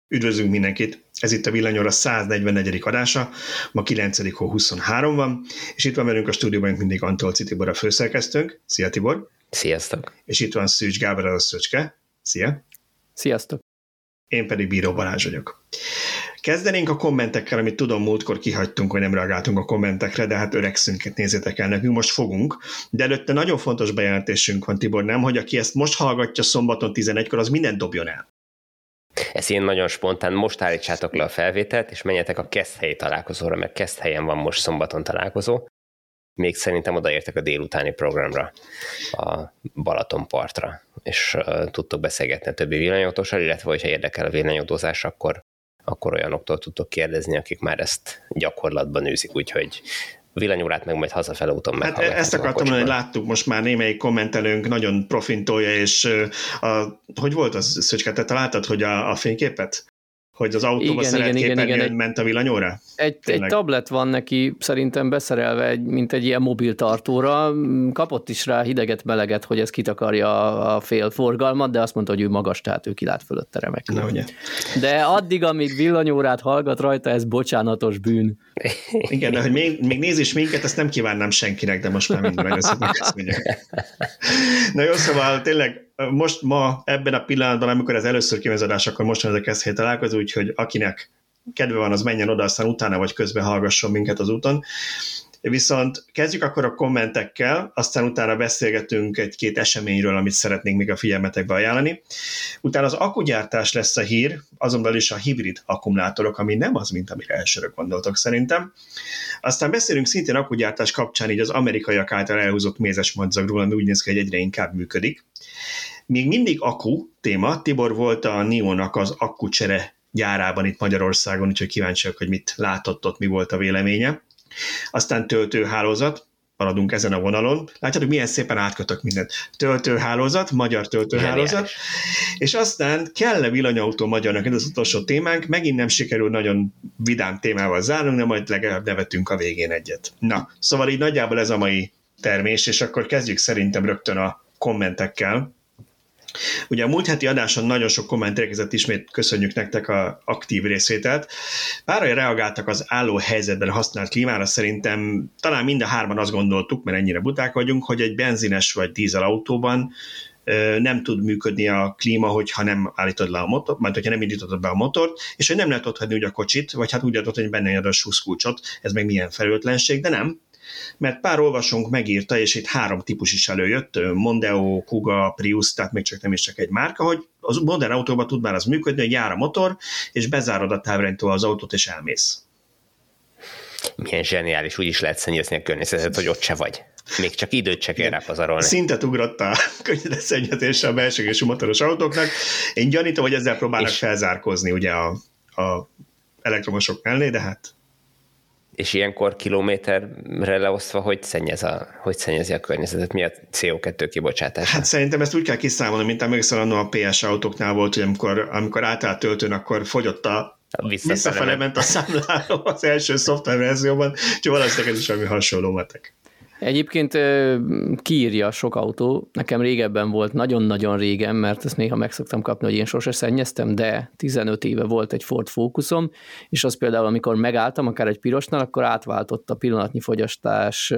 Üdvözlünk mindenkit! Ez itt a Villanyóra 144. adása, ma 9.23 van, és itt van velünk a stúdióban mindig Antolczy Tibor a főszerkesztőnk. Szia Tibor! Sziasztok! És itt van Szűcs Gábor a Szöcske. Szia! Sziasztok! Én pedig Bíró Balázs vagyok. Kezdenénk a kommentekkel, amit tudom, múltkor kihagytunk, hogy nem reagáltunk a kommentekre, de hát öregszünket nézzétek el, nekünk most fogunk. De előtte nagyon fontos bejelentésünk van, Tibor, nem? Hogy aki ezt most hallgatja szombaton 11-kor, az mindent dobjon el. Ez ilyen nagyon spontán, most állítsátok le a felvételt, és menjetek a Keszthelyi találkozóra, mert Keszthelyen van most szombaton találkozó. Még szerintem odaértek a délutáni programra, a Balatonpartra, és tudtok beszélgetni a többi villanyautóssal, illetve hogyha érdekel a villanyautózás, akkor olyanoktól tudtok kérdezni, akik már ezt gyakorlatban űzik, úgyhogy villanyórát meg majd hazafele úton meghallgathatom. Hát ezt akartam mondani, hogy láttuk most már némelyik kommentelőnk nagyon profintolja, és hogy volt az, Szöcske, te találtad, hogy a fényképet? Hogy az autóba igen, ment a villanyóra? Egy tablet van neki szerintem beszerelve, mint egy ilyen mobiltartóra. Kapott is rá hideget-meleget, hogy ez kitakarja a fél forgalmat, de azt mondta, hogy ő magas, tehát ő kilát fölötte remekül. Na, ugye. De addig, amíg villanyórát hallgat rajta, ez bocsánatos bűn. Igen, de hogy még néz is minket, ezt nem kívánnám senkinek, de most már minden megköszönjük. Na jó, szóval tényleg ma ebben a pillanatban, amikor ez először kivezadás, akkor most van ez a Keszthelyi találkozó, úgyhogy akinek kedve van, az menjen oda, aztán utána vagy közben hallgasson minket az úton. Viszont kezdjük akkor a kommentekkel, aztán utána beszélgetünk egy-két eseményről, amit szeretnénk még a figyelmetekbe ajánlani. Utána az akkugyártás lesz a hír, azon belül is a hibrid akkumulátorok, ami nem az, mint amire elsőre gondoltok szerintem. Aztán beszélünk szintén akkugyártás kapcsán így az amerikaiak által elhúzott mézes madzagról, ami úgy néz ki, hogy egyre inkább működik. Még mindig akku téma, Tibor volt a NIO-nak az akkucsere gyárában itt Magyarországon, úgyhogy kíváncsiak, hogy mit látott ott, mi volt a véleménye. Aztán töltőhálózat, maradunk ezen a vonalon. Látjátok, milyen szépen átkötök mindent. Töltőhálózat, magyar töltőhálózat, és aztán kell-e villanyautó magyarnak, ez az utolsó témánk, megint nem sikerül nagyon vidám témával zárnunk, de majd legalább nevetünk a végén egyet. Na, szóval így nagyjából ez a mai termés, és akkor kezdjük szerintem rögtön a kommentekkel. Ugye a múlt heti adáson nagyon sok komment érkezett, ismét köszönjük nektek az aktív részvételt. Páran reagáltak az álló helyzetben használt klímára, szerintem talán mind a hárman azt gondoltuk, mert ennyire buták vagyunk, hogy egy benzines vagy dízel autóban nem tud működni a klíma, hogyha nem állítod le a motort, mert hogyha nem indítod be a motort, és hogy nem lehet ott hagyni úgy a kocsit, vagy hát úgy adott, hogy benne a súszkulcsot, ez meg milyen felelőtlenség, de nem. Mert pár olvasónk megírta, és itt 3 típus is előjött, Mondeo, Kuga, Prius, tehát még csak nem is csak egy márka, hogy az modern autóban tud már az működni, hogy jár a motor, és bezárod a távirányítóval az autót, és elmész. Milyen zseniális, úgy is lehet szennyezni a környezetet, hogy ott se vagy. Még csak időt se kell rápazarolni. Szintet ugrott a környezetszennyezésre a belsőgésű motoros autóknak. Én gyanítom, hogy ezzel próbálnak felzárkózni ugye a elektromosok mellé, de hát és ilyenkor kilométerre leosztva, hogy szennyezi a környezetet? Mi a CO2 kibocsátás? Hát szerintem ezt úgy kell kiszámolni, mint emlékszel, a PS autóknál volt, hogy amikor átállt töltőn, akkor fogyott visszafele ment a számláló az első szoftververzióban, úgyhogy valószínűleg ez is valami hasonló matek. Egyébként kiírja sok autó, nekem régebben volt, nagyon-nagyon régen, mert ezt néha meg szoktam kapni, hogy én sose szennyeztem, de 15 éve volt egy Ford Focusom, és az például, amikor megálltam, akár egy pirosnál, akkor átváltott a pillanatnyi fogyasztás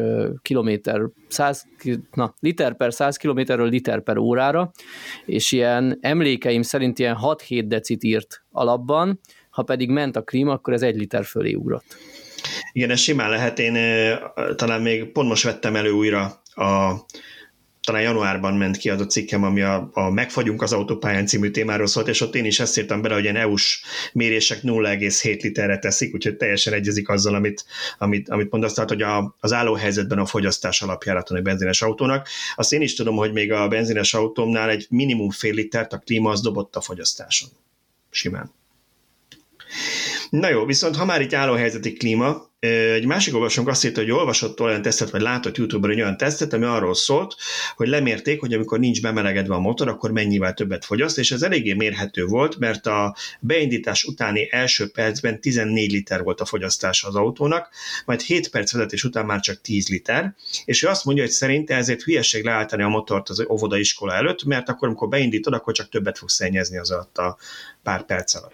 liter per 100 kilométerről liter per órára, és ilyen emlékeim szerint ilyen 6-7 decit írt alapban, ha pedig ment a klíma, akkor ez 1 liter fölé ugrott. Igen, ez simán lehet. Én talán még pont most vettem elő újra, talán januárban ment ki az a cikkem, ami a Megfagyunk az autópályán című témáról szólt, és ott én is ezt írtam bele, hogy ilyen EU-s mérések 0,7 literre teszik, úgyhogy teljesen egyezik azzal, amit mondasz, tehát, hogy az állóhelyzetben a fogyasztás alapjáraton egy benzines autónak. Azt én is tudom, hogy még a benzines autómnál egy minimum fél litert a klíma az dobott a fogyasztáson. Simán. Na jó, viszont ha már itt állóhelyzeti klíma, egy másik olvasónk azt írta, hogy olvasott olyan tesztet, vagy látott YouTube-on egy olyan tesztet, ami arról szólt, hogy lemérték, hogy amikor nincs bemelegedve a motor, akkor mennyivel többet fogyaszt, és ez eléggé mérhető volt, mert a beindítás utáni első percben 14 liter volt a fogyasztása az autónak, majd 7 perc vezetés után már csak 10 liter, és ő azt mondja, hogy szerinte ezért hülyeség leállítani a motort az óvodaiskola előtt, mert akkor, amikor beindítod, akkor csak többet fogsz szennyezni az alatt a pár perc alatt.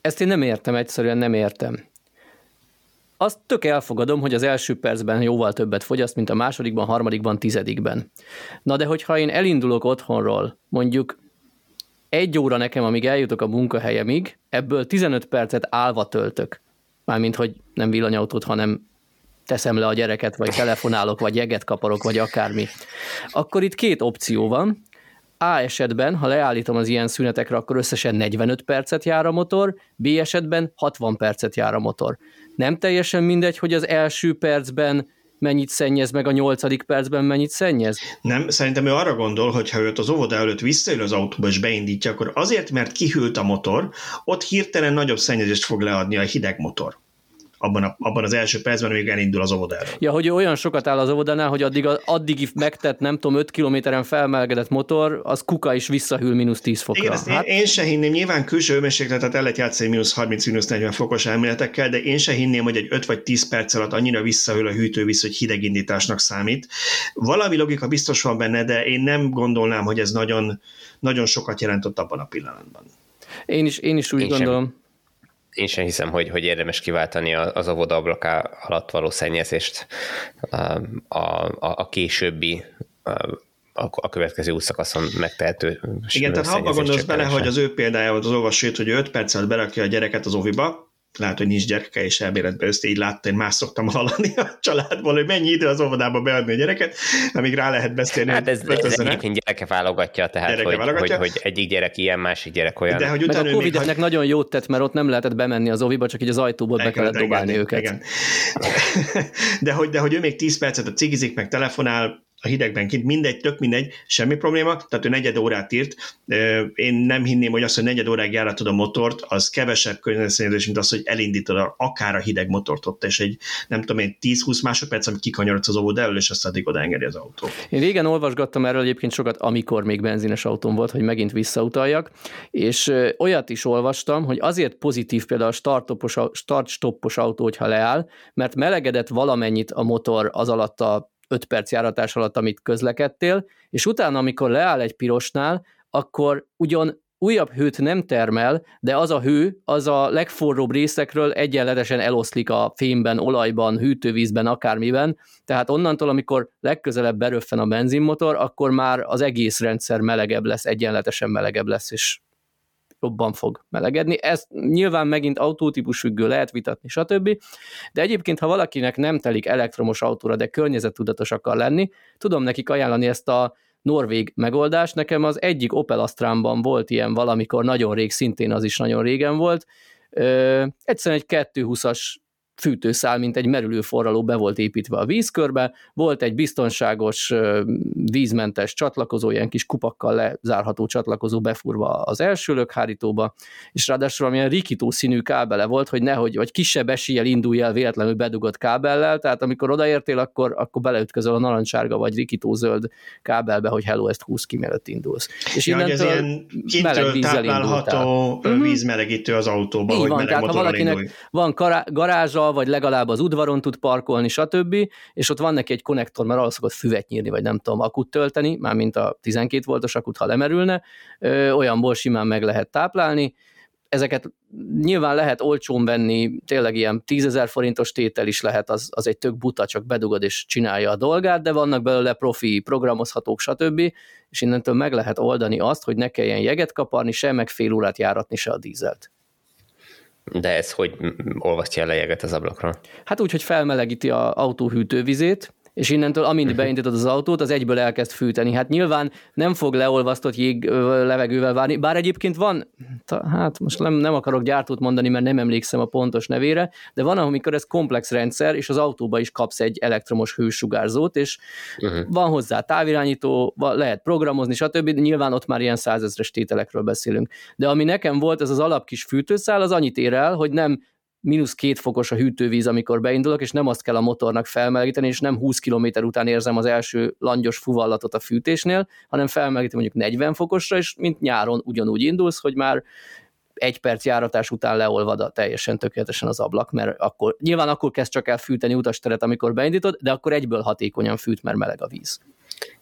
Ezt én nem értem, egyszerűen nem értem. Azt tök elfogadom, hogy az első percben jóval többet fogyaszt, mint a másodikban, harmadikban, tizedikben. Na de hogyha én elindulok otthonról, mondjuk 1 óra nekem, amíg eljutok a munkahelyemig, ebből 15 percet állva töltök. Mármint, hogy nem villanyautót, hanem teszem le a gyereket, vagy telefonálok, vagy jeget kaparok, vagy akármi. Akkor itt 2 opció van. A esetben, ha leállítom az ilyen szünetekre, akkor összesen 45 percet jár a motor, B esetben 60 percet jár a motor. Nem teljesen mindegy, hogy az első percben mennyit szennyez, meg a 8. percben mennyit szennyez? Nem, szerintem ő arra gondol, hogy ha őt az óvoda előtt visszaül az autóba és beindítja, akkor azért, mert kihűlt a motor, ott hirtelen nagyobb szennyezést fog leadni a hideg motor. Abban az első percben, amíg elindul az óvoda előtt. Ja, hogy olyan sokat áll az óvodánál, hogy addig megtett, nem tudom, 5 kilométeren felmelegedett motor, az kuka is visszahűl -10 fokra. Igen, ezt én se hinném, nyilván külső hőmérsékletet, tehát el lehet játszani -30, -40 fokos elméletekkel, de én se hinném, hogy egy 5 vagy 10 perc alatt annyira visszahűl a hűtővíz, hogy hidegindításnak számít. Valami logika biztos van benne, de én nem gondolnám, hogy ez nagyon, nagyon sokat jelentett abban a pillanatban. Én is úgy gondolom. Én sem hiszem, hogy érdemes kiváltani az óvoda ablaká alatt való szennyezést a későbbi, a következő útszakaszon megtehető. Igen, tehát ha abba gondolsz bele, hogy az ő példájával az olvasót, hogy 5 perc alatt berakja a gyereket az óviba, lehet, hogy nincs gyereke, és elméletben ezt így látta, én más szoktam hallani a családból, hogy mennyi idő az óvodába beadni a gyereket, amíg rá lehet beszélni. Hát ez egyébként gyereke válogatja, tehát hogy egyik gyerek ilyen, másik gyerek olyan. De hogy meg a Covid-nek nagyon jót tett, mert ott nem lehetett bemenni az óviba, csak így az ajtóból be kellett dobálni őket. Igen. De hogy ő még 10 percet a cigizik, meg telefonál, a hidegben kint, mindegy, tök mindegy, semmi probléma, tehát ő 4 órát írt. Én nem hinném, hogy az, hogy 4 óráig járatod a motort, az kevesebb környezetszennyezés, mint az, hogy elindítod akár a hideg motort ott, és egy, nem tudom én, 10-20 másodperc, amíg kikanyarodsz az óvoda elől, és azt addig odaengedi az autó. Én régen olvasgattam erről egyébként sokat, amikor még benzines autóm volt, hogy megint visszautaljak, és olyat is olvastam, hogy azért pozitív például a start-stoppos autó, hogyha leáll, mert melegedett valamennyit a motor az alatt a 5 perc járatás alatt, amit közlekedtél, és utána, amikor leáll egy pirosnál, akkor ugyan újabb hőt nem termel, de az a hő, az a legforróbb részekről egyenletesen eloszlik a fémben, olajban, hűtővízben, akármiben, tehát onnantól, amikor legközelebb beröffen a benzinmotor, akkor már az egész rendszer melegebb lesz, egyenletesen melegebb lesz, és jobban fog melegedni. Ez nyilván megint autótípus függő, lehet vitatni, stb. De egyébként, ha valakinek nem telik elektromos autóra, de környezettudatos akar lenni, tudom nekik ajánlani ezt a norvég megoldást. Nekem az egyik Opel Astránban volt ilyen valamikor, nagyon rég, szintén az is nagyon régen volt. Egyszerűen egy 220-as fűtőszál, mint egy merülő forraló be volt építve a vízkörbe, volt egy biztonságos vízmentes csatlakozó, ilyen kis kupakkal lezárható csatlakozó befúrva az első lökhárítóba, és ráadásul amilyen rikító színű kábele volt, hogy nehogy, vagy kisebb eséllyel indulj el véletlenül bedugott kábellel, tehát amikor odaértél, akkor beleütközöl a narancsárga vagy rikító zöld kábelbe, hogy hello, ezt húz ki, mielőtt indulsz. És innentől ez ilyen kintről táplálható vízmelegítő az autóba, így hogy van, meleg tehát ha valakinek van garázsa, vagy legalább az udvaron tud parkolni, stb., és ott van neki egy konnektor, mert arra szokott füvet nyírni, vagy nem tudom, akut tölteni, mármint a 12 voltos akut, ha lemerülne, olyanból simán meg lehet táplálni. Ezeket nyilván lehet olcsón venni, tényleg ilyen 10 000 forintos tétel is lehet, az egy tök buta, csak bedugod és csinálja a dolgát, de vannak belőle profi programozhatók, stb., és innentől meg lehet oldani azt, hogy ne kelljen jeget kaparni, se meg fél órát járatni, se a dízelt. De ez hogy olvasztja el a jeget az ablakra? Hát úgy, hogy felmelegíti az autó hűtővizét, és innentől, amint beindítod az autót, az egyből elkezd fűteni. Hát nyilván nem fog leolvasztott levegővel várni, bár egyébként van, hát most nem akarok gyártót mondani, mert nem emlékszem a pontos nevére, de van, amikor ez komplex rendszer, és az autóba is kapsz egy elektromos hősugárzót, és van hozzá távirányító, lehet programozni, stb. Nyilván ott már ilyen 100 000-es tételekről beszélünk. De ami nekem volt, ez az alapkis fűtőszál, az annyit ér el, hogy nem -2 fokos a hűtővíz, amikor beindulok, és nem azt kell a motornak felmelegíteni, és nem 20 km után érzem az első langyos fuvallatot a fűtésnél, hanem felmelegítem mondjuk 40 fokosra, és mint nyáron ugyanúgy indulsz, hogy már 1 perc járatás után leolvad teljesen tökéletesen az ablak, mert akkor kezd csak el fűteni utasteret, amikor beindítod, de akkor egyből hatékonyan fűt, mert meleg a víz.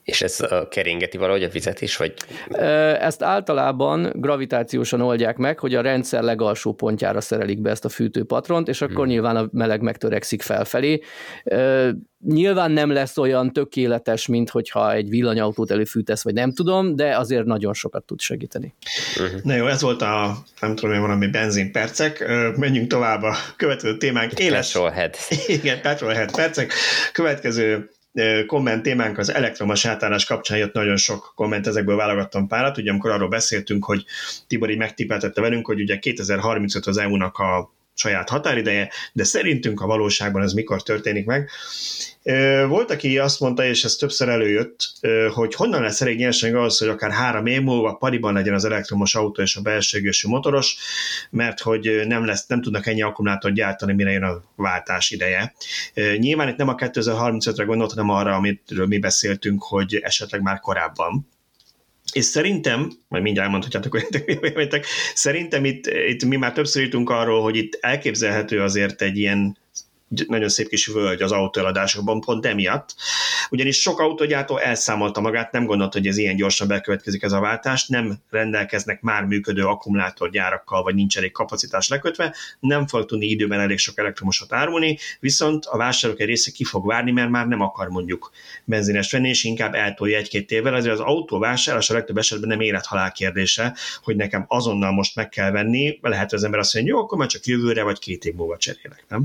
És ez keringeti valahogy a vizet is, vagy? Ezt általában gravitációsan oldják meg, hogy a rendszer legalsó pontjára szerelik be ezt a fűtőpatront, és akkor nyilván a meleg megtörekszik felfelé. Nyilván nem lesz olyan tökéletes, mint hogyha egy villanyautót előfűtesz, vagy nem tudom, de azért nagyon sokat tud segíteni. Na jó, ez volt a, nem tudom, valami benzinpercek. Menjünk tovább a következő témánk. Petrolhead. Igen, Petrolhead percek. Következő komment témánk az elektromos átállás kapcsán jött nagyon sok komment, ezekből válogattam párat. Ugye amikor arról beszéltünk, hogy Tibor így megtippeltette velünk, hogy ugye 2035 az EU-nak a saját határideje, de szerintünk a valóságban ez mikor történik meg. Volt, aki azt mondta, és ez többször előjött, hogy honnan lesz elég nyersanyag ahhoz, hogy akár 3 év múlva pariban legyen az elektromos autó és a belső égésű motoros, mert hogy nem tudnak ennyi akkumulátort gyártani, mire jön a váltás ideje. Nyilván itt nem a 2035-re gondolt, hanem arra, amiről mi beszéltünk, hogy esetleg már korábban. És szerintem, majd mindjárt elmondhatjátok, hogy szerintem itt mi már többször írtunk arról, hogy itt elképzelhető azért egy ilyen nagyon szép kis völgy az autóeladásokban, pont emiatt. Ugyanis sok autógyártó elszámolta magát, nem gondolta, hogy ez ilyen gyorsan bekövetkezik ez a váltás, nem rendelkeznek már működő akkumulátorgyárakkal, vagy nincs elég kapacitás lekötve, nem fog tudni időben elég sok elektromosat árulni, viszont a vásárlók egy része ki fog várni, mert már nem akar mondjuk benzines venni, és inkább eltolja 1-2 évvel, azért az autóvásárlás a legtöbb esetben nem élet-halál kérdése, hogy nekem azonnal most meg kell venni, lehet az ember azt mondja, jó, akkor már csak jövőre, vagy 2 év múlva cserélek, nem?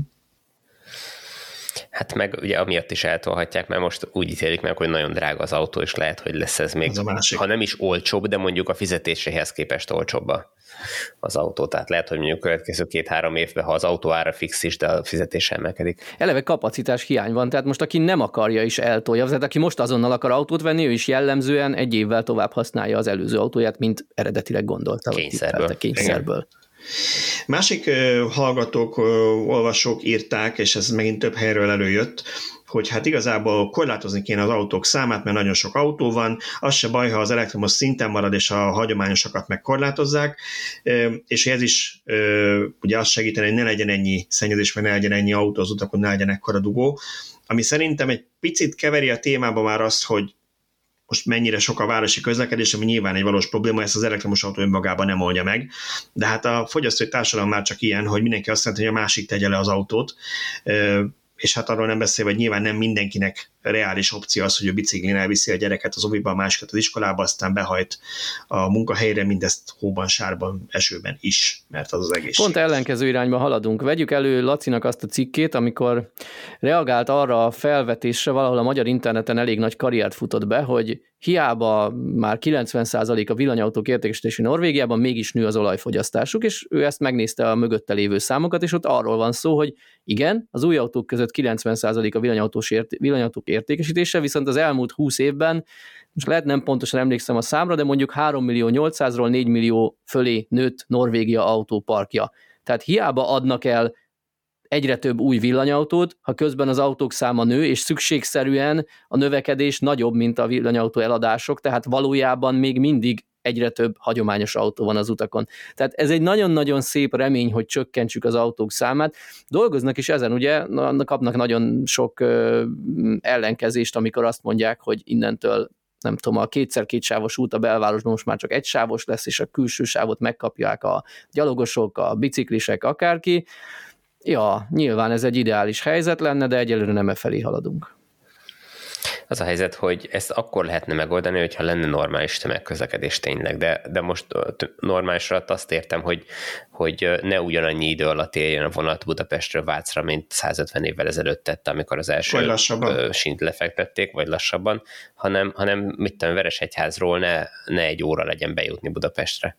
Hát meg ugye amiatt is eltolhatják, mert most úgy ítélik meg, hogy nagyon drága az autó, és lehet, hogy lesz ez még, ha nem is olcsóbb, de mondjuk a fizetéséhez képest olcsóbb az autó. Tehát lehet, hogy mondjuk következő 2-3 évben, ha az autó ára fix is, de a fizetése emelkedik. Eleve kapacitás hiány van, tehát most aki nem akarja is eltolja, tehát aki most azonnal akar autót venni, ő is jellemzően 1 évvel tovább használja az előző autóját, mint eredetileg gondolta. Kényszerből. Másik hallgatók, olvasók írták, és ez megint több helyről előjött, hogy hát igazából korlátozni kéne az autók számát, mert nagyon sok autó van, az se baj, ha az elektromos szinten marad, és a hagyományosakat megkorlátozzák, és ez is ugye azt segíteni, hogy ne legyen ennyi szennyezés, meg ne legyen ennyi autó az utakon, ne legyen ekkora dugó, ami szerintem egy picit keveri a témába már azt, hogy most mennyire sok a városi közlekedés, ami nyilván egy valós probléma, ezt az elektromos autó önmagában nem oldja meg. De hát a fogyasztói társadalom már csak ilyen, hogy mindenki azt mondja, hogy a másik tegye le az autót, és hát arról nem beszélve, hogy nyilván nem mindenkinek reális opció az, hogy a biciklin elviszi a gyereket az oviba, a másikat az iskolába, aztán behajt a munkahelyre, mindezt hóban, sárban, esőben is, mert az egészség. Pont ellenkező irányba haladunk. Vegyük elő Lacinak azt a cikkét, amikor reagált arra a felvetésre, valahol a magyar interneten elég nagy karriert futott be, hogy hiába már 90% a villanyautók értékesítési Norvégiában, mégis nő az olajfogyasztásuk, és ő ezt megnézte a mögötte lévő számokat, és ott arról van szó, hogy igen, az új autók között 90% a villanyautók értékesítése, viszont az elmúlt 20 évben, most lehet nem pontosan emlékszem a számra, de mondjuk 3.800.000-ról 4 millió fölé nőtt Norvégia autóparkja. Tehát hiába adnak el egyre több új villanyautót, ha közben az autók száma nő, és szükségszerűen a növekedés nagyobb, mint a villanyautó eladások, tehát valójában még mindig egyre több hagyományos autó van az utakon. Tehát ez egy nagyon-nagyon szép remény, hogy csökkentsük az autók számát. Dolgoznak is ezen, ugye, kapnak nagyon sok ellenkezést, amikor azt mondják, hogy innentől nem tudom, a 2x2 sávos út a belvárosban most már csak 1 sávos lesz, és a külső sávot megkapják a gyalogosok, a biciklisek, akárki. Ja, nyilván ez egy ideális helyzet lenne, de egyelőre nem felé haladunk. Az a helyzet, hogy ezt akkor lehetne megoldani, hogyha lenne normális tömegközlekedés tényleg, de most normális alatt azt értem, hogy ne ugyanannyi idő alatt éljen a vonat Budapestről Vácra, mint 150 évvel ezelőtt tette, amikor az első sínt lefektették, vagy lassabban, hanem mit tudom, Veresegyházról ne 1 óra legyen bejutni Budapestre.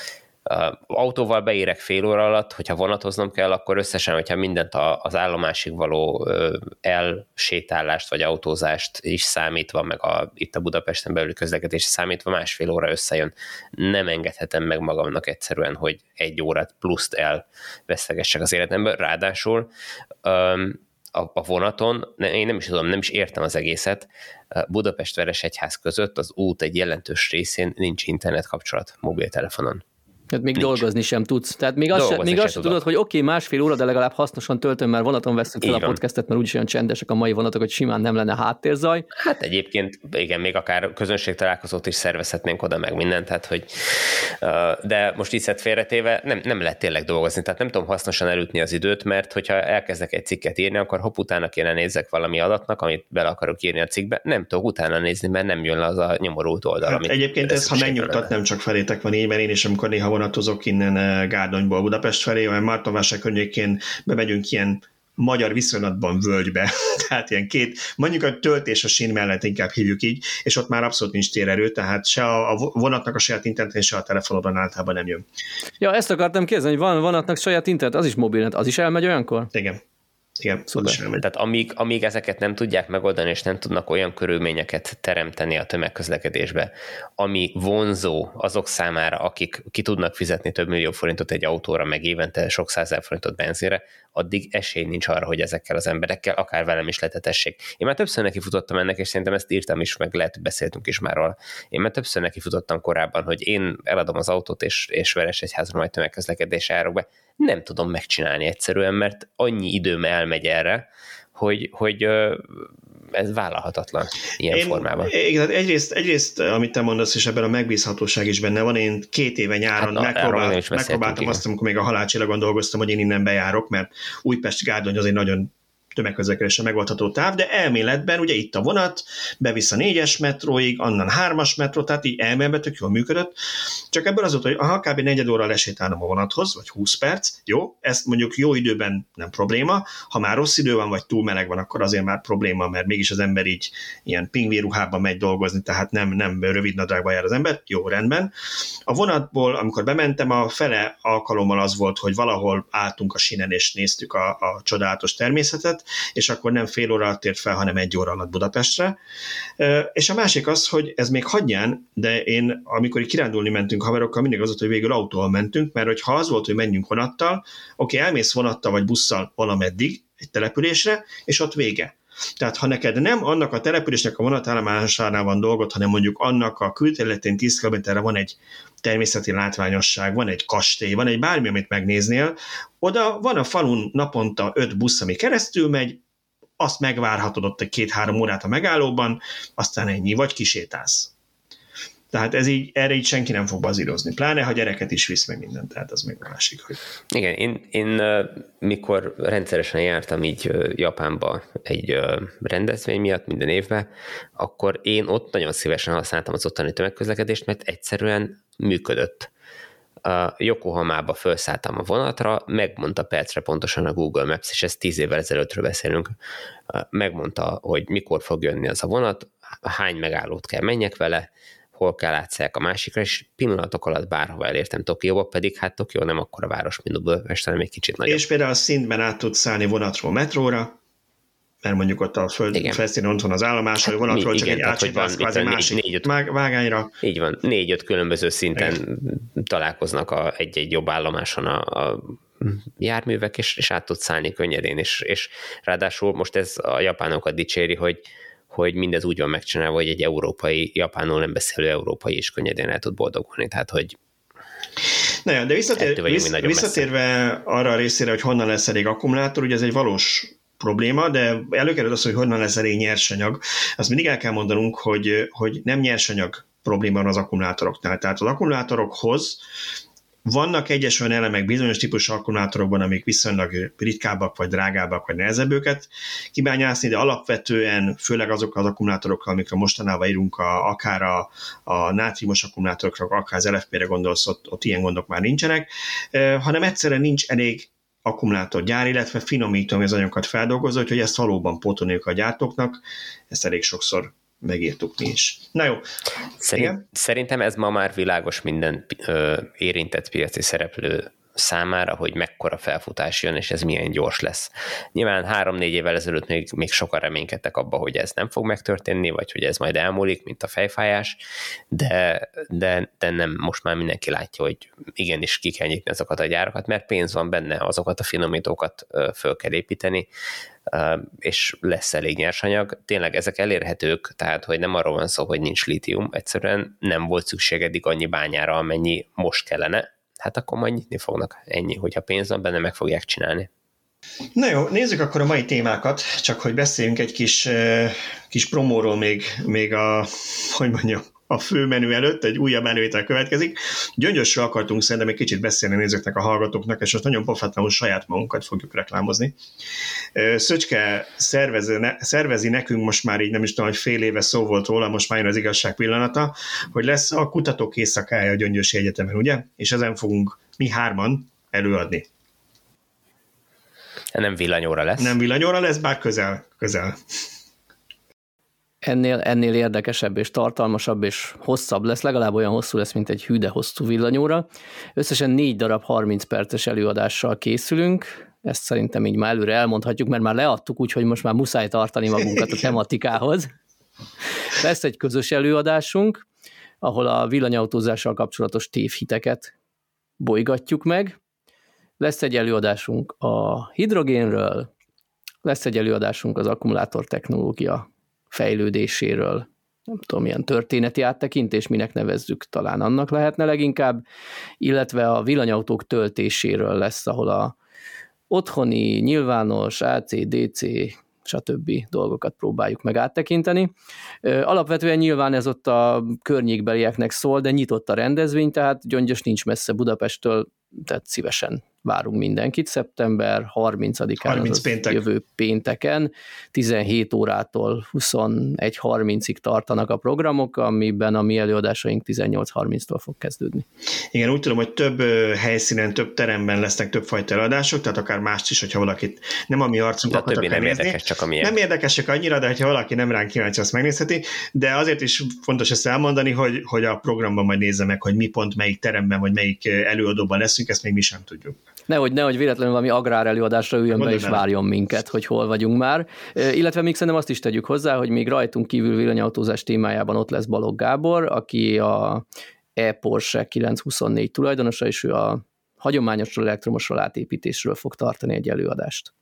Autóval beérek fél óra alatt, hogyha vonatoznom kell, akkor összesen, hogyha mindent az állomásig való elsétálást vagy autózást is számítva, meg itt a Budapesten belüli közlekedés számítva 1,5 óra összejön. Nem engedhetem meg magamnak egyszerűen, hogy 1 órát pluszt elvesztegessek az életemből. Ráadásul a vonaton, én nem is tudom, nem is értem az egészet, Budapest-Veresegyház között az út egy jelentős részén nincs internet kapcsolat mobiltelefonon. Hát még dolgozni sem tudsz. Tehát még azt sem tudod, hogy oké, másfél óra, de legalább hasznosan töltöm, mert vonaton veszünk fel a podcastet, mert úgyis olyan csendesek a mai vonatok, hogy simán nem lenne háttérzaj. Hát egyébként igen, még akár közönségtalálkozót is szervezhetnénk oda meg mindent, tehát hogy de most viccet félretéve nem lehet tényleg dolgozni, tehát nem tudom hasznosan elütni az időt, mert hogyha elkezdek egy cikket írni, akkor hopp utána kéne nézzek valami adatnak, amit bele akarok írni a cikkbe, nem tudok utána nézni, mert nem jön le az a nyomorult oldal. Hát egyébként ez, ha megnyugtat, nem csak felétek van így, mert én is, amikor néha vonatozok innen Gárdonyból Budapest felé, olyan Martonvásár környékén bemegyünk ilyen magyar viszonylatban völgybe, tehát ilyen mondjuk a töltés a sín mellett inkább hívjuk így, és ott már abszolút nincs térerő, tehát se a vonatnak a saját interneten, se a telefonodon általában nem jön. Ja, ezt akartam kérdezni, hogy van vonatnak saját internet, az is mobilnet, az is elmegy olyankor? Igen, tehát amíg ezeket nem tudják megoldani, és nem tudnak olyan körülményeket teremteni a tömegközlekedésbe, ami vonzó azok számára, akik ki tudnak fizetni több millió forintot egy autóra, meg évente sok százezer forintot benzínre, addig esély nincs arra, hogy ezekkel az emberekkel, akár velem is letetessék. Én már többször nekifutottam ennek, és szerintem ezt írtam is, meg lehet, beszéltünk is már róla. Én már többször nekifutottam korábban, hogy én eladom az autót, és Veresegyházra majd tömegközlekedésre járok be. Nem tudom megcsinálni egyszerűen, mert annyi időm elmegy erre, hogy ez vállalhatatlan ilyen formában. Egyrészt, amit te mondasz, és ebben a megbízhatóság is benne van, én 2 éve nyáron megpróbáltam azt, amikor még a Halálcsillagon dolgoztam, hogy én innen bejárok, mert Újpest-Gárdony azért nagyon tömegközlekedésre megoldható táv, de elméletben ugye itt a vonat, bevisz a 4-es metróig, annan 3-as metró, tehát így elméletben tök jól működött, csak ebből az volt, hogy kb. 4 óra lesétálnom a vonathoz, vagy 20 perc, jó, ezt mondjuk jó időben nem probléma, ha már rossz idő van, vagy túl meleg van, akkor azért már probléma, mert mégis az ember így ilyen pingvíruhában megy dolgozni, tehát nem rövid nadrágban jár az ember, jó, rendben. A vonatból, amikor bementem, a fele alkalommal az volt, hogy valahol álltunk a sínen, és néztük a csodálatos természetet, és akkor nem fél óra alatt ért fel, hanem 1 óra alatt Budapestre. És a másik az, hogy ez még hagyján, de én, amikor kirándulni mentünk haverokkal, mindig az volt, hogy végül autóval mentünk, mert hogyha az volt, hogy menjünk vonattal, oké, elmész vonattal vagy busszal valameddig egy településre, és ott vége. Tehát ha neked nem annak a településnek a vonatállomásánál van dolgod, hanem mondjuk annak a külterületén 10 km-re van egy természeti látványosság, van egy kastély, van egy bármi, amit megnéznél, oda van a falun naponta 5 busz, ami keresztül megy, azt megvárhatod ott egy 2-3 órát a megállóban, aztán ennyi, vagy kisétálsz. Tehát erre így senki nem fog bazírozni. Pláne, ha gyereket is visz meg mindent, tehát az még a másik. Hogy... Igen, én mikor rendszeresen jártam így Japánba egy rendezvény miatt minden évben, akkor én ott nagyon szívesen használtam az ottani tömegközlekedést, mert egyszerűen működött. Yokohamába felszálltam a vonatra, megmondta percre pontosan a Google Maps, és ezt 10 évvel ezelőttről beszélünk, megmondta, hogy mikor fog jönni az a vonat, hány megállót kell menjek vele, hol kell átszállják a másikra, és pillanatok alatt bárhova elértem Tokióba, pedig hát Tokió nem akkora város, mint Budapest, hanem egy kicsit nagyobb. És például Szintben át tudsz szállni vonatról metróra, mert mondjuk ott a felszínen ott van az állomás, hogy vonatról csak egy átsétálsz kvázi másik vágányra. Így van, 4-5 különböző szinten találkoznak egy-egy jobb állomáson a járművek, és át tudsz szállni könnyedén, és ráadásul most ez a japánokat dicséri, hogy mindez úgy van megcsinálva, hogy egy európai, japánul nem beszélő európai is könnyedén el tud boldogulni, tehát hogy na, de visszatérve arra a részére, hogy honnan lesz elég akkumulátor, ugye ez egy valós probléma, de előkerül az, hogy honnan lesz elég nyersanyag. Azt mindig el kell mondanunk, hogy nem nyersanyag probléma van az akkumulátoroknál. Tehát az akkumulátorokhoz vannak egyes olyan elemek bizonyos típusú akkumulátorokban, amik viszonylag ritkábbak, vagy drágábbak, vagy nehezebb őket kibányászni, de alapvetően főleg azok az akkumulátorok, amikre mostanában írunk, akár a nátriumos akkumulátorokra, akár az LFP-re gondolsz, ott ilyen gondok már nincsenek, hanem egyszerűen nincs elég akkumulátorgyár, illetve finomító, ami az anyagokat feldolgozza, hogy ezt valóban pótolniuk a gyártóknak, ezt elég sokszor megírtuk mi is. Na jó. Szerintem ez ma már világos minden érintett piaci szereplő számára, hogy mekkora felfutás jön, és ez milyen gyors lesz. Nyilván 3-4 évvel ezelőtt még sokan reménykedtek abba, hogy ez nem fog megtörténni, vagy hogy ez majd elmúlik, mint a fejfájás, de nem, most már mindenki látja, hogy igenis ki kell nyitni azokat a gyárakat, mert pénz van benne, azokat a finomítókat föl kell építeni, és lesz elég nyersanyag. Tényleg ezek elérhetők, tehát hogy nem arról van szó, hogy nincs lítium, egyszerűen nem volt szükség eddig annyi bányára, amennyi most kellene, hát akkor majd nyitni fognak. Ennyi, hogyha pénz van benne, meg fogják csinálni. Na jó, nézzük akkor a mai témákat, csak hogy beszéljünk egy kis promóról még a fő menü előtt, egy újabb előétel következik. Gyöngyösről akartunk szerintem egy kicsit beszélni nézőknek, a hallgatóknak, és most nagyon pofátlanul saját magunkat fogjuk reklámozni. Szöcske szervezi nekünk most már így, nem is tudom, hogy fél éve szó volt róla, most már jön az igazság pillanata, hogy lesz a kutatók éjszakája a Gyöngyösi Egyetemen, ugye? És ezen fogunk mi 3 előadni. Nem villanyóra lesz. Nem villanyóra lesz, bár közel. Ennél érdekesebb és tartalmasabb és hosszabb lesz, legalább olyan hosszú lesz, mint egy hű de hosszú villanyóra. Összesen 4 darab 30 perces előadással készülünk, ezt szerintem így már előre elmondhatjuk, mert már leadtuk, úgyhogy most már muszáj tartani magunkat a tematikához. Lesz egy közös előadásunk, ahol a villanyautózással kapcsolatos tévhiteket bolygatjuk meg. Lesz egy előadásunk a hidrogénről, lesz egy előadásunk az akkumulátor technológia fejlődéséről, nem tudom, milyen történeti áttekintés, minek nevezzük, talán annak lehetne leginkább, illetve a villanyautók töltéséről lesz, ahol a otthoni, nyilvános, AC, DC, stb. Dolgokat próbáljuk meg áttekinteni. Alapvetően nyilván ez ott a környékbelieknek szól, de nyitott a rendezvény, tehát Gyöngyös nincs messze Budapesttől, tehát szívesen várunk mindenkit. Szeptember 30-án, jövő pénteken, 17 órától 21:30-ig tartanak a programok, amiben a mi előadásaink 18:30-tól fog kezdődni. Igen, úgy tudom, hogy több helyszínen, több teremben lesznek többfajta előadások, tehát akár mást is, hogyha valakit nem a mi arcunkat akartak nem nézni. Érdekes, csak amilyen. Nem érdekesek annyira, de ha valaki nem ránk kíváncsi, azt megnézheti, de azért is fontos ezt elmondani, hogy a programban majd nézze meg, hogy mi pont melyik teremben, vagy melyik előadóban leszünk, ezt még mi sem tudjuk. Nehogy véletlenül valami agrár előadásra üljön be és várjon minket, hogy hol vagyunk már. Illetve még szerintem azt is tegyük hozzá, hogy még rajtunk kívül villanyautózás témájában ott lesz Balogh Gábor, aki a e-Porsche 924 tulajdonosa, és ő a hagyományosról elektromosról átépítésről fog tartani egy előadást.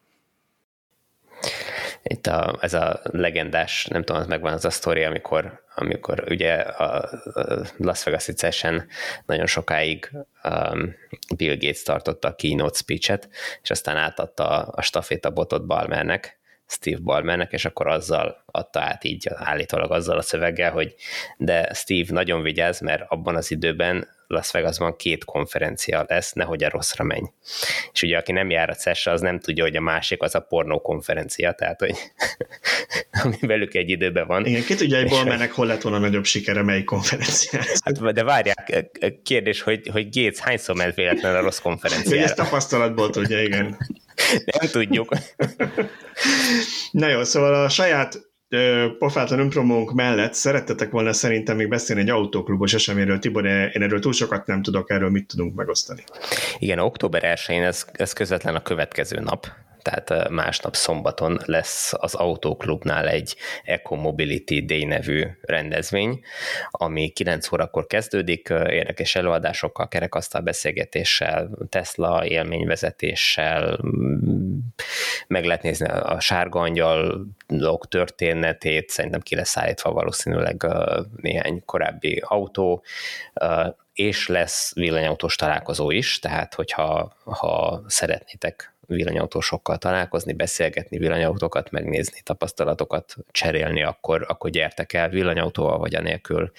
Itt ez a legendás, nem tudom, megvan az a sztori, amikor ugye a Las Vegas-i CES-en nagyon sokáig Bill Gates tartotta a keynote speech-et, és aztán átadta a stafétabotot Steve Ballmernek, és akkor azzal adta át így állítólag azzal a szöveggel, hogy de Steve, nagyon vigyázz, mert abban az időben Las Vegasban 2 konferencia lesz, nehogy a rosszra menj. És ugye aki nem jár a CES-re, az nem tudja, hogy a másik az a pornó konferencia, tehát hogy ami velük egy időben van. Igen, ki tudja, hogy Ballmernek hol lett volna nagyobb sikere, melyik konferenciára. Hát, de várják, kérdés, hogy Gates hányszor ment véletlenül a rossz konferenciára? Ez tapasztalatból tudja, igen. Nem tudjuk. Na jó, szóval a saját pofátlan önpromónk mellett szerettetek volna szerintem még beszélni egy autóklubos eseményről, Tibor, én erről túl sokat nem tudok, erről mit tudunk megosztani. Igen, október 1-én ez közvetlen a következő nap, tehát másnap szombaton lesz az autóklubnál egy Eco Mobility Day nevű rendezvény, ami 9 órakor kezdődik, érdekes előadásokkal, kerekasztal beszélgetéssel, Tesla élményvezetéssel, meg lehet nézni a sárga angyalok történetét, szerintem ki lesz állítva valószínűleg néhány korábbi autó, és lesz villanyautós találkozó is, tehát hogyha szeretnétek villanyautósokkal találkozni, beszélgetni, villanyautókat megnézni, tapasztalatokat cserélni, akkor gyertek el villanyautóval vagy anélkül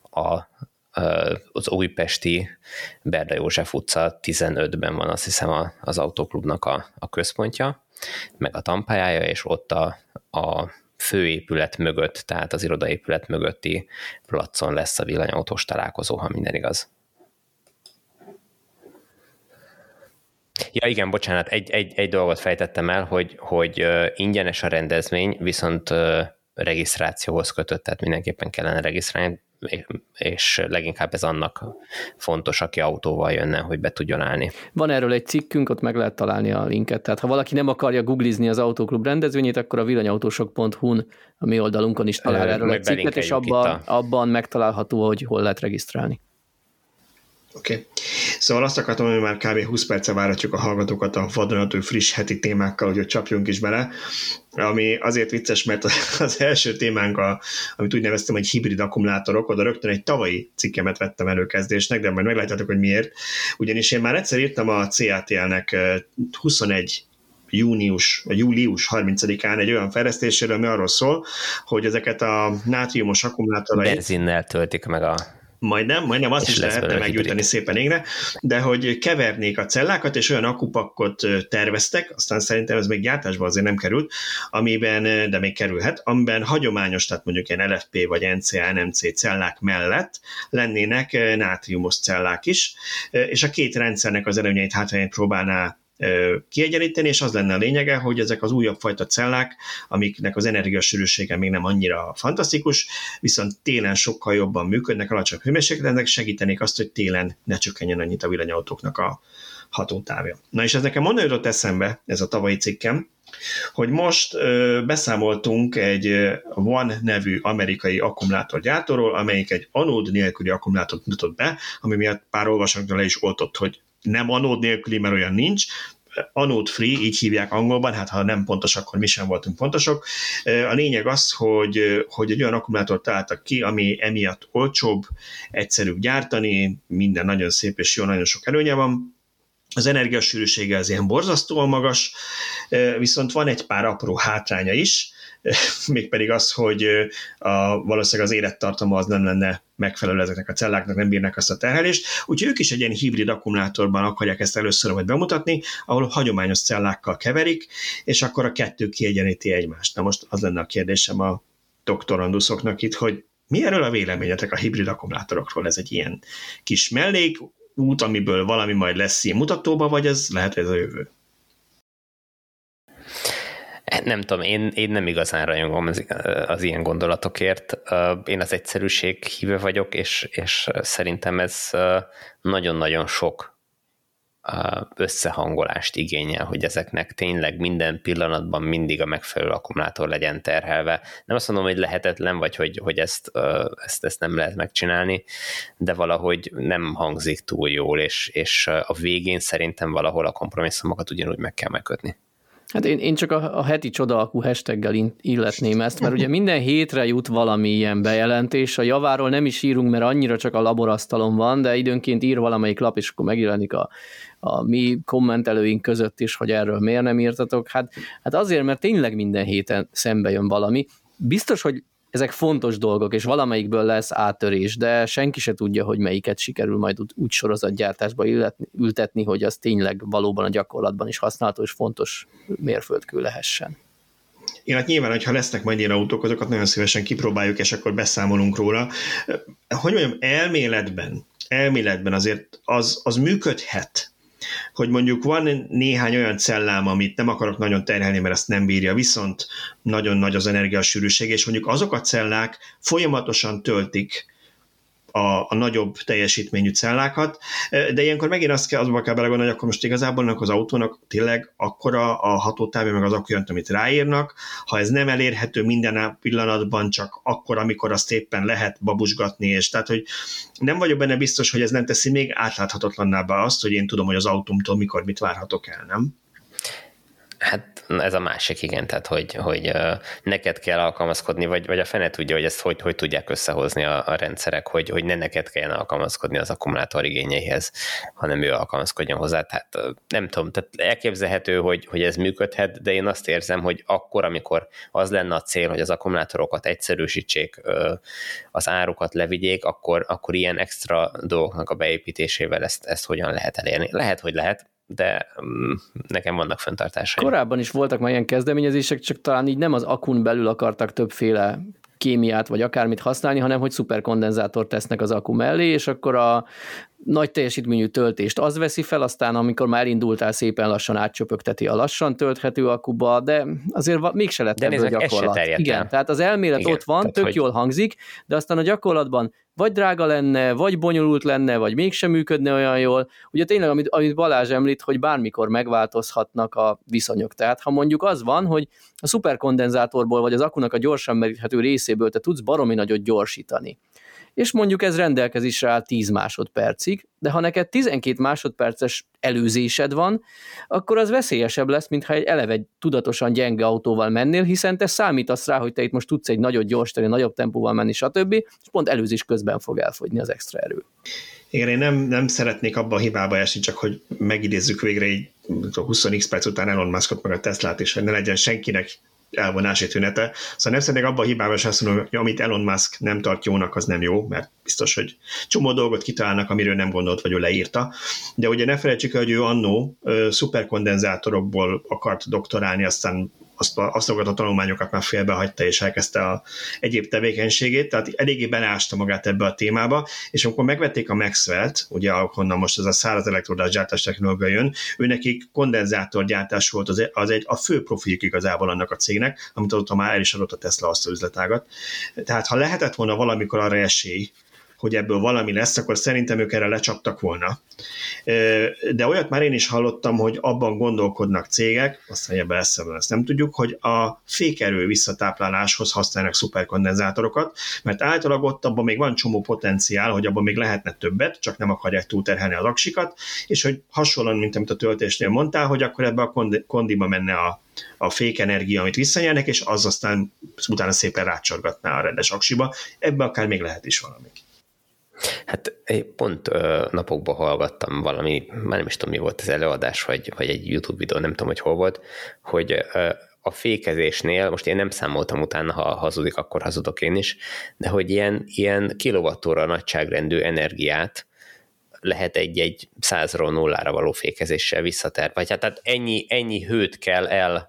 az újpesti Berda József utca 15-ben van, azt hiszem, az autóklubnak a központja, meg a tanpályája, és ott a főépület mögött, tehát az irodaépület mögötti placon lesz a villanyautós találkozó, ha minden igaz. Ja igen, bocsánat, egy dolgot fejtettem el, hogy ingyenes a rendezvény, viszont regisztrációhoz kötött, tehát mindenképpen kellene regisztrálni, és leginkább ez annak fontos, aki autóval jönne, hogy be tudjon állni. Van erről egy cikkünk, ott meg lehet találni a linket, tehát ha valaki nem akarja googlizni az autóklub rendezvényét, akkor a villanyautósok.hu-n a mi oldalunkon is talál erről egy cikket, és abban megtalálható, hogy hol lehet regisztrálni. Oké. Szóval azt akartam, hogy már kb. 20 perce váratjuk a hallgatókat a vadonatúj friss heti témákkal, hogy csapjunk is bele, ami azért vicces, mert az első témánk, amit úgy neveztem, hogy hibrid akkumulátorok, oda rögtön egy tavalyi cikkemet vettem előkezdésnek, de majd meglátjátok, hogy miért. Ugyanis én már egyszer írtam a CATL-nek 21 július 30-án egy olyan fejlesztéséről, ami arról szól, hogy ezeket a nátriumos akkumulátorait... Benzinnel töltik meg a... Majdnem azt is lehetne meggyújtani szépen égre, de hogy kevernék a cellákat, és olyan akupakkot terveztek, aztán szerintem ez még gyártásban azért nem került, amiben, de még kerülhet, amiben hagyományos, tehát mondjuk ilyen LFP vagy NCA, NMC cellák mellett lennének nátriumos cellák is, és a két rendszernek az előnyeit, hátrányait próbálná kiegyenlíteni, és az lenne a lényege, hogy ezek az újabb fajta cellák, amiknek az energiasűrűsége még nem annyira fantasztikus, viszont télen sokkal jobban működnek, alacsonyabb hőmérsékleten, segítenék azt, hogy télen ne csökkenjen annyit a villanyautóknak a hatótávja. Na és ez nekem onnan jutott eszembe, ez a tavalyi cikkem, hogy most beszámoltunk egy One nevű amerikai akkumulátorgyártóról, amelyik egy anód nélküli akkumulátort mutatott be, ami miatt pár olvasóknak le is oltott, hogy nem anód nélküli, mert olyan nincs, anode free, így hívják angolban, hát ha nem pontos, akkor mi sem voltunk pontosok. A lényeg az, hogy egy olyan akkumulátort találtak ki, ami emiatt olcsóbb, egyszerűbb gyártani, minden nagyon szép és jó, nagyon sok előnye van. Az energiasűrűsége az ilyen borzasztóan magas, viszont van egy pár apró hátránya is, mégpedig az, hogy valószínűleg az élettartama az nem lenne megfelelő ezeknek a celláknak, nem bírnak azt a terhelést, úgyhogy ők is egy ilyen hibrid akkumulátorban akarják ezt először majd bemutatni, ahol hagyományos cellákkal keverik, és akkor a kettő kiegyeníti egymást. Na most az lenne a kérdésem a doktoranduszoknak itt, hogy mi erről a véleményetek a hibrid akkumulátorokról? Ez egy ilyen kis mellékút, amiből valami majd lesz ilyen mutatóba, vagy ez lehet, hogy ez a jövő? Nem tudom, én nem igazán rajongom az ilyen gondolatokért. Én az egyszerűség híve vagyok, és szerintem ez nagyon-nagyon sok összehangolást igényel, hogy ezeknek tényleg minden pillanatban mindig a megfelelő akkumulátor legyen terhelve. Nem azt mondom, hogy lehetetlen, vagy hogy ezt nem lehet megcsinálni, de valahogy nem hangzik túl jól, és a végén szerintem valahol a kompromisszumokat ugyanúgy meg kell megkötni. Hát én csak a heti csodalakú hashtaggel illetném ezt, mert ugye minden hétre jut valami ilyen bejelentés, a javáról nem is írunk, mert annyira csak a laborasztalon van, de időnként ír valamelyik lap, és akkor megjelenik a mi kommentelőink között is, hogy erről miért nem írtatok. Hát azért, mert tényleg minden héten szembe jön valami. Biztos, hogy ezek fontos dolgok, és valamelyikből lesz áttörés, de senki se tudja, hogy melyiket sikerül majd úgy sorozatgyártásba ültetni, hogy az tényleg valóban a gyakorlatban is használható és fontos mérföldkő lehessen. Ja, hát nyilván, hogyha lesznek majd ilyen autók, azokat nagyon szívesen kipróbáljuk, és akkor beszámolunk róla. Hogy mondjam, elméletben azért az működhet, hogy mondjuk van néhány olyan cellám, amit nem akarok nagyon terhelni, mert ezt nem bírja, viszont nagyon nagy az energiasűrűség, és mondjuk azok a cellák folyamatosan töltik a nagyobb teljesítményű cellákat, de ilyenkor megint azba kell belegondolni, hogy akkor most igazából az autónak tényleg akkora a hatótávja, meg az akkujant, amit ráírnak, ha ez nem elérhető minden pillanatban, csak akkor, amikor azt éppen lehet babusgatni, és tehát, hogy nem vagyok benne biztos, hogy ez nem teszi még átláthatatlanná be azt, hogy én tudom, hogy az autómtól mikor mit várhatok el, nem? Hát ez a másik, igen, tehát hogy neked kell alkalmazkodni, vagy a fene tudja, hogy ezt hogy tudják összehozni a rendszerek, hogy ne neked kelljen alkalmazkodni az akkumulátor igényeihez, hanem ő alkalmazkodjon hozzá. Tehát nem tudom, tehát elképzelhető, hogy ez működhet, de én azt érzem, hogy akkor, amikor az lenne a cél, hogy az akkumulátorokat egyszerűsítsék, az árukat levigyék, akkor ilyen extra dolgoknak a beépítésével ezt hogyan lehet elérni. Lehet, hogy lehet, de nekem vannak fenntartásaim. Korábban is voltak már ilyen kezdeményezések, csak talán így nem az akun belül akartak többféle kémiát vagy akármit használni, hanem hogy szuperkondenzátort tesznek az akku mellé, és akkor a nagy teljesítményű töltést az veszi fel, aztán amikor már elindultál, szépen lassan átcsöpögteti a lassan tölthető akkuba, de azért mégse lett ebből gyakorlat. Igen, tehát az elmélet ott van, tök jól hangzik, de aztán a gyakorlatban vagy drága lenne, vagy bonyolult lenne, vagy mégsem működne olyan jól. Ugye tényleg, amit Balázs említ, hogy bármikor megváltozhatnak a viszonyok. Tehát ha mondjuk az van, hogy a szuperkondenzátorból, vagy az akkunak a gyorsan meríthető részéből te tudsz baromi nagyot gyorsítani, és mondjuk ez rendelkezésre áll 10 másodpercig, de ha neked 12 másodperces előzésed van, akkor az veszélyesebb lesz, mintha egy eleve tudatosan gyenge autóval mennél, hiszen te számítasz rá, hogy te itt most tudsz egy nagyot gyorsítani, nagyobb tempóval menni, stb., és pont előzés közben fog elfogyni az extra erő. Igen, én nem szeretnék abba a hibába esni, csak hogy megidézzük végre egy 20x perc után Elon Muskot meg a Teslát, és hogy ne legyen senkinek elvonási tünete. Szóval nem szeretnék abba a hibába is azt mondom, hogy amit Elon Musk nem tart jónak, az nem jó, mert biztos, hogy csomó dolgot kitalálnak, amiről nem gondolt, vagy ő leírta. De ugye ne felejtsük el, hogy ő annó szuperkondenzátorokból akart doktorálni, aztán azokat a tanulmányokat már félbehagyta, és elkezdte a egyéb tevékenységét, tehát eléggé beleásta magát ebbe a témába, és amikor megvették a Maxwell-t, ugye ahonnan most ez a száraz elektrodás gyártás technológia jön, ő nekik kondenzátorgyártás volt a fő profiljuk igazából annak a cégnek, amit azóta már el is adott a Tesla azt az üzletágat. Tehát ha lehetett volna valamikor arra esély, hogy ebből valami lesz, akkor szerintem ők erre lecsaptak volna. De olyat már én is hallottam, hogy abban gondolkodnak cégek, aztán ebben ezt nem tudjuk, hogy a fékerő visszatápláláshoz használnak szuperkondenzátorokat, mert általában ott abban még van csomó potenciál, hogy abban még lehetne többet, csak nem akarják túlterhelni az aksikat, és hogy hasonlóan, mint amit a töltésnél mondtál, hogy akkor ebbe a kondiba menne a fékenergia, amit visszanyernek, és az aztán utána szépen rácsorgatná a rendes aksiba. Ebbe akár még lehet is valami. Hát pont napokban hallgattam valami, már nem is tudom, mi volt az előadás, vagy egy YouTube videó, nem tudom, hogy hol volt, hogy a fékezésnél, most én nem számoltam utána, ha hazudik, akkor hazudok én is, de hogy ilyen kilovattóra nagyságrendű energiát lehet egy 100-ról 0-ra való fékezéssel vagy tehát ennyi hőt kell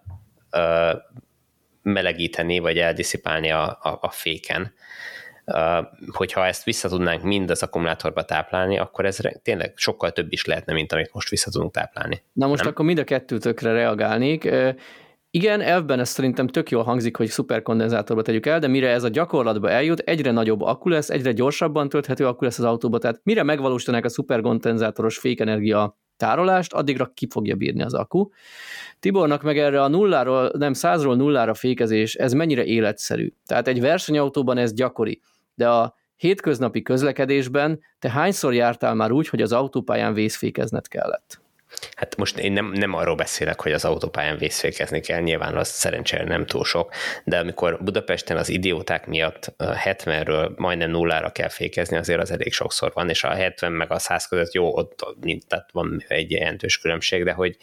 melegíteni, vagy eldiszipálni a féken. Hogyha ezt vissza tudnánk mind az akkumulátorba táplálni, akkor ez tényleg sokkal több is lehetne, mint amit most vissza tudunk táplálni. Na most akkor mind a kettőtökre reagálnék. Igen, elvben ez szerintem tök jól hangzik, hogy szuperkondenzátorba tegyük el, de mire ez a gyakorlatba eljut, egyre nagyobb akku lesz, egyre gyorsabban tölthető akku lesz az autóba, tehát mire megvalósítanák a szuperkondenzátoros fékenergia tárolást, addigra ki fogja bírni az akku. Tibornak meg erre a 100-ról 0-ra fékezés, ez mennyire életszerű. Tehát egy versenyautóban ez gyakori, de a hétköznapi közlekedésben te hányszor jártál már úgy, hogy az autópályán vészfékezned kellett? Hát most én nem arról beszélek, hogy az autópályán vészfékezni kell, nyilván az szerencsére nem túl sok, de amikor Budapesten az idióták miatt 70-ről majdnem 0-ra kell fékezni, azért az elég sokszor van, és a 70 meg a 100 között jó, tehát van egy jelentős különbség, de hogy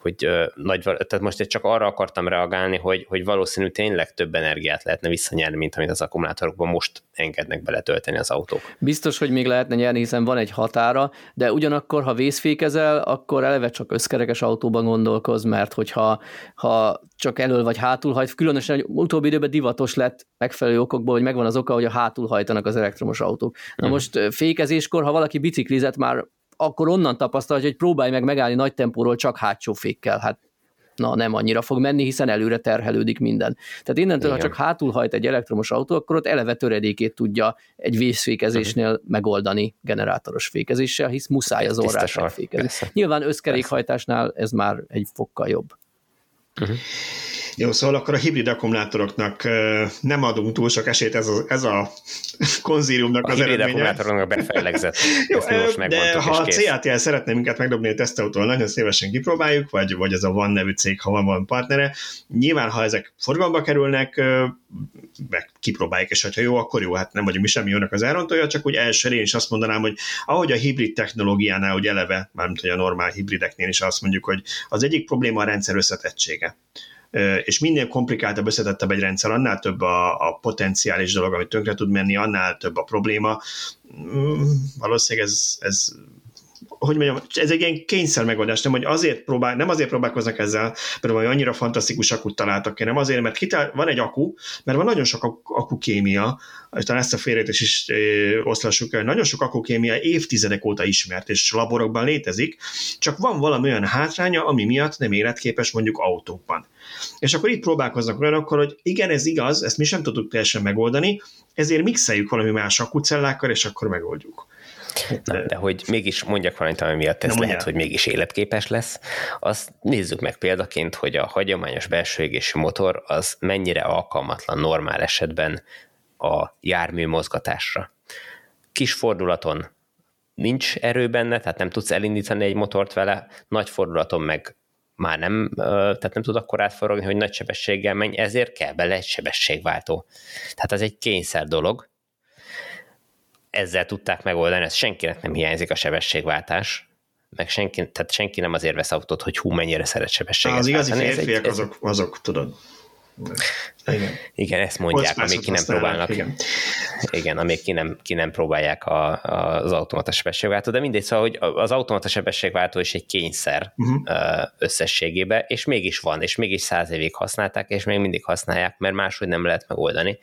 tehát most csak arra akartam reagálni, hogy valószínű tényleg több energiát lehetne visszanyerni, mint amit az akkumulátorokban most engednek beletölteni az autók. Biztos, hogy még lehetne nyerni, hiszen van egy határa, de ugyanakkor, ha vészfékezel, akkor eleve csak összkerekes autóban gondolkoz, mert hogyha csak elől vagy hátul hajt, különösen utóbbi időben divatos lett megfelelő okokból, hogy megvan az oka, hogy a hátul hajtanak az elektromos autók. Na most fékezéskor, ha valaki biciklizett már, akkor onnan tapasztalja, hogy próbálj meg megállni nagy tempóról csak hátsó fékkel. Hát nem annyira fog menni, hiszen előre terhelődik minden. Tehát innentől, ha csak hátul hajt egy elektromos autó, akkor ott eleve töredékét tudja egy vészfékezésnél megoldani generátoros fékezéssel, hisz muszáj az orrát megfékezni. Nyilván összkerékhajtásnál ez már egy fokkal jobb. Jó, szóval akkor a hibrid akkumulátoroknak nem adunk túl sok esélyt, ez a konzíliumnak az eredménye. A hibrid akkumulátoroknak befejlegzett. Jó, de ha a CATL szeretne minket megdobni a tesztautóval, nagyon szívesen kipróbáljuk, vagy ez a Van nevű cég, ha van partnere. Nyilván, ha ezek forgalomba kerülnek, meg kipróbáljuk, és ha jó, akkor jó, hát nem vagyunk mi semmi jónak az elrontója, csak úgy elsőre én is azt mondanám, hogy ahogy a hibrid technológiánál, hogy eleve, mármint hogy a normál hibrideknél is azt mondjuk, hogy az egyik probléma a rendszer összetettsége. És minél komplikáltabb, összetettebb egy rendszer, annál több a potenciális dolog, amit tönkre tud menni, annál több a probléma. Valószínűleg ez hogy mondjam, ez egy ilyen kényszer megoldás, nem azért próbálkoznak ezzel, például, hogy annyira fantasztikus akut találtak ki, nem azért, mert van egy akku, mert van nagyon sok akkukémia, és talán ezt a félreértést is oszlassuk el, nagyon sok akkukémia évtizedek óta ismert, és laborokban létezik, csak van valami olyan hátránya, ami miatt nem életképes mondjuk autókban. És akkor itt próbálkoznak olyanokkal, hogy igen, ez igaz, ezt mi sem tudtuk teljesen megoldani, ezért mixeljük valami más akkucellákkal, és akkor megoldjuk. Na, de hogy mégis mondjak valamit, ami miatt ez lehet, hogy mégis életképes lesz, azt nézzük meg példaként, hogy a hagyományos belső égésű motor az mennyire alkalmatlan normál esetben a jármű mozgatásra. kis fordulaton nincs erő benne, tehát nem tudsz elindítani egy motort vele, nagy fordulaton meg már nem, tehát nem tud akkor átforogni, hogy nagy sebességgel menj, ezért kell bele egy sebességváltó. Tehát ez egy kényszer dolog. Ezzel tudták megoldani, ez senkinek nem hiányzik a sebességváltás, meg senki nem azért vesz autót, hogy hú, mennyire szeret sebességet váltani. Az igazi váltani. férfiak, azok tudod. Igen, ezt mondják, amíg ki nem próbálnak. Igen, amíg ki nem próbálják az automata sebességváltó, de mindegy, szóval, hogy az automata sebességváltó is egy kényszer összességében, és mégis van, és mégis 100 évig használták, és még mindig használják, mert máshogy nem lehet megoldani.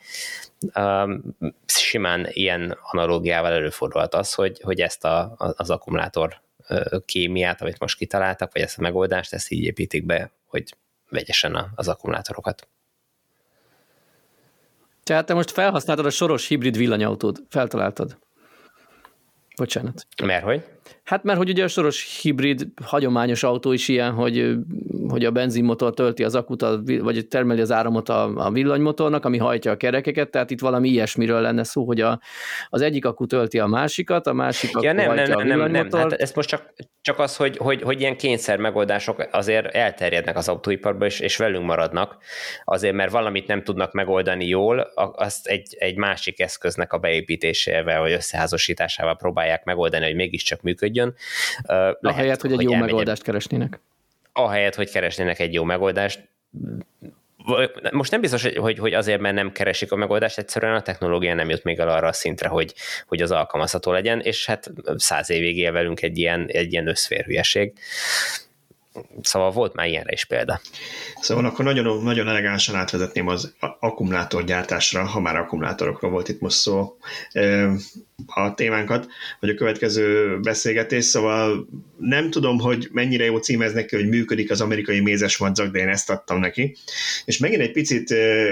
Simán ilyen analógiával előfordulhat az, hogy ezt az akkumulátor kémiát, amit most kitaláltak, vagy ezt a megoldást, ezt így építik be, hogy vegyesen az akkumulátorokat. Tehát te most felhasználtad a soros hibrid villanyautót, feltaláltad. Bocsánat. Mert hogy? Hát mert hogy ugye a soros hibrid hagyományos autó is ilyen, hogy a benzinmotor tölti az akut, vagy termeli az áramot a villanymotornak, ami hajtja a kerekeket, tehát itt valami ilyesmiről lenne szó, hogy az egyik akku tölti a másikat, a másik akku hajtja a villanymotor. Nem. Hát ez most csak az, hogy ilyen kényszer megoldások azért elterjednek az autóiparba, és velünk maradnak, azért mert valamit nem tudnak megoldani jól, azt egy másik eszköznek a beépítésével, vagy összeházasításával próbálják megoldani, hogy mégiscsak működjön. Ahelyett, hogy egy jó megoldást keresnének. Ahelyett, hogy keresnének egy jó megoldást. Most nem biztos, hogy azért, mert nem keresik a megoldást, egyszerűen a technológia nem jut még el arra a szintre, hogy az alkalmazható legyen, és hát 100 évig él velünk egy ilyen összférhülyeség. Szóval volt már ilyenre is példa. Szóval akkor nagyon, nagyon elegánsan átvezetném az akkumulátorgyártásra, ha már akkumulátorokról volt itt most szó, a témánkat, vagy a következő beszélgetés, szóval nem tudom, hogy mennyire jó címez neki, hogy működik az amerikai mézes madzag, de én ezt adtam neki. És megint egy picit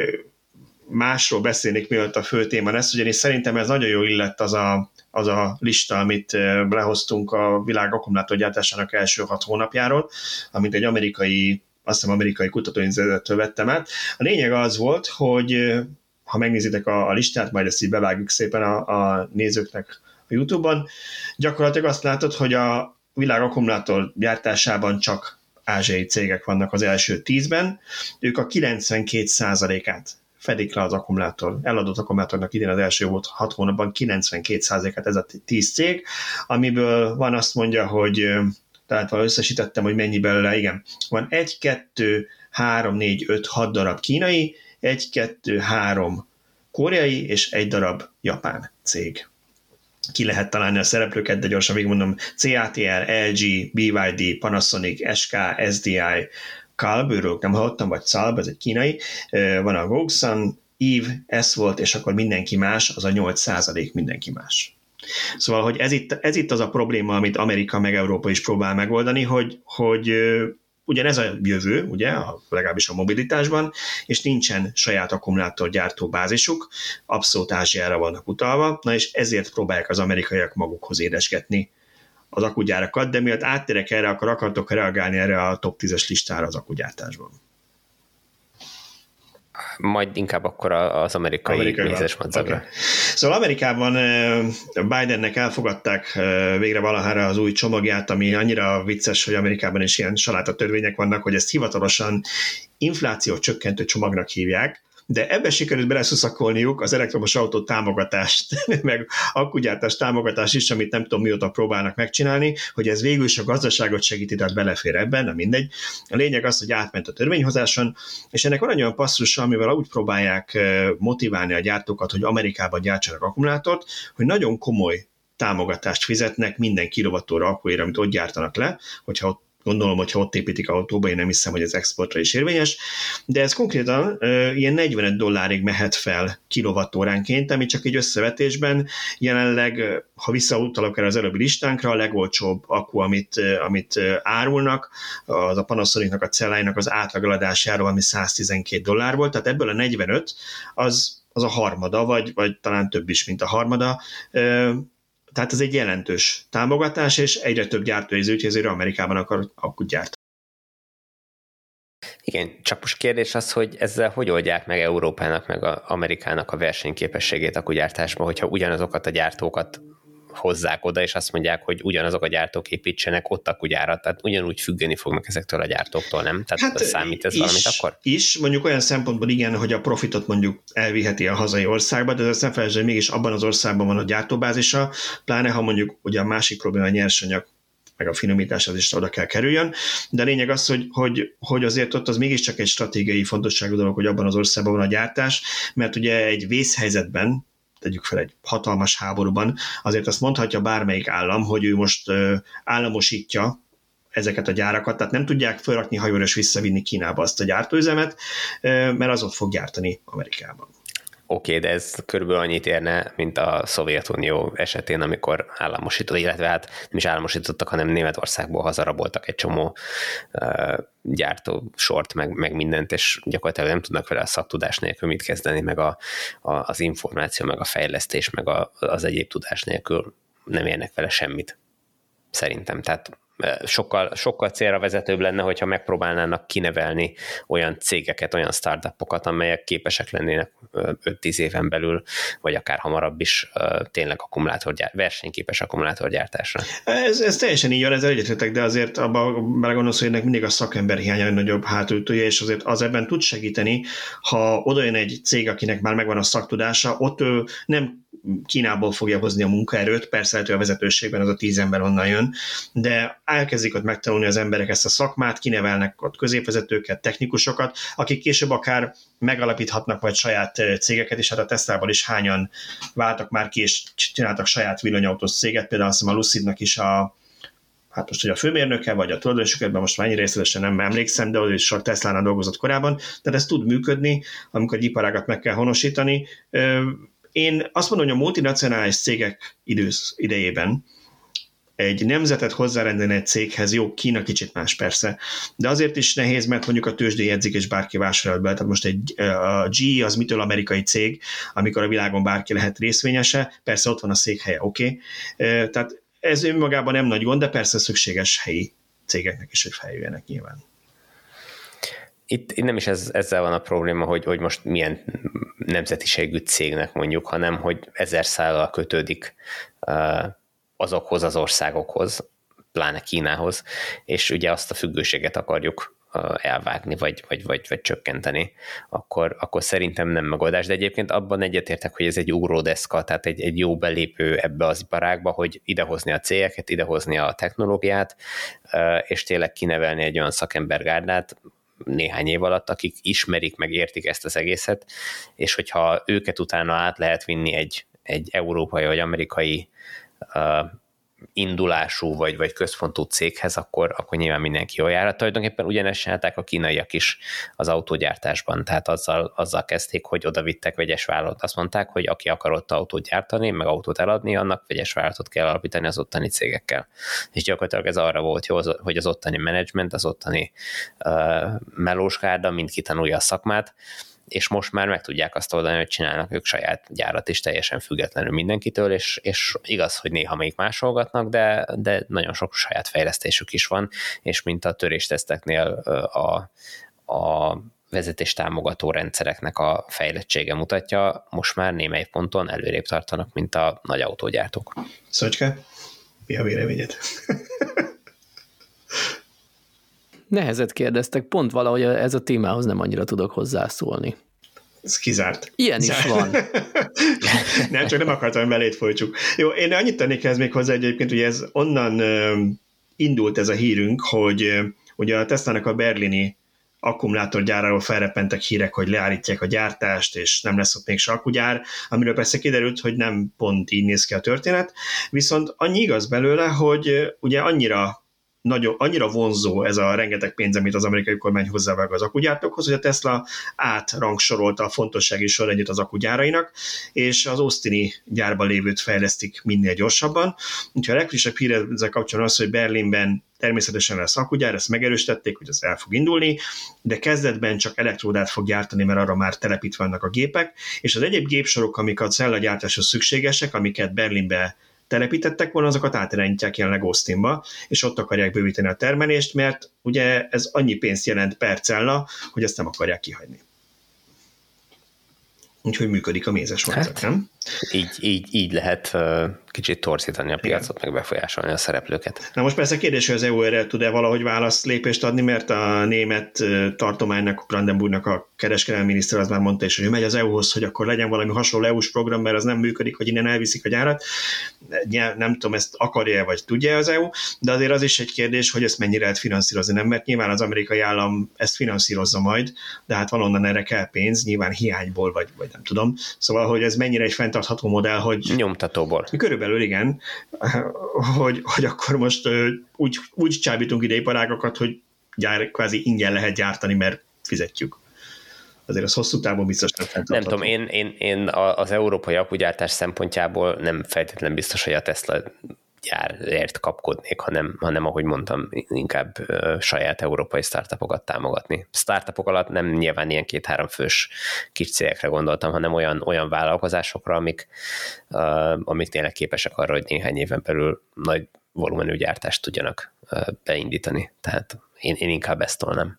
másról beszélnék, mielőtt a fő téma lesz, ugyanis szerintem ez nagyon jól illett az a lista, amit lehoztunk a világ akkumulátorgyártásának első 6 hónapjáról, amit egy amerikai kutatóintézettől vettem át. A lényeg az volt, hogy ha megnézitek a listát, majd ezt így bevágjuk szépen a nézőknek a YouTube-on, gyakorlatilag azt látod, hogy a világ akkumulátor gyártásában csak ázsiai cégek vannak az első 10-ben, ők a 92%-át fedik le az eladott akkumulátornak idén az első 6 hónapban 92%-át ez a 10 cég, amiből van azt mondja, hogy tehát összesítettem, hogy mennyi belőle, igen, van 1, 2, 3, 4, 5, 6 darab kínai, 1, 2, 3 koreai és 1 darab japán cég. Ki lehet találni a szereplőket, de gyorsan végigmondom, CATL, LG, BYD, Panasonic, SK, SDI, Calb, őről nem hallottam, vagy Calb, ez egy kínai, van a Goxan, Eve, S-Volt, és akkor mindenki más, az a 8% mindenki más. Szóval, hogy ez itt az a probléma, amit Amerika meg Európa is próbál megoldani, hogy ugyanez a jövő, ugye, legalábbis a mobilitásban, és nincsen saját akkumulátorgyártó bázisuk, abszolút Ázsiára vannak utalva, na és ezért próbálják az amerikaiak magukhoz édesgetni az akkugyárakat, de miatt áttérek erre, akkor akartok reagálni erre a top 10-es listára az akkugyártásban. Majd inkább akkor az amerikai mézes madzagra. Okay. Szóval Amerikában Bidennek elfogadták végre valahára az új csomagját, ami annyira vicces, hogy Amerikában is ilyen salátatörvények vannak, hogy ezt hivatalosan infláció csökkentő csomagnak hívják, de ebbe sikerült beleszuszakolniuk az elektromos autó támogatást, meg akkugyártás támogatást is, amit nem tudom mióta próbálnak megcsinálni, hogy ez végül is a gazdaságot segíti, tehát belefér ebben, nem mindegy. A lényeg az, hogy átment a törvényhozáson, és ennek van egy olyan passzusa, amivel úgy próbálják motiválni a gyártókat, hogy Amerikában gyártsanak akkumulátort, hogy nagyon komoly támogatást fizetnek minden kilovattóra akkuért, amit ott gyártanak le, gondolom, hogyha ott építik autóba, én nem hiszem, hogy ez exportra is érvényes, de ez konkrétan ilyen $45 mehet fel kilovattóránként, ami csak egy összevetésben jelenleg, ha visszautalok erre az előbbi listánkra, a legolcsóbb akku, amit árulnak, az a Panasonicnak, a celláinak az átlageladásáról, ami $112 volt, tehát ebből a 45 az a harmada, vagy talán több is, mint a harmada. Tehát ez egy jelentős támogatás, és egyre több gyártó és ügyhelyzőre Amerikában akar akkut gyártani. Igen, csak most kérdés az, hogy ezzel hogy oldják meg Európának, meg Amerikának a versenyképességét akkugyártásban, hogyha ugyanazokat a gyártókat hozzák oda, és azt mondják, hogy ugyanazok a gyártók építsenek ott akkugyárat, tehát ugyanúgy függeni fognak ezektől a gyártóktól, nem? Tehát számít ez valamit akkor? Is, mondjuk olyan szempontból igen, hogy a profitot mondjuk elviheti a hazai országba, de ezt nem felejtsd, hogy mégis abban az országban van a gyártóbázisa, pláne ha mondjuk ugye a másik probléma a nyersanyag, meg a finomítás az is oda kell kerüljön, de a lényeg az, hogy azért ott az mégiscsak egy stratégiai fontosságú dolog, hogy abban az országban van a gyártás, mert ugye egy vészhelyzetben, tegyük fel egy hatalmas háborúban, azért azt mondhatja bármelyik állam, hogy ő most államosítja ezeket a gyárakat, tehát nem tudják felrakni hajóra és visszavinni Kínába azt a gyártóüzemet, mert az ott fog gyártani Amerikában. Oké, de ez körülbelül annyit érne, mint a Szovjetunió esetén, amikor államosított, illetve hát nem is államosítottak, hanem Németországból hazaraboltak egy csomó gyártósort, meg mindent, és gyakorlatilag nem tudnak vele a szaktudás nélkül mit kezdeni, meg az információ, meg a fejlesztés, meg az egyéb tudás nélkül nem érnek vele semmit. Szerintem. Tehát sokkal célra vezetőbb lenne, hogyha megpróbálnának kinevelni olyan cégeket, olyan startupokat, amelyek képesek lennének 5-10 éven belül, vagy akár hamarabb is tényleg versenyképes akkumulátorgyártásra. Ez teljesen így van, ezzel egyetértek, de azért abban belegondolsz, hogy ennek mindig a szakember hiánya a nagyobb hátulütője, és azért az ebben tud segíteni, ha odajön egy cég, akinek már megvan a szaktudása, ott ő nem Kínából fogja hozni a munkaerőt, persze lehet, hogy a vezetőségben az a 10 ember onnan jön, de elkezdik ott megtanulni az emberek ezt a szakmát, kinevelnek ott középvezetőket, technikusokat, akik később akár megalapíthatnak majd saját cégeket, és hát a Teslában is hányan váltak már ki, és csináltak saját villanyautós céget, például azt hiszem a Lucidnak is hát most, hogy a főmérnöke, vagy a tulajdonosokban most már annyira részletesen nem emlékszem, de ő is sok Teslánál dolgozott korábban, tehát ez tud működni, amikor egy iparágat meg kell honosítani. Én azt mondom, hogy a multinacionális cégek idejében egy nemzetet hozzárendelni egy céghez, jó, Kína kicsit más persze, de azért is nehéz, mert mondjuk a tőzsdén jegyzik, és bárki vásárolt be. Tehát most a GE az mitől amerikai cég, amikor a világon bárki lehet részvényese, persze ott van a székhelye, oké. Tehát ez önmagában nem nagy gond, de persze szükséges helyi cégeknek is, hogy feljöjjenek nyilván. Itt nem is ezzel van a probléma, hogy most milyen nemzetiségű cégnek mondjuk, hanem hogy 1000 szállal kötődik azokhoz az országokhoz, pláne Kínához, és ugye azt a függőséget akarjuk elvágni, vagy csökkenteni, akkor szerintem nem megoldás, de egyébként abban egyetértek, hogy ez egy ugródeszka, tehát egy jó belépő ebbe az iparágba, hogy idehozni a cégeket, idehozni a technológiát, és tényleg kinevelni egy olyan szakembergárdát néhány év alatt, akik ismerik, meg értik ezt az egészet, és hogyha őket utána át lehet vinni egy európai vagy amerikai indulású vagy központú céghez, akkor nyilván mindenki jól jár. Tulajdonképpen ugyanezt csinálták a kínaiak is az autógyártásban, tehát azzal kezdték, hogy oda vittek vegyes vállalatot. Azt mondták, hogy aki akar ott autót gyártani, meg autót eladni, annak vegyes vállalatot kell alapítani az ottani cégekkel. És gyakorlatilag ez arra volt jó, hogy az ottani menedzsment, az ottani melósgárda mind kitanulja a szakmát, és most már meg tudják azt oldani, hogy csinálnak ők saját gyárat is teljesen függetlenül mindenkitől, és igaz, hogy néha még másolgatnak, de nagyon sok saját fejlesztésük is van, és mint a törésteszteknél a vezetés támogató rendszereknek a fejlettsége mutatja, most már némely ponton előrébb tartanak, mint a nagy autógyártók. Szöcske, mi a véleményed? Nehezet kérdeztek, pont valahogy ez a témához nem annyira tudok hozzászólni. Ez kizárt. Ilyen is van. Nem, csak nem akartam, belét folytsuk. Jó, én annyit tennék ez még hozzá egyébként, hogy ez onnan indult ez a hírünk, hogy ugye a Teslának a berlini akkumulátorgyáráról felreppentek hírek, hogy leállítják a gyártást, és nem lesz ott még se akkugyár, amiről persze kiderült, hogy nem pont így néz ki a történet, viszont annyi igaz belőle, hogy ugye annyira vonzó ez a rengeteg pénz, amit az amerikai kormány hozzávág az akkugyártókhoz, hogy a Tesla átrangsorolta a fontossági sorrendjét az akkugyárainak, és az austini gyárban lévőt fejlesztik minél gyorsabban. Úgyhogy a legfrissebb hír ezzel kapcsolatban az, hogy Berlinben természetesen lesz akkugyár, ezt megerősítették, hogy ez el fog indulni, de kezdetben csak elektródát fog gyártani, mert arra már telepítve vannak a gépek, és az egyéb gépsorok, amik a cellagyártáshoz szükségesek, amiket Berlinbe telepítettek volna, azokat átirányítják jelenleg Austinba, és ott akarják bővíteni a termelést, mert ugye ez annyi pénzt jelent per cella, hogy ezt nem akarják kihagyni. Úgyhogy működik a mézes vonzat, nem? Így lehet kicsit torzítani a piacot, meg befolyásolni a szereplőket. Na most persze kérdés, hogy az EU erre tud-e valahogy válaszlépést adni, mert a német tartománynak, Brandenburgnak a kereskedelmi miniszter az már mondta is, hogy megy az EU-hoz, hogy akkor legyen valami hasonló EU-s program, mert az nem működik, hogy innen elviszik a gyárat. Nem tudom, ezt akarja vagy tudja az EU, de azért az is egy kérdés, hogy ezt mennyire lehet finanszírozni, nem? Mert nyilván az amerikai állam ezt finanszírozza majd, de hát valonnan erre kell pénz, nyilván hiányból, vagy nem tudom. Szóval, hogy ez mennyire egy fenntartható modell, hogy... Nyomtatóból. Körülbelül igen, hogy akkor most úgy csábítunk ide iparágakat, hogy kvázi ingyen lehet gyártani, mert fizetjük. Azért az hosszú távon biztos nem fenntartható. Nem tudom, én az európai akkugyártás szempontjából nem feltétlenül biztos, hogy a Tesla gyárért kapkodnék, hanem ahogy mondtam, inkább saját európai startupokat támogatni. Startupok alatt nem nyilván ilyen 2-3 fős kis cégekre gondoltam, hanem olyan vállalkozásokra, amik tényleg képesek arra, hogy néhány éven belül nagy volumenű gyártást tudjanak beindítani. Tehát én inkább ezt tolnám.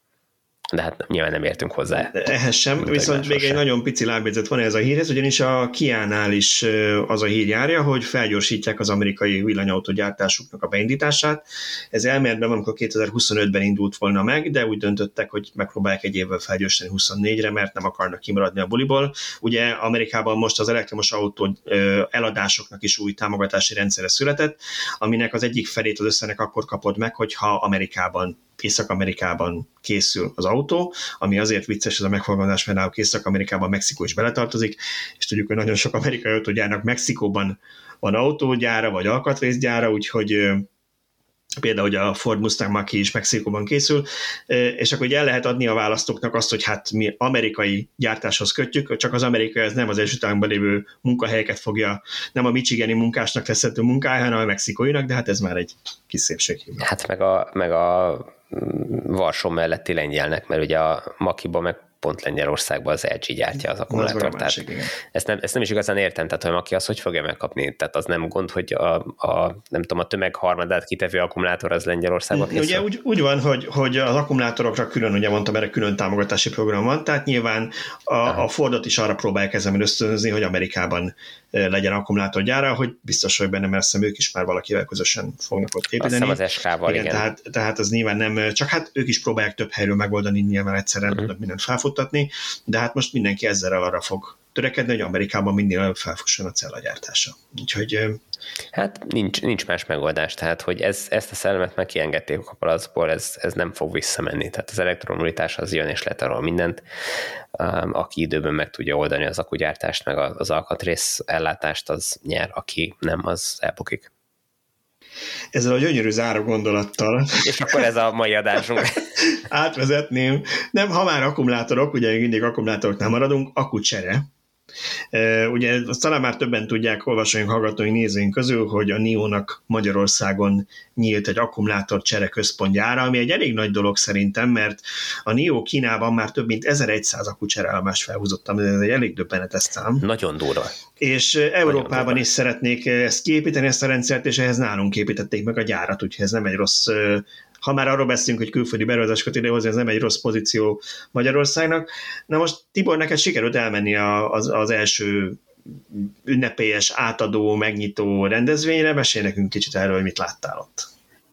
De hát nyilván nem értünk hozzá. Ehhez sem, viszont még egy nagyon pici lábjegyzet van ez a hírhez, ugyanis a Kia-nál is az a hír járja, hogy felgyorsítják az amerikai villanyautógyártásuknak a beindítását. Ez elméletben amikor 2025-ben indult volna meg, de úgy döntöttek, hogy megpróbálják egy évvel felgyorsítani 24-re, mert nem akarnak kimaradni a buliból. Ugye Amerikában most az elektromos autó eladásoknak is új támogatási rendszere született, aminek az egyik felét az összenek akkor kapod meg, hogyha Észak-Amerikában készül az autó, ami azért vicces ez a megfogalmazás, mert náluk Észak-Amerikában Mexikó is beletartozik, és tudjuk, hogy nagyon sok amerikai autógyárnak Mexikóban van autógyára, vagy alkatrészgyára, úgyhogy például a Ford Mustang Mach-E is Mexikóban készül, és akkor el lehet adni a választóknak azt, hogy hát mi amerikai gyártáshoz kötjük, csak az amerikai az nem az Egyesült Államokban lévő munkahelyeket fogja, nem a michigani munkásnak teszhető munkája, hanem a mexikóinak, de hát ez már egy kis szépség. Hát meg a Varsó melletti lengyelnek, mert ugye a Mach-E-ban meg pont Lengyelországban az LG gyártja az akkumulátort. Ezt nem is igazán értem, tehát hogy Mach-E az hogy fogja megkapni? Tehát az nem gond, hogy nem tudom, a tömeg harmadát kitevő akkumulátor az Lengyelországban készül? Ugye úgy van, hogy az akkumulátorokra külön, ugye mondtam, erre külön támogatási program van, tehát nyilván a Fordot is arra próbálják ezzel ösztönözni, hogy Amerikában legyen akkumulátorgyára, hogy biztos, hogy benne, mert ők is már valakivel közösen fognak ott építeni. Azt az SK-val, igen. Tehát az nyilván nem, csak hát ők is próbálják több helyről megoldani, nyilván egyszerűen tudnak mindent felfuttatni, de hát most mindenki ezzel arra fog törekedni, hogy Amerikában minél előbb felfusson a cellagyártása. Úgyhogy... Hát nincs más megoldás, tehát hogy ezt a szellemet meg kiengedték a palacból, ez nem fog visszamenni. Tehát az elektromobilitás az jön és letarol mindent, aki időben meg tudja oldani az akkugyártást, meg az alkatrész ellátást, az nyer, aki nem, az elbukik. Ezzel a gyönyörű záró gondolattal. És akkor ez a mai adásunk. Átvezetném. Nem, ha már akkumulátorok, ugye még mindig akkumulátoroknál maradunk, akkucsere. Ugye azt talán már többen tudják, olvasóink, hallgatóink, nézőink közül, hogy a NIO-nak Magyarországon nyílt egy akkumulátor csere központjára, ami egy elég nagy dolog szerintem, mert a NIO Kínában már több mint 1100 akkucsereállomást felhúzottam, ez egy elég döbbenetes szám. Nagyon durva. És Európában is szeretnék ezt kiépíteni, ezt a rendszert, és ehhez nálunk építették meg a gyárat, úgyhogy ez nem egy rossz... Ha már arról beszélünk, hogy külföldi beruházásokat idehozni, ez nem egy rossz pozíció Magyarországnak. Na most Tibor, neked sikerült elmenni az első ünnepélyes átadó, megnyitó rendezvényre, mesélj nekünk kicsit erről, hogy mit láttál ott.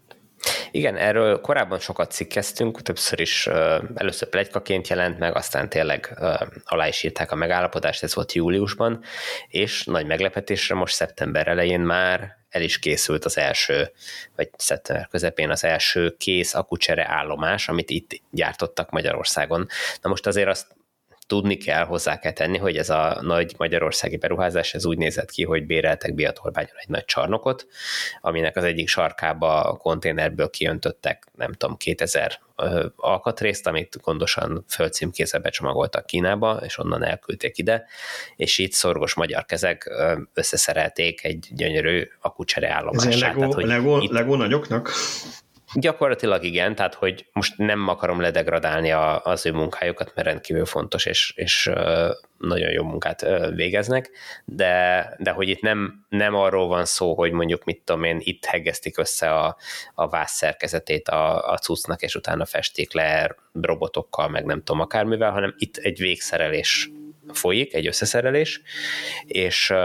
Igen, erről korábban sokat cikkeztünk, többször is először pletykaként jelent meg, aztán tényleg alá is írták a megállapodást, ez volt júliusban, és nagy meglepetésre most szeptember elején már el is készült az első, vagy szeptember közepén az első kész akkucsere állomás, amit itt gyártottak Magyarországon. Na most azért azt tudni kell, hozzá kell tenni, hogy ez a nagy magyarországi beruházás, ez úgy nézett ki, hogy béreltek Biatorbányon egy nagy csarnokot, aminek az egyik sarkába a konténerből kiöntöttek, nem tudom, 2000 alkatrészt, amit gondosan földcímkézve becsomagoltak Kínába, és onnan elküldték ide, és itt szorgos magyar kezek összeszerelték egy gyönyörű akkucsere állomását. Ez Lego nagyoknak? Gyakorlatilag igen, tehát hogy most nem akarom ledegradálni az ő munkájukat, mert rendkívül fontos, és nagyon jó munkát végeznek, de hogy itt nem arról van szó, hogy mondjuk mit tudom én, itt heggeztik össze a vász szerkezetét a cuccnak, és utána festék le robotokkal, meg nem tudom akármivel, hanem itt egy végszerelés folyik, egy összeszerelés, és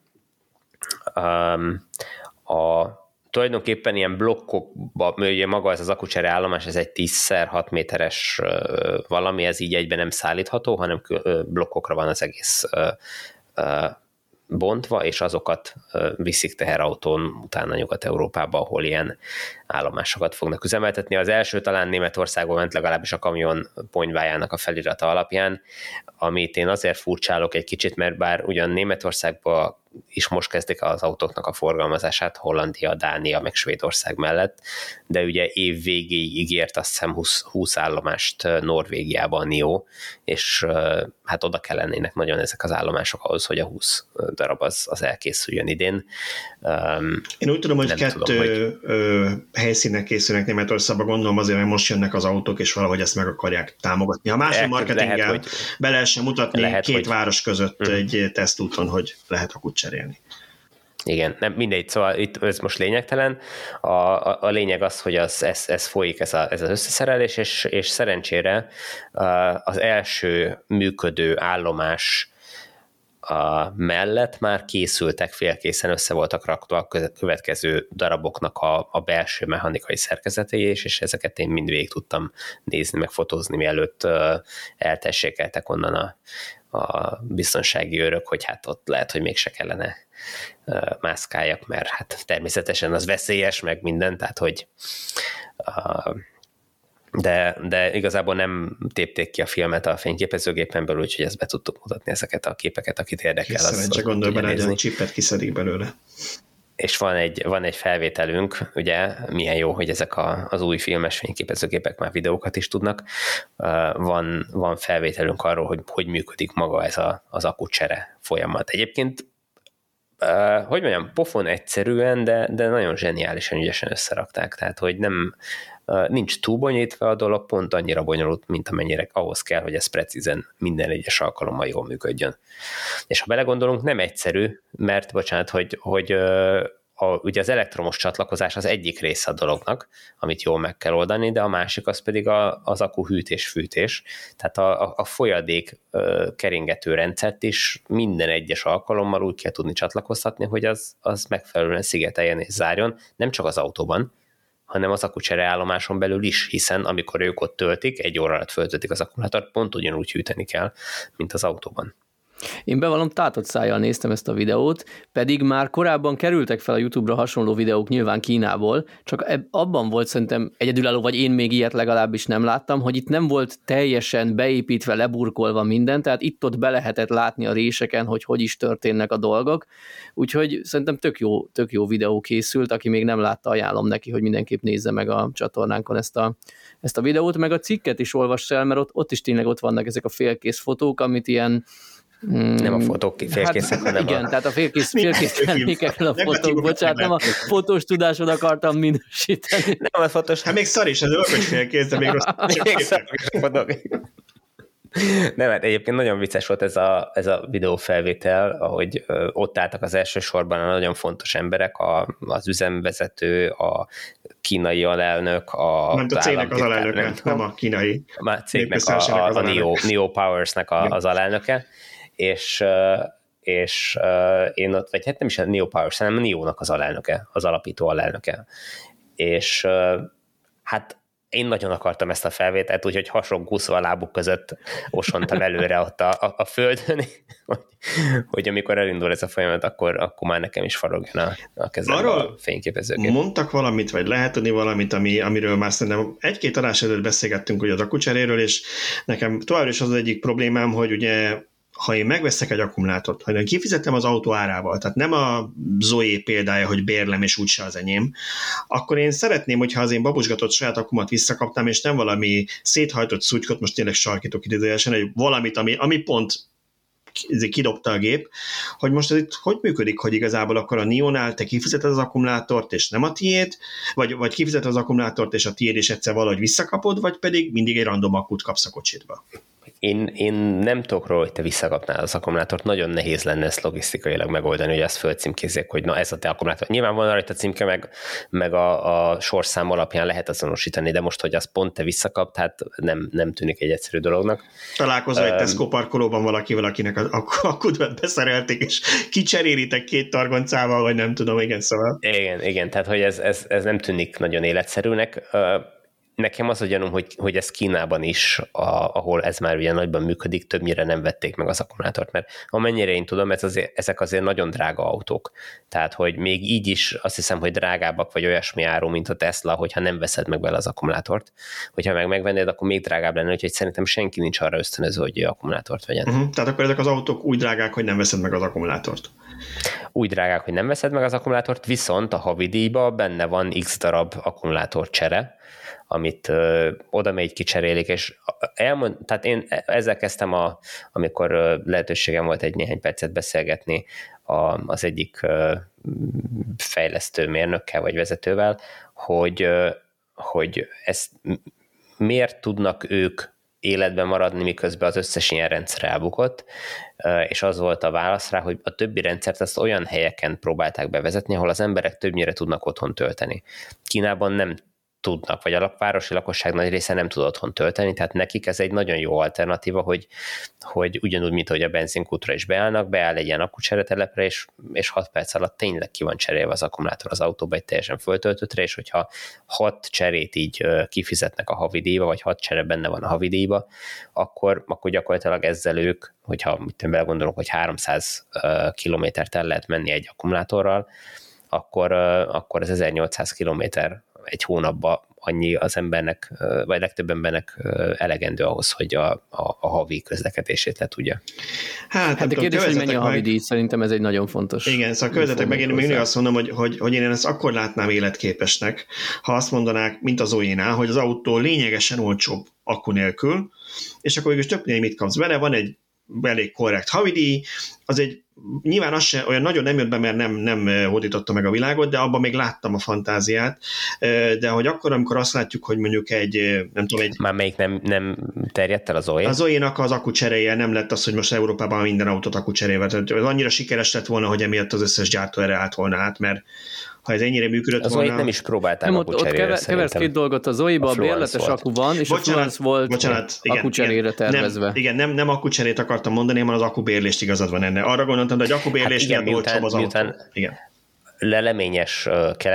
tulajdonképpen ilyen blokkokba, ugye maga ez az akucsere állomás, ez egy 10x6 méteres valami, ez így egyben nem szállítható, hanem blokkokra van az egész bontva, és azokat viszik teherautón utána Nyugat-Európába, ahol ilyen állomásokat fognak üzemeltetni. Az első talán Németországban ment, legalábbis a kamion ponyvájának a felirata alapján, amit én azért furcsálok egy kicsit, mert bár ugyan Németországban is most kezdik az autóknak a forgalmazását, Hollandia, Dánia, meg Svédország mellett, de ugye év végéig ígért azt hiszem 20 állomást Norvégiában a NIO, és hát oda kellenének nagyon ezek az állomások ahhoz, hogy a 20 darab az elkészüljön idén. Én úgy tudom, hogy kettő helyszínek készülnek Németországban, gondolom azért, hogy most jönnek az autók, és valahogy ezt meg akarják támogatni. A másik marketinggel be lehessen mutatni két város között egy tesztúton, hogy lehet akut cserélni. Igen, nem mindegy, szóval itt ez most lényegtelen. A lényeg az, hogy ez folyik, ez az összeszerelés, és szerencsére az első működő állomás mellett már készültek, félkészen össze voltak rakva a következő daraboknak a belső mechanikai szerkezetei, és ezeket én mind végig tudtam nézni, meg fotózni, mielőtt eltessékeltek onnan a biztonsági őrök, hogy hát ott lehet, hogy mégse kellene mászkáljak, mert hát természetesen az veszélyes, meg minden, tehát hogy de igazából nem tépték ki a filmet a fényképezőgépen belül, úgyhogy ezt be tudtuk mutatni, ezeket a képeket, akit érdekel. Csak gondolj bele, hogy a chipet kiszedik belőle. És van egy felvételünk, ugye, milyen jó, hogy ezek az új filmes fényképezőgépek már videókat is tudnak. Van felvételünk arról, hogy működik maga ez az akucsere folyamat. Egyébként, hogy mondjam, pofon egyszerűen, de nagyon zseniálisan ügyesen összerakták, tehát hogy nincs túl bonyolítva a dolog, pont annyira bonyolult, mint amennyire ahhoz kell, hogy ez precízen minden egyes alkalommal jól működjön. És ha belegondolunk, nem egyszerű, mert bocsánat, hogy ugye az elektromos csatlakozás az egyik része a dolognak, amit jól meg kell oldani, de a másik az pedig az akku hűtés-fűtés. Tehát a folyadék keringető rendszert is minden egyes alkalommal úgy kell tudni csatlakoztatni, hogy az megfelelően szigeteljen és zárjon, nem csak az autóban, hanem az akkucsereállomáson belül is, hiszen amikor ők ott töltik, 1 óra alatt föltöltik az akkumulátort, pont ugyanúgy hűteni kell, mint az autóban. Én bevallom, tátott szájjal néztem ezt a videót, pedig már korábban kerültek fel a YouTube-ra hasonló videók nyilván Kínából, csak abban volt szerintem egyedülálló, vagy én még ilyet legalábbis nem láttam, hogy itt nem volt teljesen beépítve, leburkolva minden, tehát itt-ott be lehetett látni a réseken, hogy is történnek a dolgok, úgyhogy szerintem tök jó videó készült, aki még nem látta, ajánlom neki, hogy mindenképp nézze meg a csatornánkon ezt a videót, meg a cikket is olvass el, mert ott is tényleg ott vannak ezek a félkész fotók, amit ilyen nem a fotók félkészek, hanem igen, tehát a félkész termékekkel a fotók, bocsánat, nem a fotós tudásod akartam minősíteni. Nem a fotós. Hát még szar is, ez olyan, hogy félkész, de még rossz. Nem, hát egyébként nagyon vicces volt ez a videófelvétel, ahogy ott álltak az első sorban a nagyon fontos emberek, az üzemvezető, a kínai alelnök, nem a cégnek az alelnöke, nem a kínai. A cégnek a NIO Powersnek az alelnöke, és én ott, vagy hát nem is a NIO Powers, hanem a NIO-nak az alelnöke, az alapító alelnöke. És hát én nagyon akartam ezt a felvételt, úgyhogy hasonguszva a lábuk között osontam előre ott a földön, hogy amikor elindul ez a folyamat, akkor már nekem is farogjon a kezembe a fényképezőgép. Mondtak valamit, vagy lehet tudni valamit, amiről már szerintem 1-2 adás előtt beszélgettünk ugye az akkucseréről, és nekem továbbra is az egyik problémám, hogy ugye ha én megveszek egy akkumulátort, ha én kifizettem az autó árával, tehát nem a Zoe példája, hogy bérlem és úgyse az enyém, akkor én szeretném, hogyha az én babusgatott saját akkumat visszakaptam, és nem valami széthajtott szutykot, most tényleg sarkítok idézőjelesen, egy valamit, ami pont kidobta a gép, hogy most ez itt hogy működik, hogy igazából akkor a Nionál te kifizeted az akkumulátort, és nem a tiéd, vagy kifizeted az akkumulátort, és a tiéd, és egyszer valahogy visszakapod, vagy pedig mindig egy random akkut kapsz a kocsidba. Én nem tudok róla, hogy te visszakapnál az akkumulátort, nagyon nehéz lenne ezt logisztikailag megoldani, hogy azt fölcímkézzék, hogy na ez a te akkumulátor. Nyilván van rajta a címke, meg a sorszám alapján lehet azonosítani, de most, hogy azt pont te visszakap, hát nem tűnik egy egyszerű dolognak. Találkozol egy Tesco parkolóban valakinek az akkut beszerelték, és kicseréritek 2 targoncával, vagy nem tudom, igen, szóval. Igen, tehát hogy ez nem tűnik nagyon életszerűnek. Nekem az a gyanúm, hogy ez Kínában is, ahol ez már ugye nagyban működik, többnyire nem vették meg az akkumulátort, mert amennyire én tudom, ezek azért nagyon drága autók. Tehát, hogy még így is azt hiszem, hogy drágábbak vagy olyasmi áru, mint a Tesla, hogyha nem veszed meg vele az akkumulátort. Hogyha megvennéd, akkor még drágább lenne, úgyhogy szerintem senki nincs arra ösztönöző, hogy akkumulátort vegyen. Tehát akkor ezek az autók úgy drágák, hogy nem veszed meg az akkumulátort. Úgy drágák, hogy nem veszed meg az akkumulátort, viszont a havidíjba benne van x darab akkumulátorcsere, amit oda megy, kicserélik, és tehát én ezzel kezdtem, amikor lehetőségem volt egy néhány percet beszélgetni az egyik fejlesztő mérnökkel vagy vezetővel, hogy ezt miért tudnak ők életben maradni, miközben az összes ilyen rendszer elbukott, és az volt a válasz rá, hogy a többi rendszert azt olyan helyeken próbálták bevezetni, ahol az emberek többnyire tudnak otthon tölteni. Kínában nem tudnak, vagy a városi lakosság nagy része nem tud otthon tölteni, tehát nekik ez egy nagyon jó alternatíva, hogy ugyanúgy, mint ahogy a benzinkútra is beáll egy ilyen akkucseretelepre, és 6 perc alatt tényleg ki van cserélve az akkumulátor az autóba egy teljesen föltöltöttre, és hogyha 6 cserét így kifizetnek a havidíjba, vagy 6 csere benne van a havidíjba, akkor gyakorlatilag ezzel ők, hogyha belegondolunk, hogy 300 kilométert el lehet menni egy akkumulátorral, akkor az 1800 kilométer egy hónapban annyi az embernek, vagy legtöbb embernek elegendő ahhoz, hogy a havi közlekedését le tudja. Hát a kérdés, hogy mennyi a havidíj, szerintem ez egy nagyon fontos. Igen, szóval közvetek meg, én még azt mondom, hogy én ezt akkor látnám életképesnek, ha azt mondanák, mint az Zoe-nál, hogy az autó lényegesen olcsóbb akku nélkül, és akkor végül többnél mit kapsz bele, van egy elég korrekt havidíj, az egy nyilván az se olyan nagyon nem jött be, mert nem hódította meg a világot, de abban még láttam a fantáziát, de hogy akkor, amikor azt látjuk, hogy mondjuk nem tudom, Már melyik nem terjedt el a Zoe? A Zoe-nak az akkucseréje nem lett az, hogy most Európában minden autót akkucserével, tehát az annyira sikeres lett volna, hogy emiatt az összes gyártó erre állt volna át, mert ha ez ennyire működött volna... A Zoe-t nem is próbálták akkucserére. Ott keversz két dolgot, a Zoe-ba a bérletes akku van, és a Fluence volt akkucserére tervezve. Nem akkucserét akartam mondani, hanem az akkubérlést, igazad van ennek. Arra gondoltam, hogy akkubérlést nem olcsóbb az autó. Igen. Leleményes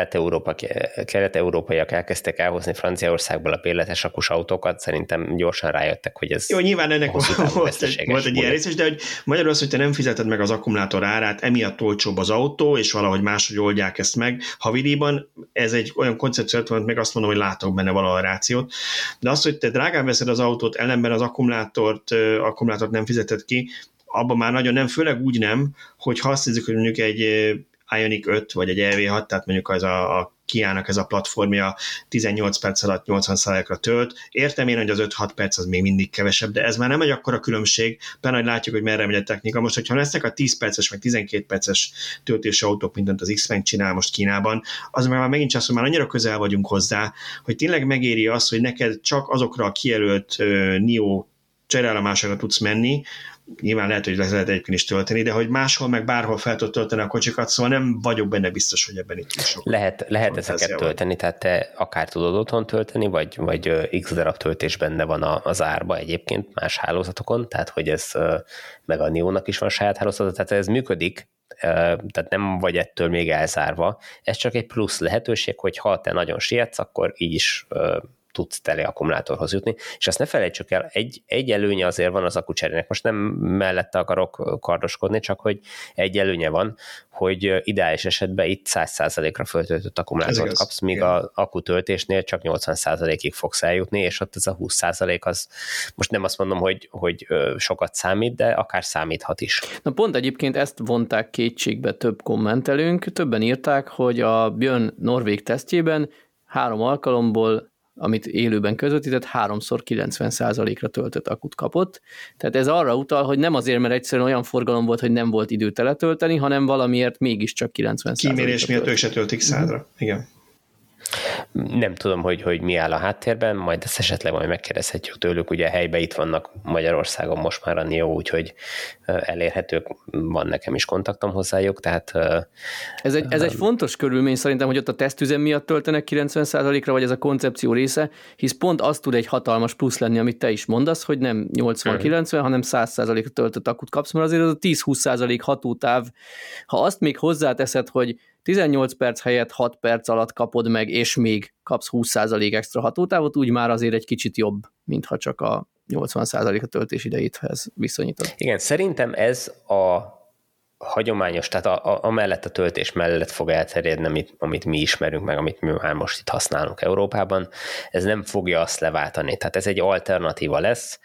kelet-európaiak elkezdtek elhozni Franciaországból a bérletes akkus autókat, szerintem gyorsan rájöttek, hogy ez... Jó, nyilván ennek volt egy ilyen rész is, de hogy magyarul az, hogy te nem fizeted meg az akkumulátor árát, emiatt olcsóbb az autó, és valahogy máshogy oldják ezt meg. Havidíjban ez egy olyan koncepció, hogy meg azt mondom, hogy látok benne valahol a rációt, de az, hogy te drágán veszed az autót, ellenben az akkumulátort nem fizeted ki, abban már nagyon nem, főleg úgy nem, hogy ha azt nézzük, hogy mondjuk egy Ioniq 5 vagy egy EV6, tehát mondjuk az a Kia-nak ez a platformja 18 perc alatt 80%-ra tölt. Értem én, hogy az 5-6 perc az még mindig kevesebb, de ez már nem egy akkora különbség, benne, hogy látjuk, hogy merre megy a technika. Most, hogyha lesznek a 10 perces vagy 12 perces töltési autók, mint az Xpeng csinál most Kínában, az már megint csak, hogy már annyira közel vagyunk hozzá, hogy tényleg megéri az, hogy neked csak azokra a kijelölt NIO csereállomásokra tudsz menni, nyilván lehet, hogy lehet egyébként is tölteni, de hogy máshol meg bárhol fel tud tölteni a kocsikat, szóval nem vagyok benne biztos, hogy ebben itt sok. Lehet ezeket tölteni, tehát te akár tudod otthon tölteni, vagy x darab töltés benne van az árba egyébként más hálózatokon, tehát hogy ez meg a NIO-nak is van saját hálózata, tehát ez működik, tehát nem vagy ettől még elzárva. Ez csak egy plusz lehetőség, hogy ha te nagyon sietsz, akkor így is tudsz tele akkumulátorhoz jutni, és azt ne felejtsük el, egy előnye azért van az akkucserének, most nem mellette akarok kardoskodni, csak hogy egy előnye van, hogy ideális esetben itt 100%-ra föltöltött akkumulátort kapsz, míg az akkutöltésnél csak 80%-ig fogsz eljutni, és ott ez a 20% az, most nem azt mondom, hogy sokat számít, de akár számíthat is. Na pont egyébként ezt vonták kétségbe több kommentelőnk, többen írták, hogy a Björn norvég tesztjében 3 alkalomból amit élőben közvetített, 3-szor 90%-ra töltött akut kapott. Tehát ez arra utal, hogy nem azért, mert egyszerűen olyan forgalom volt, hogy nem volt idő teletölteni, hanem valamiért mégiscsak 90%-ra Kimérés miatt ők se töltik 100-ra. Igen. Nem tudom, hogy mi áll a háttérben, majd ezt esetleg majd megkérdezhetjük tőlük, ugye helyben itt vannak Magyarországon most már a NIO, úgyhogy elérhetők, van nekem is kontaktom hozzájuk, tehát... Ez egy fontos körülmény szerintem, hogy ott a tesztüzem miatt töltenek 90%-ra, vagy ez a koncepció része, hisz pont az tud egy hatalmas plusz lenni, amit te is mondasz, hogy nem 80-90, hanem 100%-ra töltött akut kapsz, mert azért az a 10-20% hatótáv, ha azt még hozzáteszed, hogy 18 perc helyett 6 perc alatt kapod meg, és még kapsz 20% extra hatótávot, úgy már azért egy kicsit jobb, mintha csak a 80% a töltés idejéthez viszonyítod. Igen, szerintem ez a hagyományos, tehát amellett a töltés mellett fog elterjedni, amit mi ismerünk meg, amit mi már most itt használunk Európában, ez nem fogja azt leváltani. Tehát ez egy alternatíva lesz,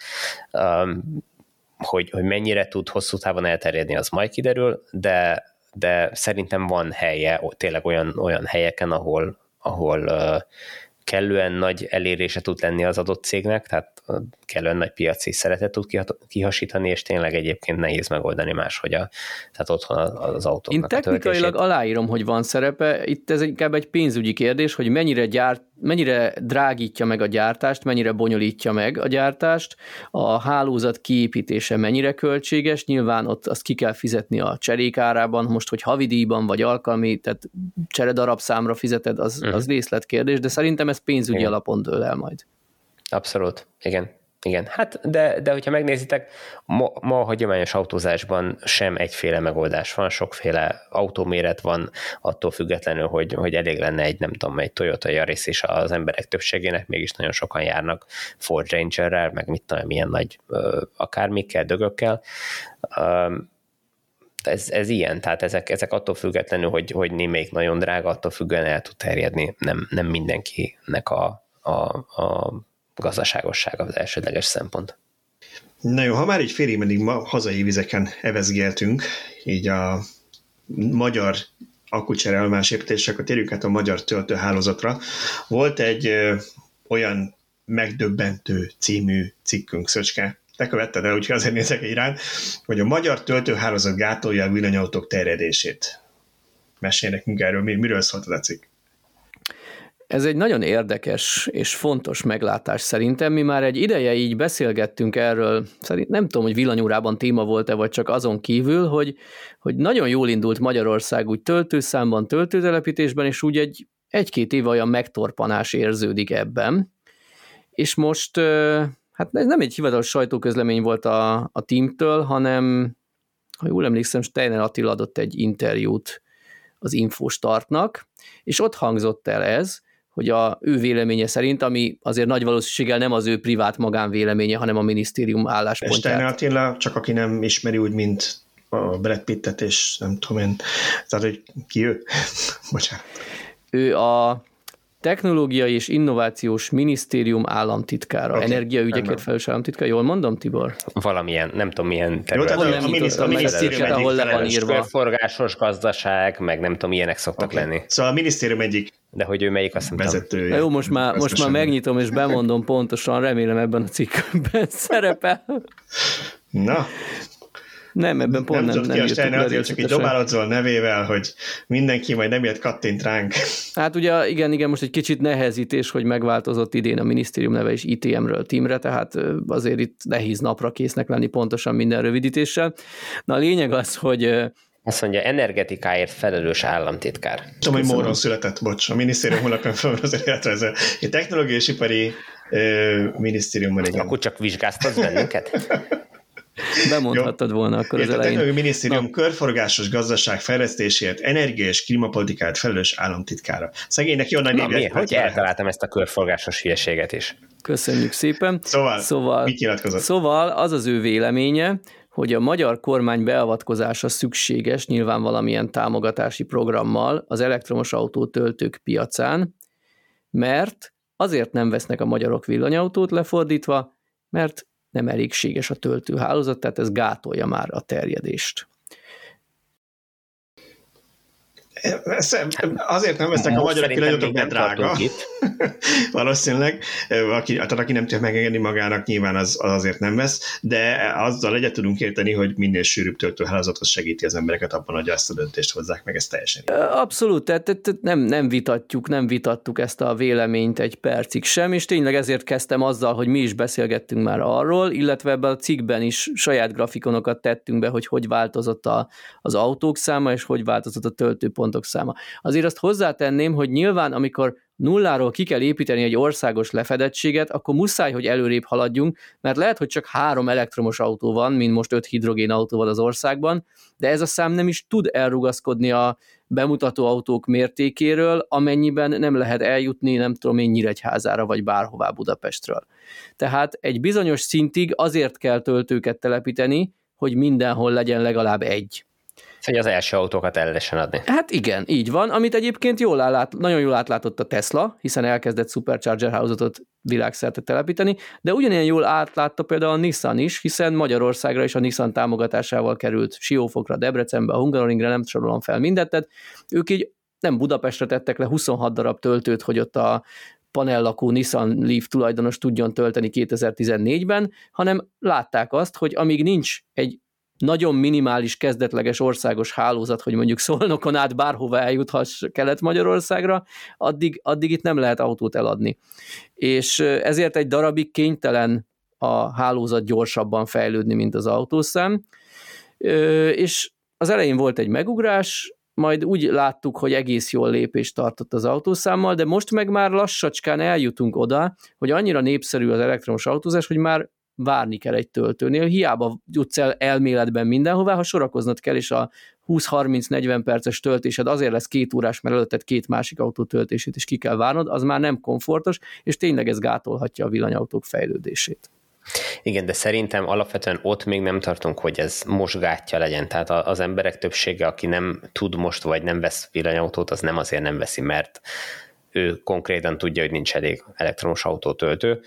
hogy mennyire tud hosszú távon elterjedni, az majd kiderül, de szerintem van helye, tényleg olyan helyeken, ahol kellően nagy elérése tud lenni az adott cégnek, tehát kellően nagy piaci szeretet tud kihasítani, és tényleg egyébként nehéz megoldani máshogy tehát otthon az autóknak Én technikailag aláírom, hogy van szerepe, itt ez inkább egy pénzügyi kérdés, hogy mennyire drágítja meg a gyártást, mennyire bonyolítja meg a gyártást, a hálózat kiépítése mennyire költséges, nyilván ott azt ki kell fizetni a cserék árában, most, hogy havidíjban vagy alkalmi, tehát cseredarabszámra fizeted, az részletkérdés, de szerintem ez pénzügyi alapon dől el majd. Abszolút, igen. Hát, de hogyha megnézitek, ma a hagyományos autózásban sem egyféle megoldás van, sokféle autóméret van, attól függetlenül, hogy elég lenne egy Toyota Yaris, és az emberek többségének mégis nagyon sokan járnak Ford Rangerrel, meg mit tudom, milyen nagy akármikkel, dögökkel. Ez ilyen, tehát ezek attól függetlenül, hogy némelyik nagyon drága, attól függően el tud terjedni. Nem mindenkinek a gazdaságosság az elsődleges szempont. Na jó, ha már így félig meddig hazai vizeken evezgéltünk, így a magyar akkucsereállomás építésre, akkor térjünk át a magyar töltőhálózatra. Volt egy olyan megdöbbentő című cikkünk, Szöcske, te követted el, úgyhogy azért nézek irán, hogy a magyar töltőhálózat gátolja a villanyautók terjedését. Mesélj nekünk erről, miről szólt a cikk? Ez egy nagyon érdekes és fontos meglátás szerintem. Mi már egy ideje így beszélgettünk erről, nem tudom, hogy villanyórában téma volt-e, vagy csak azon kívül, hogy nagyon jól indult Magyarország úgy töltőszámban, töltőtelepítésben, és úgy egy-két éve olyan megtorpanás érződik ebben. És most, hát ez nem egy hivatalos sajtóközlemény volt a Teamtől, hanem, ha jól emlékszem, Steiner Attila adott egy interjút az Infostartnak, és ott hangzott el ez, hogy ő véleménye szerint, ami azért nagy valószínűséggel nem az ő privát magánvéleménye, hanem a minisztérium álláspontját. Steiner Attila, csak aki nem ismeri úgy, mint a Brad Pittet, és nem tudom én, tehát, hogy ki ő? Bocsánat. Ő a Technológiai és Innovációs Minisztérium államtitkára, energiaügyeket felelős államtitkára. Jól mondom, Tibor? Valamilyen, nem tudom milyen terület. A minisztérium ahol le van írva. Körforgásos gazdaság, meg nem tudom, ilyenek szoktak lenni. Szóval a minisztérium egyik de hogy ő melyik, azt nem tudom. Jó, most már megnyitom és bemondom pontosan, remélem ebben a cikkben szerepel. Na. Nem, ebben pont nem írtuk, csak így dobálódzol nevével, hogy mindenki majd emiatt kattint ránk. Hát ugye igen, most egy kicsit nehezítés, hogy megváltozott idén a minisztérium neve is ITM-ről Teamre, tehát azért itt nehéz napra késznek lenni pontosan minden rövidítéssel. Na a lényeg az, hogy azt mondja, energetikáért felelős államtitkár. Tudom, hogy módon született, bocs, a minisztérium honlapján fel az életrajza. A technológiai és ipari minisztériumban, igen. Akkor csak vizsgáztatsz bennünket? Bemondhattad volna akkor az elején. A Technológiai Minisztérium körforgásos gazdaság fejlesztésért, energia és klímapolitikát felelős államtitkára. Szegénynek jó nagy névjegyet. Hogy eltaláltam ezt a körforgásos hülyeséget is. Köszönjük szépen. Szóval mit nyilatkozott? Szóval az ő véleménye, hogy a magyar kormány beavatkozása szükséges nyilván valamilyen támogatási programmal az elektromos autótöltők piacán, mert azért nem vesznek a magyarok villanyautót, lefordítva, mert nem elégséges a töltőhálózat, tehát ez gátolja már a terjedést. Azért nem vesznek a magyarok pillanatokban, mert drága. Valószínűleg. Aki nem tudja megengedni magának, nyilván az azért nem vesz, de azzal egyet tudunk érteni, hogy minél sűrűbb töltőhálózat az segíti az embereket abban, hogy ezt a döntést hozzák meg, ez teljesen. Abszolút, tehát nem vitattuk ezt a véleményt egy percig sem, és tényleg ezért kezdtem azzal, hogy mi is beszélgettünk már arról, illetve ebben a cikkben is saját grafikonokat tettünk be, hogy változott az autók száma, és hogy változott a töltőpontok száma. Azért azt hozzátenném, hogy nyilván, amikor nulláról ki kell építeni egy országos lefedettséget, akkor muszáj, hogy előrébb haladjunk, mert lehet, hogy csak 3 elektromos autó van, mint most 5 hidrogén autó van az országban, de ez a szám nem is tud elrugaszkodni a bemutató autók mértékéről, amennyiben nem lehet eljutni, nem tudom én, Nyíregyházára vagy bárhová Budapestről. Tehát egy bizonyos szintig azért kell töltőket telepíteni, hogy mindenhol legyen legalább egy. Hogy az első autókat el lehessen adni. Hát igen, így van, amit egyébként nagyon jól átlátott a Tesla, hiszen elkezdett Supercharger hálózatot világszerte telepíteni, de ugyanilyen jól átlátta például a Nissan is, hiszen Magyarországra is a Nissan támogatásával került Siófokra, Debrecenbe, a Hungaroringre, nem sorolom fel mindet, tehát ők így nem Budapestre tettek le 26 darab töltőt, hogy ott a panellakú Nissan Leaf tulajdonos tudjon tölteni 2014-ben, hanem látták azt, hogy amíg nincs egy nagyon minimális kezdetleges országos hálózat, hogy mondjuk Szolnokon át bárhova eljuthass Kelet-Magyarországra, addig itt nem lehet autót eladni. És ezért egy darabig kénytelen a hálózat gyorsabban fejlődni, mint az autószám. És az elején volt egy megugrás, majd úgy láttuk, hogy egész jól lépést tartott az autószámmal, de most meg már lassacskán eljutunk oda, hogy annyira népszerű az elektromos autózás, hogy már várni kell egy töltőnél, hiába jutsz el elméletben mindenhová, ha sorakoznod kell, és a 20-30-40 perces töltésed azért lesz 2 órás, mert előtted 2 másik autó töltését is ki kell várnod, az már nem komfortos, és tényleg ez gátolhatja a villanyautók fejlődését. Igen, de szerintem alapvetően ott még nem tartunk, hogy ez most gátja legyen. Tehát az emberek többsége, aki nem tud most, vagy nem vesz villanyautót, az nem azért nem veszi, mert ő konkrétan tudja, hogy nincs elég elektromos autótöltő,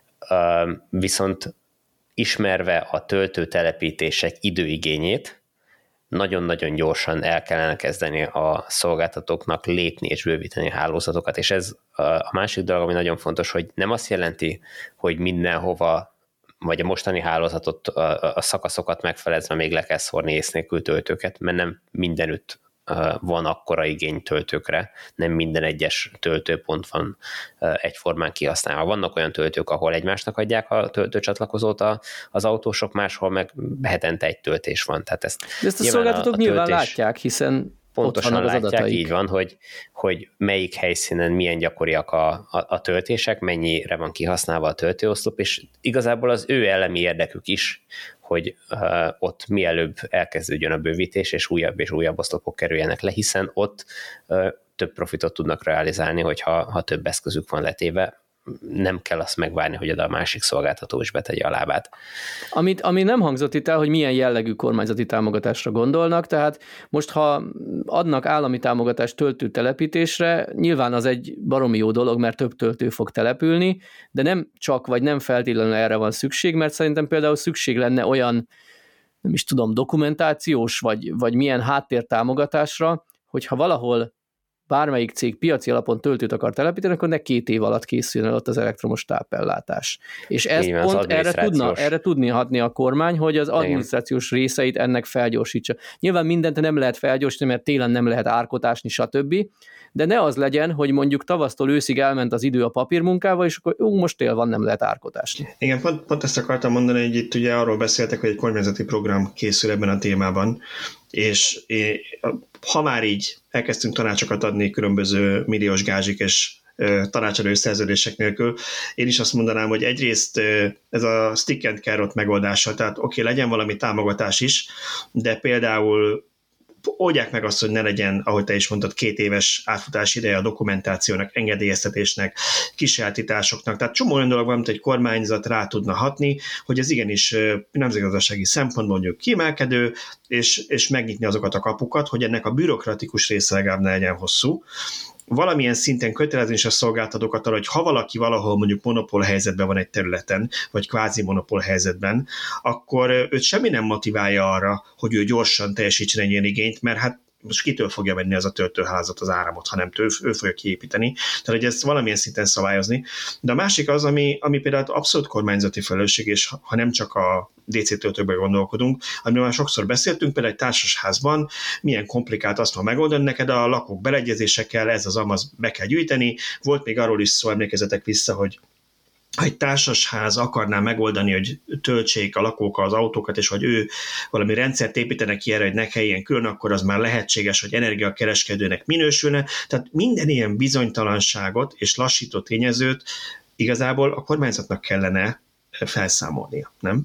viszont ismerve a töltőtelepítések időigényét, nagyon-nagyon gyorsan el kellene kezdeni a szolgáltatóknak lépni és bővíteni a hálózatokat, és ez a másik dolog, ami nagyon fontos, hogy nem azt jelenti, hogy mindenhova, vagy a mostani hálózatot, a szakaszokat megfelezve még le kell szórni ész nélkül töltőket, mert nem mindenütt van akkora igény töltőkre, nem minden egyes töltőpont van egyformán kihasználva. Vannak olyan töltők, ahol egymásnak adják a töltőcsatlakozót az autósok, máshol meg hetente egy töltés van. Tehát ezt a szolgáltatók nyilván látják, hiszen pontosan ott vannak az látják, adataik. így van, hogy melyik helyszínen milyen gyakoriak a töltések, mennyire van kihasználva a töltőoszlop, és igazából az ő elemi érdekük is, hogy ott mielőbb elkezdődjön a bővítés, és újabb oszlopok kerüljenek le, hiszen ott több profitot tudnak realizálni, hogyha több eszközük van letéve, nem kell azt megvárni, hogy oda a másik szolgáltató is betegye a lábát. Ami nem hangzott itt el, hogy milyen jellegű kormányzati támogatásra gondolnak, tehát most, ha adnak állami támogatást töltőtelepítésre, nyilván az egy baromi jó dolog, mert több töltő fog települni, de nem csak, vagy nem feltétlenül erre van szükség, mert szerintem például szükség lenne olyan, nem is tudom, dokumentációs, vagy milyen háttértámogatásra, hogyha valahol bármelyik cég piaci alapon töltőt akar telepíteni, akkor ne 2 év alatt készüljön el ott az elektromos tápellátás. És ez igen, pont erre tudni hatni a kormány, hogy az adminisztrációs részeit ennek felgyorsítsa. Nyilván mindent nem lehet felgyorsítani, mert télen nem lehet árkotásni, stb., de ne az legyen, hogy mondjuk tavasztól őszig elment az idő a papírmunkával, és akkor most tél van, nem lehet árkotásni. Igen, pont ezt akartam mondani, hogy itt ugye arról beszéltek, hogy egy kormányzati program készül ebben a témában, és ha már így elkezdtünk tanácsokat adni különböző milliós gázsik és tanácsadó szerződések nélkül, én is azt mondanám, hogy egyrészt ez a stick and carrot megoldása, tehát oké, legyen valami támogatás is, de például oldják meg azt, hogy ne legyen, ahogy te is mondtad, 2 éves átfutási ideje a dokumentációnak, engedélyeztetésnek, kisajátításoknak. Tehát csomó olyan dolog van, amit egy kormányzat rá tudna hatni, hogy ez igenis nemzetgazdasági szempontból mondjuk kiemelkedő, és megnyitni azokat a kapukat, hogy ennek a bürokratikus része legalább ne legyen hosszú. Valamilyen szinten kötelezni is a szolgáltatókat arra, hogy ha valaki valahol mondjuk monopól helyzetben van egy területen, vagy kvázi monopól helyzetben, akkor őt semmi nem motiválja arra, hogy ő gyorsan teljesítsen egy ilyen igényt, mert hát most kitől fogja venni ez a töltőházat, az áramot, hanem ő fogja kiépíteni. Tehát, hogy ezt valamilyen szinten szabályozni. De a másik az, ami például abszolút kormányzati felelősség, és ha nem csak a DC töltőkben gondolkodunk, amiről már sokszor beszéltünk, például egy társasházban milyen komplikált azt megoldani, neked a lakók beleegyezésekkel, ez az amaz be kell gyűjteni. Volt még arról is szó, emlékezetek vissza, hogy ha egy társasház akarná megoldani, hogy töltsék a lakók az autókat, és hogy ő valami rendszert építenek ki erre, hogy ne kelljen külön, akkor az már lehetséges, hogy energiakereskedőnek minősülne. Tehát minden ilyen bizonytalanságot és lassító tényezőt igazából a kormányzatnak kellene felszámolnia, nem?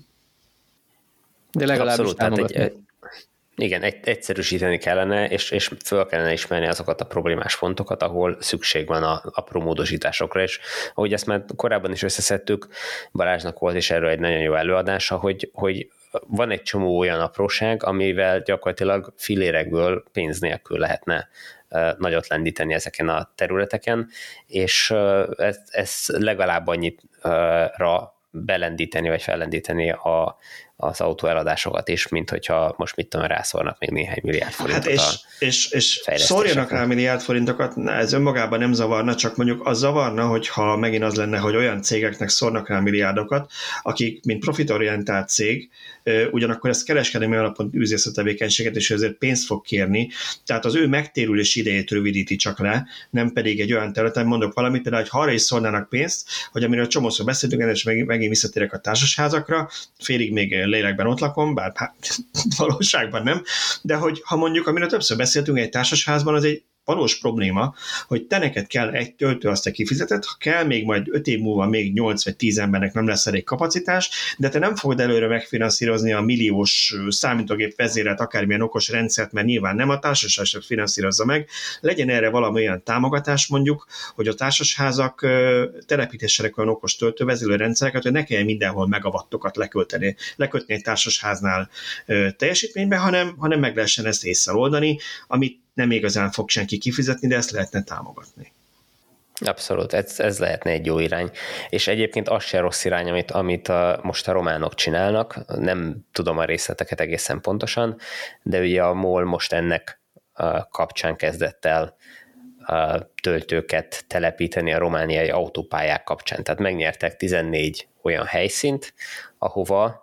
De legalábbis támogatni. Igen, egyszerűsíteni kellene, és föl kellene ismerni azokat a problémás pontokat, ahol szükség van a apró módosításokra, és ahogy ezt már korábban is összeszedtük, Balázsnak volt is erről egy nagyon jó előadása, hogy van egy csomó olyan apróság, amivel gyakorlatilag filérekből pénz nélkül lehetne nagyot lendíteni ezeken a területeken, és ez legalább annyira belendíteni, vagy fellendíteni az autó eladásokat is, mint hogyha most mit tudom, rászólnak még néhány milliárd forintot. Hát és szórjanak rá milliárd forintokat, ez önmagában nem zavarna, csak mondjuk az zavarna, hogyha megint az lenne, hogy olyan cégeknek szórnak rá milliárdokat, akik, mint profitorientált cég, ugyanakkor ezt kereskedelmi alapon űzi ezt a tevékenységet, és ezért pénzt fog kérni, tehát az ő megtérülés idejét rövidíti csak le, nem pedig egy olyan területen, mondok valamit, például, hogy ha arra is szórnának pénzt, hogy amiről csomószor beszéltünk, és megint visszatérek a társasházakra, félig még lélekben ott lakom, bár valóságban nem, de hogy ha mondjuk, amiről többször beszéltünk, egy társasházban, az egy valós probléma, hogy te neked kell egy töltő, azt te kifizeted, ha kell még majd 5 év múlva még 8 vagy 10 embernek nem lesz elég kapacitás, de te nem fogod előre megfinanszírozni a milliós számítógép vezérelt akármilyen okos rendszert, mert nyilván nem a társaság finanszírozza meg. Legyen erre valami olyan támogatás mondjuk, hogy a társasházak telepítessenek olyan okos töltővezérlő rendszereket, hogy ne kelljen mindenhol megawattokat lekötni egy társasháznál teljesítménybe, hanem meg lehessen ezt észre oldani, amit nem igazán fog senki kifizetni, de ezt lehetne támogatni. Abszolút, ez lehetne egy jó irány. És egyébként az se rossz irány, amit most a románok csinálnak, nem tudom a részleteket egészen pontosan, de ugye a MOL most ennek kapcsán kezdett el töltőket telepíteni a romániai autópályák kapcsán. Tehát megnyertek 14 olyan helyszínt, ahova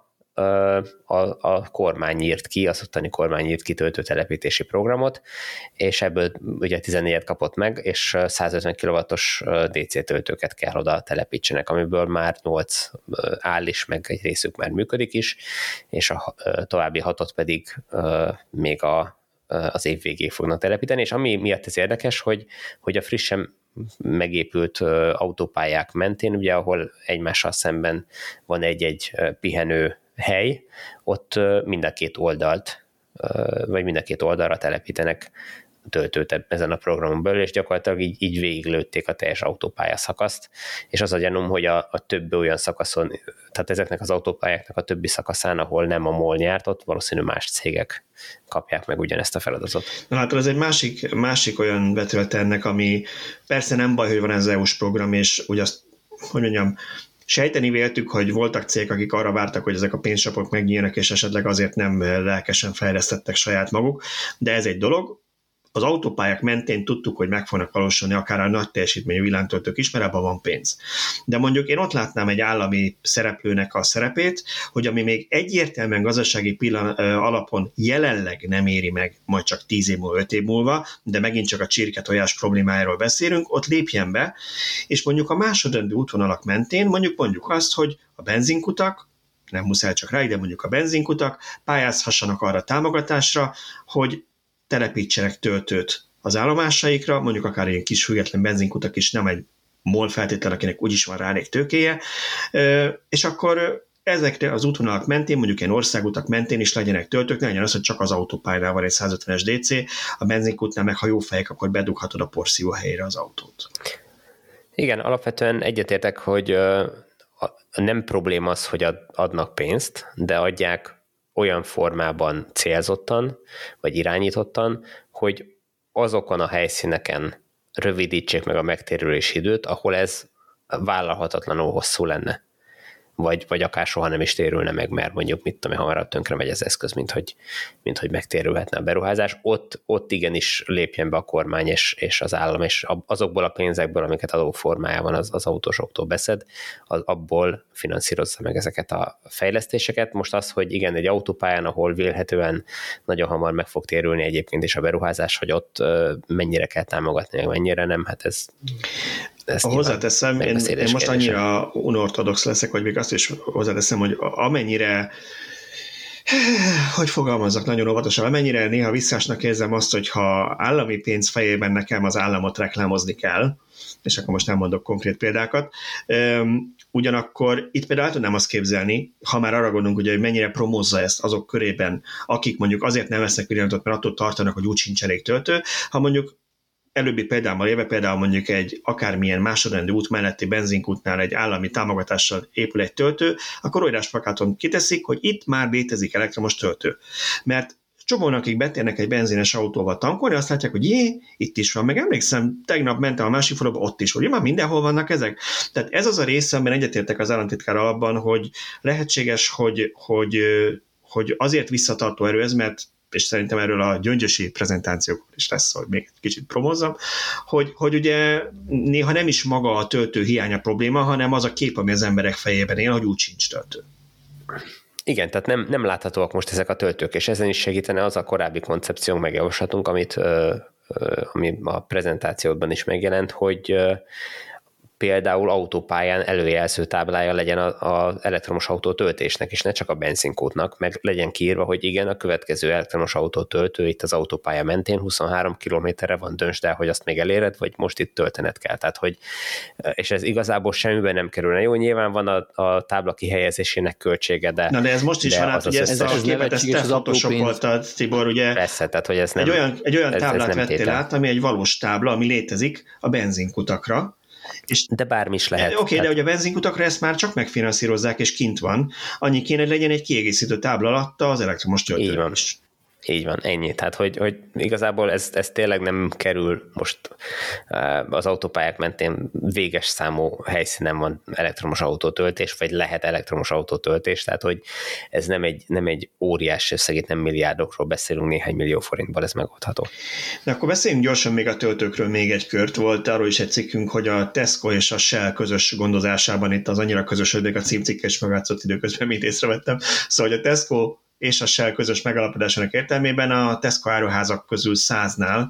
a kormány írt ki, az ottani kormány írt ki töltőtelepítési programot, és ebből ugye 14-et kapott meg, és 150 kW-os DC töltőket kell oda telepítsenek, amiből már 8 áll is, meg egy részük már működik is, és a további 6-ot pedig még az év végéig fognak telepíteni, és ami miatt ez érdekes, hogy a frissen megépült autópályák mentén, ugye ahol egymással szemben van egy pihenő hely, ott mind a két oldalt, vagy mind a két oldalra telepítenek töltőt ezen a programon belül, és gyakorlatilag így végiglőtték a teljes autópálya szakaszt, és az a gyanúm, hogy a többi olyan szakaszon, tehát ezeknek az autópályáknak a többi szakaszán, ahol nem a MOL nyárt, ott valószínű más cégek kapják meg ugyanezt a feladatot. Na hát ez egy másik olyan vetülete ennek, ami persze nem baj, hogy van ez az EU-s program, és úgy azt, hogy mondjam, sejteni véltük, hogy voltak cégek, akik arra vártak, hogy ezek a pénzcsapok megnyílnak, és esetleg azért nem lelkesen fejlesztettek saját maguk, de ez egy dolog. Az autópályák mentén tudtuk, hogy meg fognak valósulni akár a nagy teljesítményű villámtöltők is, mert abban van pénz. De mondjuk én ott látnám egy állami szereplőnek a szerepét, hogy ami még egyértelműen gazdasági alapon jelenleg nem éri meg, majd csak 10 év múlva, 5 év múlva, de megint csak a csirketojás problémájáról beszélünk, ott lépjen be, és mondjuk a másodrendű útvonalak mentén mondjuk azt, hogy a benzinkutak, nem muszáj csak rá, de mondjuk a benzinkutak pályázhassanak arra támogatásra, hogy telepítsenek töltőt az állomásaikra, mondjuk akár ilyen kis független benzinkutak is, nem egy MOL feltétlen, akinek úgyis van rá elég tőkéje, és akkor ezekre az útvonalak mentén, mondjuk ilyen országutak mentén is legyenek töltők, ne legyen az, hogy csak az autópálynál van egy 150-es DC, a benzinkútnál meg ha jó fejek, akkor bedughatod a porszívóhelyére az autót. Igen, alapvetően egyetértek, hogy nem probléma az, hogy adnak pénzt, de adják olyan formában célzottan, vagy irányítottan, hogy azokon a helyszíneken rövidítsék meg a megtérülési időt, ahol ez vállalhatatlanul hosszú lenne. vagy akár soha nem is térülne meg, mert mondjuk hamarabb tönkre megy az eszköz, mint hogy megtérülhetne a beruházás. Ott igenis lépjen be a kormány és az állam, és azokból a pénzekből, amiket adóformájában az autósoktól beszed, abból finanszírozza meg ezeket a fejlesztéseket. Most az, hogy igen, egy autópályán, ahol vélhetően nagyon hamar meg fog térülni egyébként is a beruházás, hogy ott mennyire kell támogatni, meg mennyire nem, hát ez hozzáteszem, én most annyira unortodox leszek, hogy még azt is hozzáteszem, hogy amennyire, hogy fogalmazzak nagyon óvatosan, amennyire néha visszásnak érzem azt, hogy ha állami pénz fejében nekem az államot reklámozni kell, és akkor most nem mondok konkrét példákat, ugyanakkor itt például el tudnám azt képzelni, ha már arra gondolunk, ugye, hogy mennyire promózza ezt azok körében, akik mondjuk azért nem vesznek pillanatot, mert attól tartanak, hogy úgy sincs elég töltő, ha mondjuk előbbi például élve, például mondjuk egy akármilyen másodrendű út melletti benzinkútnál egy állami támogatással épül egy töltő, akkor írásplakáton kiteszik, hogy itt már létezik elektromos töltő. Mert csomóan, akik betérnek egy benzines autóval tankolni, azt látják, hogy itt is van. Meg emlékszem, tegnap mentem a másik faluba, ott is, hogy már mindenhol vannak ezek. Tehát ez az a része, amiben egyetértek az államtitkárral abban, hogy lehetséges, hogy azért visszatartó erő ez, mert és szerintem erről a gyöngyösi prezentációkon is lesz, hogy még egy kicsit promózzam, hogy ugye néha nem is maga a töltő hiánya probléma, hanem az a kép, ami az emberek fejében él, hogy úgy sincs töltő. Igen, tehát nem láthatóak most ezek a töltők, és ezen is segítene az a korábbi koncepciónk, megjavaslatunk, ami a prezentációban is megjelent, hogy például autópályán előjelző táblája legyen az elektromos autó töltésnek, és ne csak a benzinkútnak, meg legyen kiírva, hogy igen, a következő elektromos autó töltő itt az autópálya mentén 23 kilométerre van, döntsd el, hogy azt még eléred, vagy most itt töltened kell. Tehát, hogy, és ez igazából semmiben nem kerülne. Jó, nyilván van a tábla kihelyezésének költsége, de... Na, de ez most is van, hát ugye ezt a képet, ezt te photoshopoltad, Tibor, ugye persze, tehát, hogy ez nem, egy olyan táblát vettél át, ami egy valós tábla, ami létezik a benzinkutakra. De bármi is lehet. Oké, de hogy a benzinkutakra ezt már csak megfinanszírozzák, és kint van. Annyi kéne, hogy legyen egy kiegészítő tábla alatta az elektromos töltő is. Így van, ennyi. Tehát, hogy igazából ez tényleg nem kerül most az autópályák mentén véges számú helyszínen van elektromos autótöltés, vagy lehet elektromos autótöltés, tehát, hogy ez nem egy óriás összeg, itt nem milliárdokról beszélünk, néhány millió forintból ez megoldható. De akkor beszéljünk gyorsan még a töltőkről még egy kört. Volt arról is egy cikkünk, hogy a Tesco és a Shell közös gondozásában itt az annyira közös, hogy még a címcikke is meglátszott időközben, mint észrevettem. Szóval, hogy a Tesco és a Shell közös megállapodásának értelmében a Tesco áruházak közül 100-nál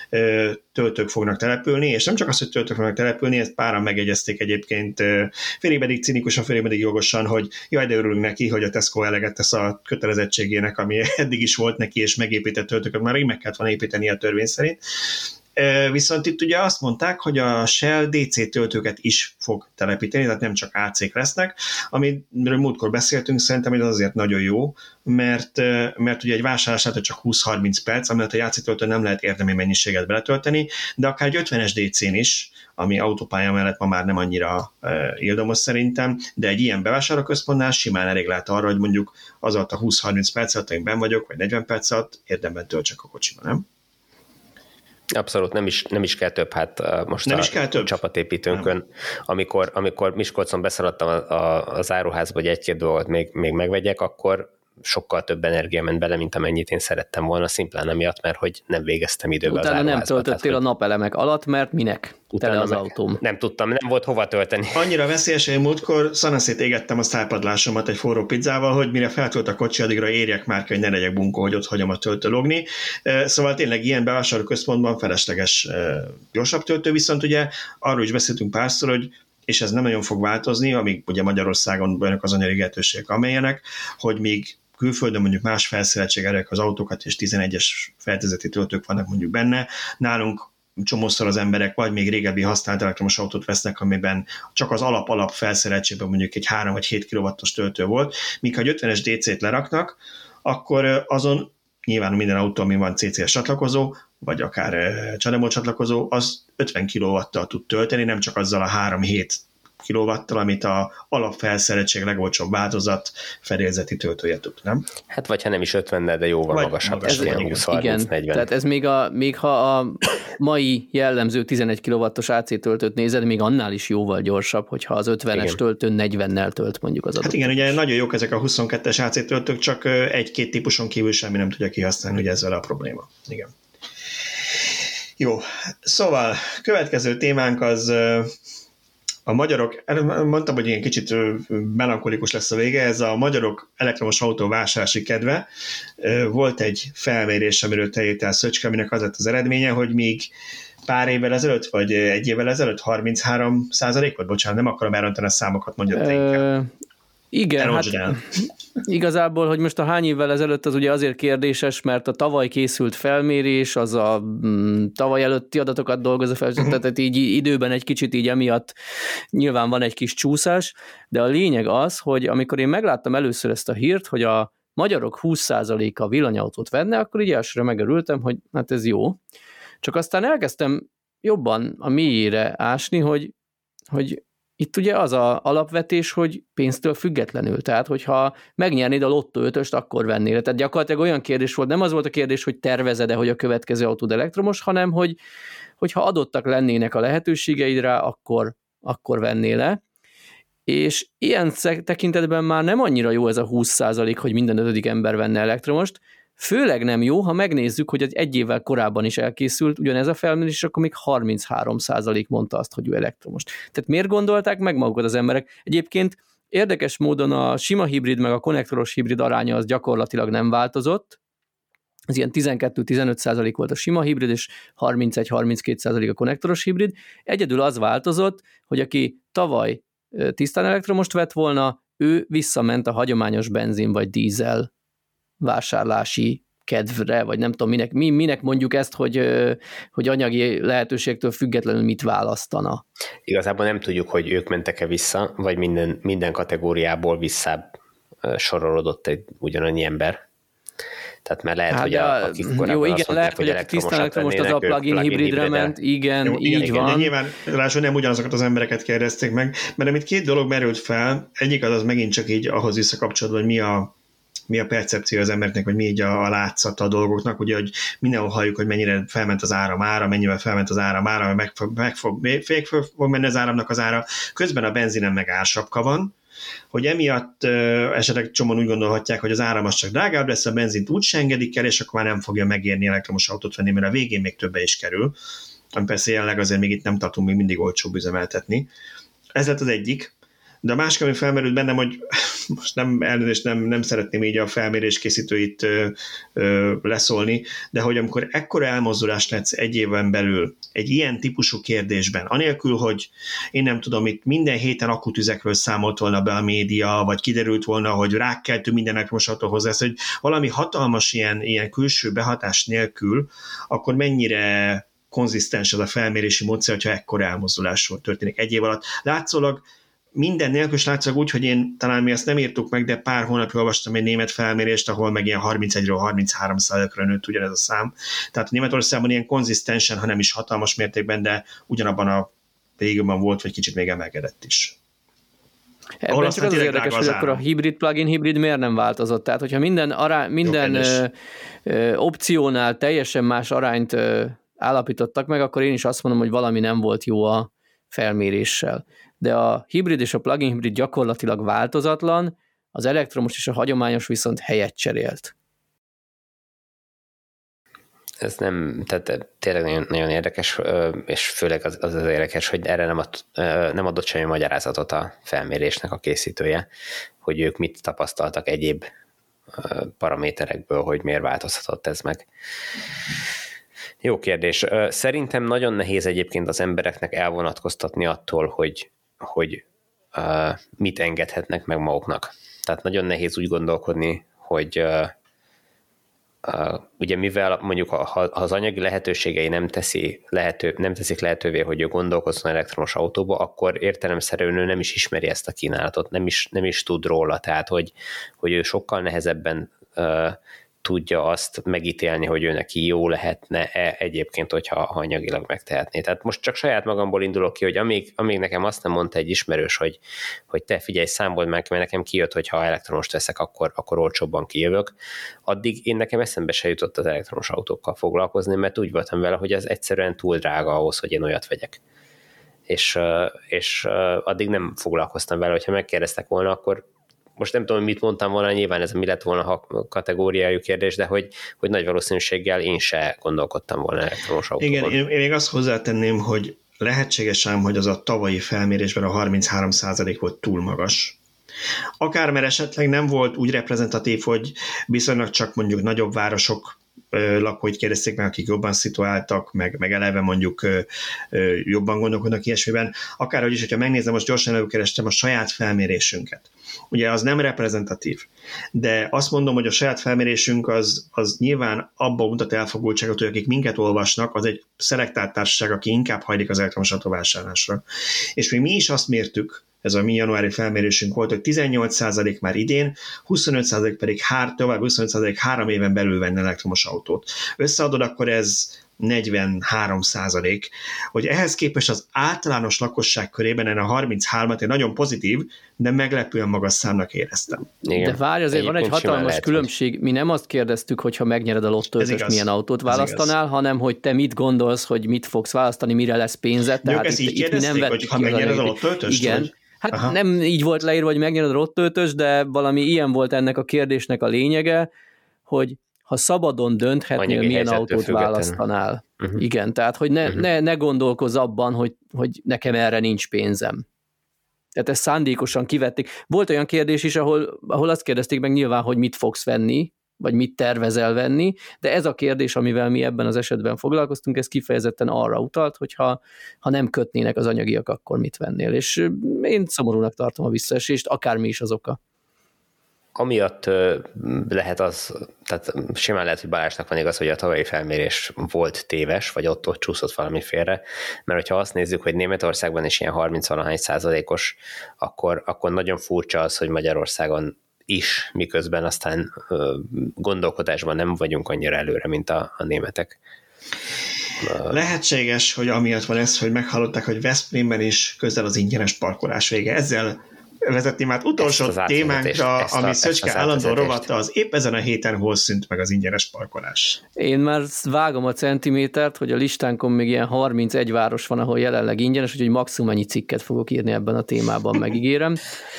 töltők fognak települni, és nem csak az, hogy töltők fognak települni, ezt páran megegyezték egyébként, félig pedig cinikusan, félig pedig jogosan, hogy jaj, de örülünk neki, hogy a Tesco eleget tesz a kötelezettségének, ami eddig is volt neki, és megépített töltőket, már meg kellett volna építeni a törvény szerint. Viszont itt ugye azt mondták, hogy a Shell DC töltőket is fog telepíteni, tehát nem csak AC-k lesznek, amiről múltkor beszéltünk, szerintem ez azért nagyon jó, mert ugye egy vásárlását csak 20-30 perc, amit a AC töltő nem lehet érdemi mennyiséget beletölteni, de akár egy 50-es DC-n is, ami autópálya mellett ma már nem annyira ildomos szerintem, de egy ilyen bevásárlóközpontnál simán elég lehet arra, hogy mondjuk az alatt a 20-30 perc alatt, én benn vagyok, vagy 40 perc alatt érdemben töltsek a kocsiba, nem? Abszolút, nem is kell több, hát most nem a csapatépítőnkön, amikor Miskolcon beszaladtam az áruházba, hogy egy-két dolgot még megvegyek, akkor sokkal több energia ment bele, mint amennyit én szerettem volna, szimplán emiatt, mert hogy nem végeztem időben utána az áruházba. Utána nem töltöttél a napelemek alatt, mert minek? Tele az autóm. Nem tudtam, nem volt hova tölteni. Annyira veszélyes, hogy múltkor szanaszét égettem a szápadlásomat egy forró pizzával, hogy mire feltölt a kocsi, addigra érjek már ki, hogy ne legyek bunkó, hogy ott hagyom a töltölogni. Szóval tényleg ilyen bevásárlóközpontban felesleges gyorsabb töltő, viszont ugye arról is beszéltünk párszor, hogy és ez nem nagyon fog változni, amíg ugye Magyarországon olyanok az anyagi lehetőségek, amelyenek, hogy még külföldön mondjuk más felszereltségerek az autókat, és 11-es feltezeti töltők vannak mondjuk benne. Nálunk csomószor az emberek vagy még régebbi használt elektromos autót vesznek, amiben csak az alap felszereltségben mondjuk egy 3 vagy 7 kW-os töltő volt, míg ha egy 50-es DC-t leraknak, akkor azon nyilván minden autó, ami van CCS csatlakozó, vagy akár CHAdeMO csatlakozó, az 50 kW-tal tud tölteni, nem csak azzal a 3-7 kW-tal, amit a alapfelszereltség legolcsóbb változat fedélzeti töltője tud, nem? Hát vagy ha nem is 50-nel, de jóval magasabb. Ez ilyen 20-30-40. Tehát ez még ha a mai jellemző 11 kW-os AC töltőt nézed, még annál is jóval gyorsabb, hogyha az 50-es töltőn 40-nel tölt mondjuk az adott. Hát igen, ugye nagyon jók ezek a 22-es AC töltők, csak egy-két típuson kívül semmi nem tudja kihasználni, ugye ezzel a probléma. Igen. Jó, szóval következő témánk az a magyarok, mondtam, hogy ilyen kicsit melankolikus lesz a vége, ez a magyarok elektromos autó vásárlási kedve. Volt egy felmérés, amiről te írtál, Szöcske, aminek az lett az eredménye, hogy még pár évvel ezelőtt, vagy egy évvel ezelőtt 33% volt? Bocsánat, nem akarom elrontani a számokat, mondja te inkább. Igen, hát igazából, hogy most a hány évvel ezelőtt az ugye azért kérdéses, mert a tavaly készült felmérés, az a tavaly előtti adatokat dolgozza fel, tehát így időben egy kicsit így emiatt nyilván van egy kis csúszás, de a lényeg az, hogy amikor én megláttam először ezt a hírt, hogy a magyarok 20%-a villanyautót venne, akkor így elsőre megörültem, hogy hát ez jó. Csak aztán elkezdtem jobban a mélyére ásni, hogy itt ugye az a alapvetés, hogy pénztől függetlenül, tehát hogyha megnyernéd a Lotto 5-öst, akkor vennél. Tehát gyakorlatilag olyan kérdés volt, nem az volt a kérdés, hogy tervezed-e, hogy a következő autód elektromos, hanem hogyha adottak lennének a lehetőségeid rá, akkor vennél le. És ilyen tekintetben már nem annyira jó ez a 20%, hogy minden 5. ember venne elektromost, főleg nem jó, ha megnézzük, hogy egy évvel korábban is elkészült ugyanez a felmérés, akkor még 33% mondta azt, hogy ő elektromos. Tehát miért gondolták meg magukat az emberek? Egyébként érdekes módon a sima hibrid meg a konnektoros hibrid aránya az gyakorlatilag nem változott. Ez ilyen 12-15% volt a sima hibrid, és 31-32% a konnektoros hibrid. Egyedül az változott, hogy aki tavaly tisztán elektromost vett volna, ő visszament a hagyományos benzin vagy dízel vásárlási kedvre, vagy nem tudom, minek mondjuk ezt, hogy anyagi lehetőségtől függetlenül mit választana. Igazából nem tudjuk, hogy ők mentek-e vissza, vagy minden kategóriából vissza sorolódott egy ugyanannyi ember. Tehát mert lehet, hogy akik korábban jó, igen, azt mondták, lehet, hogy akik tisztán elektromos az a plug-in hibridre ment, igen, jó, így van. De nyilván ráadásul nem ugyanazokat az embereket kérdezték meg, mert amit két dolog merült fel, egyik az megint csak így ahhoz visszakapcsolódva, hogy mi a percepció az embernek, vagy mi így a látszata a dolgoknak, ugye, hogy mindenhol halljuk, hogy mennyire felment az ára, mennyivel felment az ára, meg fog menni az áramnak az ára, közben a benzinen meg ársapka van, hogy emiatt esetleg csomóan úgy gondolhatják, hogy az áram az csak drágább lesz, a benzint úgy se engedik el, és akkor már nem fogja megérni elektromos autót venni, mert a végén még többe is kerül, ami persze jelenleg azért még itt nem tartunk még mindig olcsóbb üzemeltetni. Ez lett az egyik. De a másik, ami felmerült bennem, hogy most nem szeretném így a felmérés készítőit leszólni, de hogy amikor ekkora elmozdulást látsz egy éven belül egy ilyen típusú kérdésben, anélkül, hogy én nem tudom, itt minden héten akutüzekről számolt volna be a média, vagy kiderült volna, hogy rákkeltő minden elektromos autóhoz lesz, hogy valami hatalmas ilyen külső behatás nélkül, akkor mennyire konzisztens az a felmérési módszer, hogyha ekkora elmozdulásról történik egy év alatt. Látszólag minden nélkül, és látszólag úgy, hogy talán mi azt nem írtuk meg, de pár hónapja olvastam egy német felmérést, ahol meg ilyen 31-ről 33%-ra nőtt ugyanez a szám. Tehát Németországban ilyen konzisztensen, ha nem is hatalmas mértékben, de ugyanabban a régióban volt, vagy kicsit még emelkedett is. Ebben csak az érdekes, hogy akkor a hibrid, plug-in hibrid miért nem változott. Tehát, hogyha minden opciónál teljesen más arányt állapítottak meg, akkor én is azt mondom, hogy valami nem volt jó a felméréssel. De a hibrid és a plug-in hibrid gyakorlatilag változatlan, az elektromos és a hagyományos viszont helyet cserélt. Ez nem, tehát tényleg nagyon, nagyon érdekes, és főleg az érdekes, hogy erre nem adott semmi magyarázatot a felmérésnek a készítője, hogy ők mit tapasztaltak egyéb paraméterekből, hogy miért változhatott ez meg. Jó kérdés. Szerintem nagyon nehéz egyébként az embereknek elvonatkoztatni attól, hogy mit engedhetnek meg maguknak. Tehát nagyon nehéz úgy gondolkodni, hogy ugye mivel mondjuk ha az anyagi lehetőségei nem teszik lehetővé, hogy ő gondolkozzon elektromos autóba, akkor értelemszerűen ő nem is ismeri ezt a kínálatot, nem is tud róla, tehát hogy ő sokkal nehezebben tudja azt megítélni, hogy ő neki jó lehetne-e egyébként, hogyha anyagilag megtehetné. Tehát most csak saját magamból indulok ki, hogy amíg nekem azt nem mondta egy ismerős, hogy te figyelj, számold meg, mert nekem kijött, hogy ha elektromost veszek, akkor olcsóbban kijövök, addig én nekem eszembe se jutott az elektromos autókkal foglalkozni, mert úgy voltam vele, hogy ez egyszerűen túl drága ahhoz, hogy én olyat vegyek. És addig nem foglalkoztam vele, hogyha megkérdeztek volna, akkor most nem tudom, mit mondtam volna, nyilván ez mi lett volna a kategóriájú kérdés, de hogy nagy valószínűséggel én se gondolkodtam volna elektromos autóban. Igen, én még azt hozzátenném, hogy lehetséges ám, hogy az a tavalyi felmérésben a 33% volt túl magas. Akár mert esetleg nem volt úgy reprezentatív, hogy viszonylag csak mondjuk nagyobb városok lakóit kérdezték meg, akik jobban szituáltak, meg eleve mondjuk jobban gondolkodnak ilyesmiben. Akárhogy is, hogyha megnézem, most gyorsan előkerestem a saját felmérésünket. Ugye az nem reprezentatív, de azt mondom, hogy a saját felmérésünk az nyilván abban mutat elfogultságot, hogy akik minket olvasnak, az egy szelektált társaság, aki inkább hajlik az elektromos autóvásárlásra. És még mi is azt mértük, ez a mi januári felmérésünk volt, hogy 18% már idén, 25% pedig tovább 25% 3 éven belül venne elektromos autót. Összeadod, akkor ez 43%, hogy ehhez képest az általános lakosság körében a 33-at egy nagyon pozitív, de meglepően magas számnak éreztem. Igen. De várj, azért van egy hatalmas különbség. Mi nem azt kérdeztük, hogy ha megnyered a lottóötöst, milyen autót választanál, hanem hogy te mit gondolsz, hogy mit fogsz választani, mire lesz pénzed. Tehát ezt így kérdezték, hogy ha megnyered a lottóötöst? Igen. Vagy? Hát aha. Nem így volt leírva, hogy megnyered a lottóötöst, de valami ilyen volt ennek a kérdésnek a lényege, hogy ha szabadon dönthetnél, milyen autót választanál. Uh-huh. Igen, tehát hogy ne gondolkozz abban, hogy nekem erre nincs pénzem. Tehát ezt szándékosan kivették. Volt olyan kérdés is, ahol azt kérdezték meg nyilván, hogy mit fogsz venni, vagy mit tervezel venni, de ez a kérdés, amivel mi ebben az esetben foglalkoztunk, ez kifejezetten arra utalt, hogy ha nem kötnének az anyagiak, akkor mit vennél. És én szomorúnak tartom a visszaesést, akármi is az oka. Amiatt lehet az, tehát simán lehet, hogy Balázsnak van igaz, hogy a tavalyi felmérés volt téves, vagy ott csúszott valami félre, mert hogyha azt nézzük, hogy Németországban is ilyen 30-valahány%, akkor nagyon furcsa az, hogy Magyarországon is, miközben aztán gondolkodásban nem vagyunk annyira előre, mint a németek. Lehetséges, hogy amiatt van ez, hogy meghallották, hogy Veszprémben is közel az ingyenes parkolás vége. Ezzel vezetném át utolsó témánkra, ami Szöcske állandóan rovatta, az épp ezen a héten hol szűnt meg az ingyenes parkolás. Én már vágom a centimétert, hogy a listánkon még ilyen 31 város van, ahol jelenleg ingyenes, úgyhogy maximum ennyi cikket fogok írni ebben a témában, megígérem.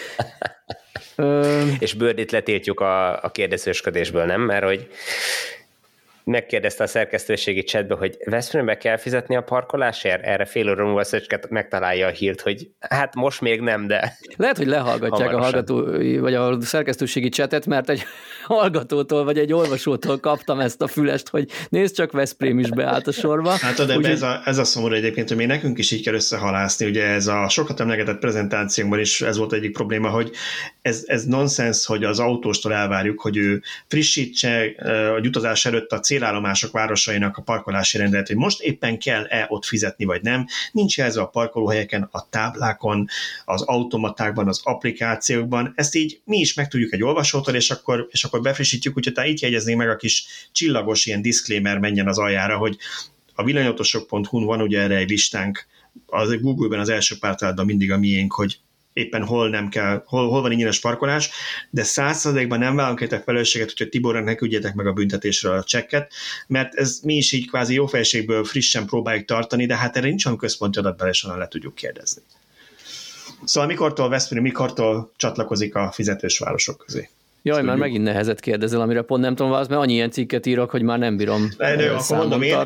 És Bördit letiltjuk a kérdezősködésből, nem? Mert hogy megkérdezte a szerkesztőségi chatbe, hogy Veszprémbe kell fizetni a parkolásért? Erre fél óra múlva Szöcske megtalálja a hírt, hogy hát most még nem, de... Lehet, hogy lehallgatják hamarosan a hallgató, vagy a szerkesztőségi chatet, mert egy hallgatótól, vagy egy olvasótól kaptam ezt a fülest, hogy nézd csak, Veszprém is beállt a sorba. Hát de ez a szomorú egyébként, hogy még nekünk is így kell összehalászni, ugye ez a sokat emlegetett prezentációnkban is ez volt egyik probléma, hogy ez nonsens, hogy az autóstól elvárjuk, hogy ő frissítse a utazás előtt a célállomások városainak a parkolási rendelet, hogy most éppen kell-e ott fizetni, vagy nem. Nincs ez a parkolóhelyeken, a táblákon, az automatákban, az applikációkban. Ezt így mi is megtudjuk egy olvasótól, és akkor befrissítjük, úgyhogy itt jegyeznénk meg a kis csillagos ilyen disclaimer menjen az aljára, hogy a villanyautósok.hu-n van ugye erre egy listánk, a Google-ben az első pár találatban mindig a miénk, hogy éppen hol nem kell, hol van ingyenes parkolás, de 100%-ban nem vállalunk értek felelősséget, hogyha Tibornak ne küldjetek meg a büntetésről a csekket, mert ez mi is így kvázi jófejségből frissen próbáljuk tartani, de hát erre nincs olyan központi adatbele, és onnan le tudjuk kérdezni. Szóval mikortól csatlakozik a fizetős városok közé? Jaj, már megint nehezet kérdezel, amire pont nem tudom választ, mert annyi ilyen cikket írok, hogy már nem bírom akkor mondom én,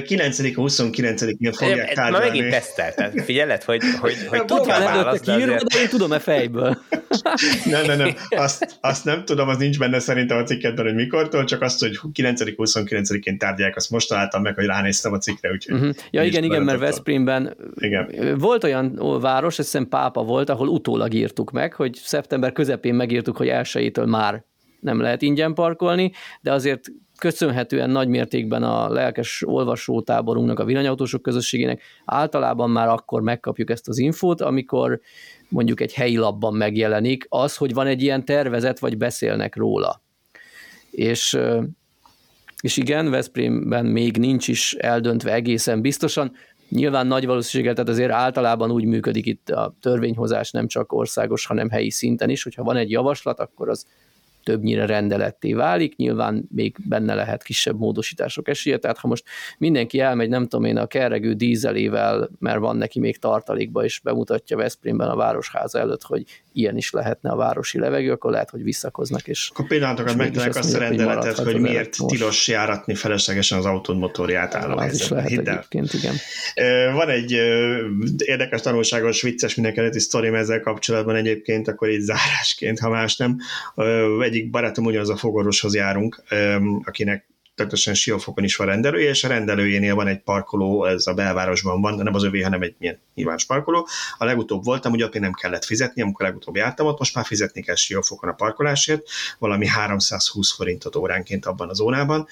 9-29-én fogják tárgyalni. Már megint tesztelted. Figyeled, hogy tudja választ, de én tudom-e fejből? Nem. Azt nem tudom, az nincs benne szerintem a cikketben, hogy mikortól, csak azt, hogy 9-29-én tárgyalják, azt most találtam meg, hogy ránéztem a cikkre. Úgyhogy ja, igen, mert Veszprémben volt olyan város, azt hiszem Pápa volt, ahol utólag írtuk meg, hogy szeptember közepén megírtuk, hogy 1-től már nem lehet ingyen parkolni, de azért köszönhetően nagy mértékben a lelkes olvasótáborunknak, a villanyautósok közösségének általában már akkor megkapjuk ezt az infót, amikor mondjuk egy helyi labban megjelenik az, hogy van egy ilyen tervezet, vagy beszélnek róla. És És igen, Veszprémben még nincs is eldöntve egészen biztosan. Nyilván nagy valószínűséggel, tehát azért általában úgy működik itt a törvényhozás nem csak országos, hanem helyi szinten is, hogyha van egy javaslat, akkor az többnyire rendeletté válik, nyilván még benne lehet kisebb módosítások esélye, tehát ha most mindenki elmegy, nem tudom én, a kerregő dízelével, mert van neki még tartalékba, és bemutatja Veszprémben a Városháza előtt, hogy ilyen is lehetne a városi levegő, akkor lehet, hogy visszakoznak. És akkor pillanatokat megtalálják azt a rendeletet, hogy miért tilos járatni feleslegesen az autód motorját álló helyzetben. Az is lehet egyébként, igen. Van egy érdekes, tanulságos, vicces mindenkeleti sztorim ezzel kapcsolatban egyébként, akkor így zárásként, ha más nem. Egyik barátom ugyanaz a fogorvoshoz járunk, akinek tökéletesen Siófokon is van rendelője, és a rendelőjénél van egy parkoló, ez a belvárosban van, de nem az övé, hanem egy milyen nyilvános parkoló. A legutóbb voltam, ugye ott még nem kellett fizetni, amikor legutóbb jártam ott, most már fizetni kell Siófokon a parkolásért, valami 320 forintot óránként abban a zónában,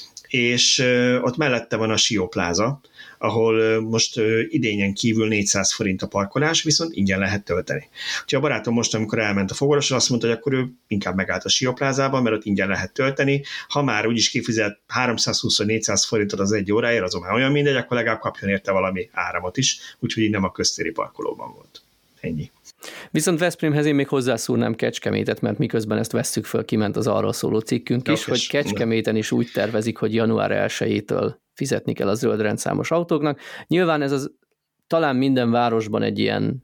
és ott mellette van a Siópláza, ahol most idényen kívül 400 forint a parkolás, viszont ingyen lehet tölteni. Úgyhogy a barátom most, amikor elment a fogorvosra, azt mondta, hogy akkor ő inkább megállt a Sióplázában, mert ott ingyen lehet tölteni. Ha már úgyis kifizet 320-400 forintot az egy óráért, azon már olyan mindegy, akkor legalább kapjon érte valami áramot is, úgyhogy így nem a köztéri parkolóban volt. Ennyi. Viszont Veszprémhez én még hozzászúrnám Kecskemétet, mert miközben ezt vesszük föl, kiment az arról szóló cikkünk is, hogy Kecskeméten is úgy tervezik, hogy január 1-től fizetni kell a zöld rendszámos autóknak. Nyilván ez talán minden városban egy ilyen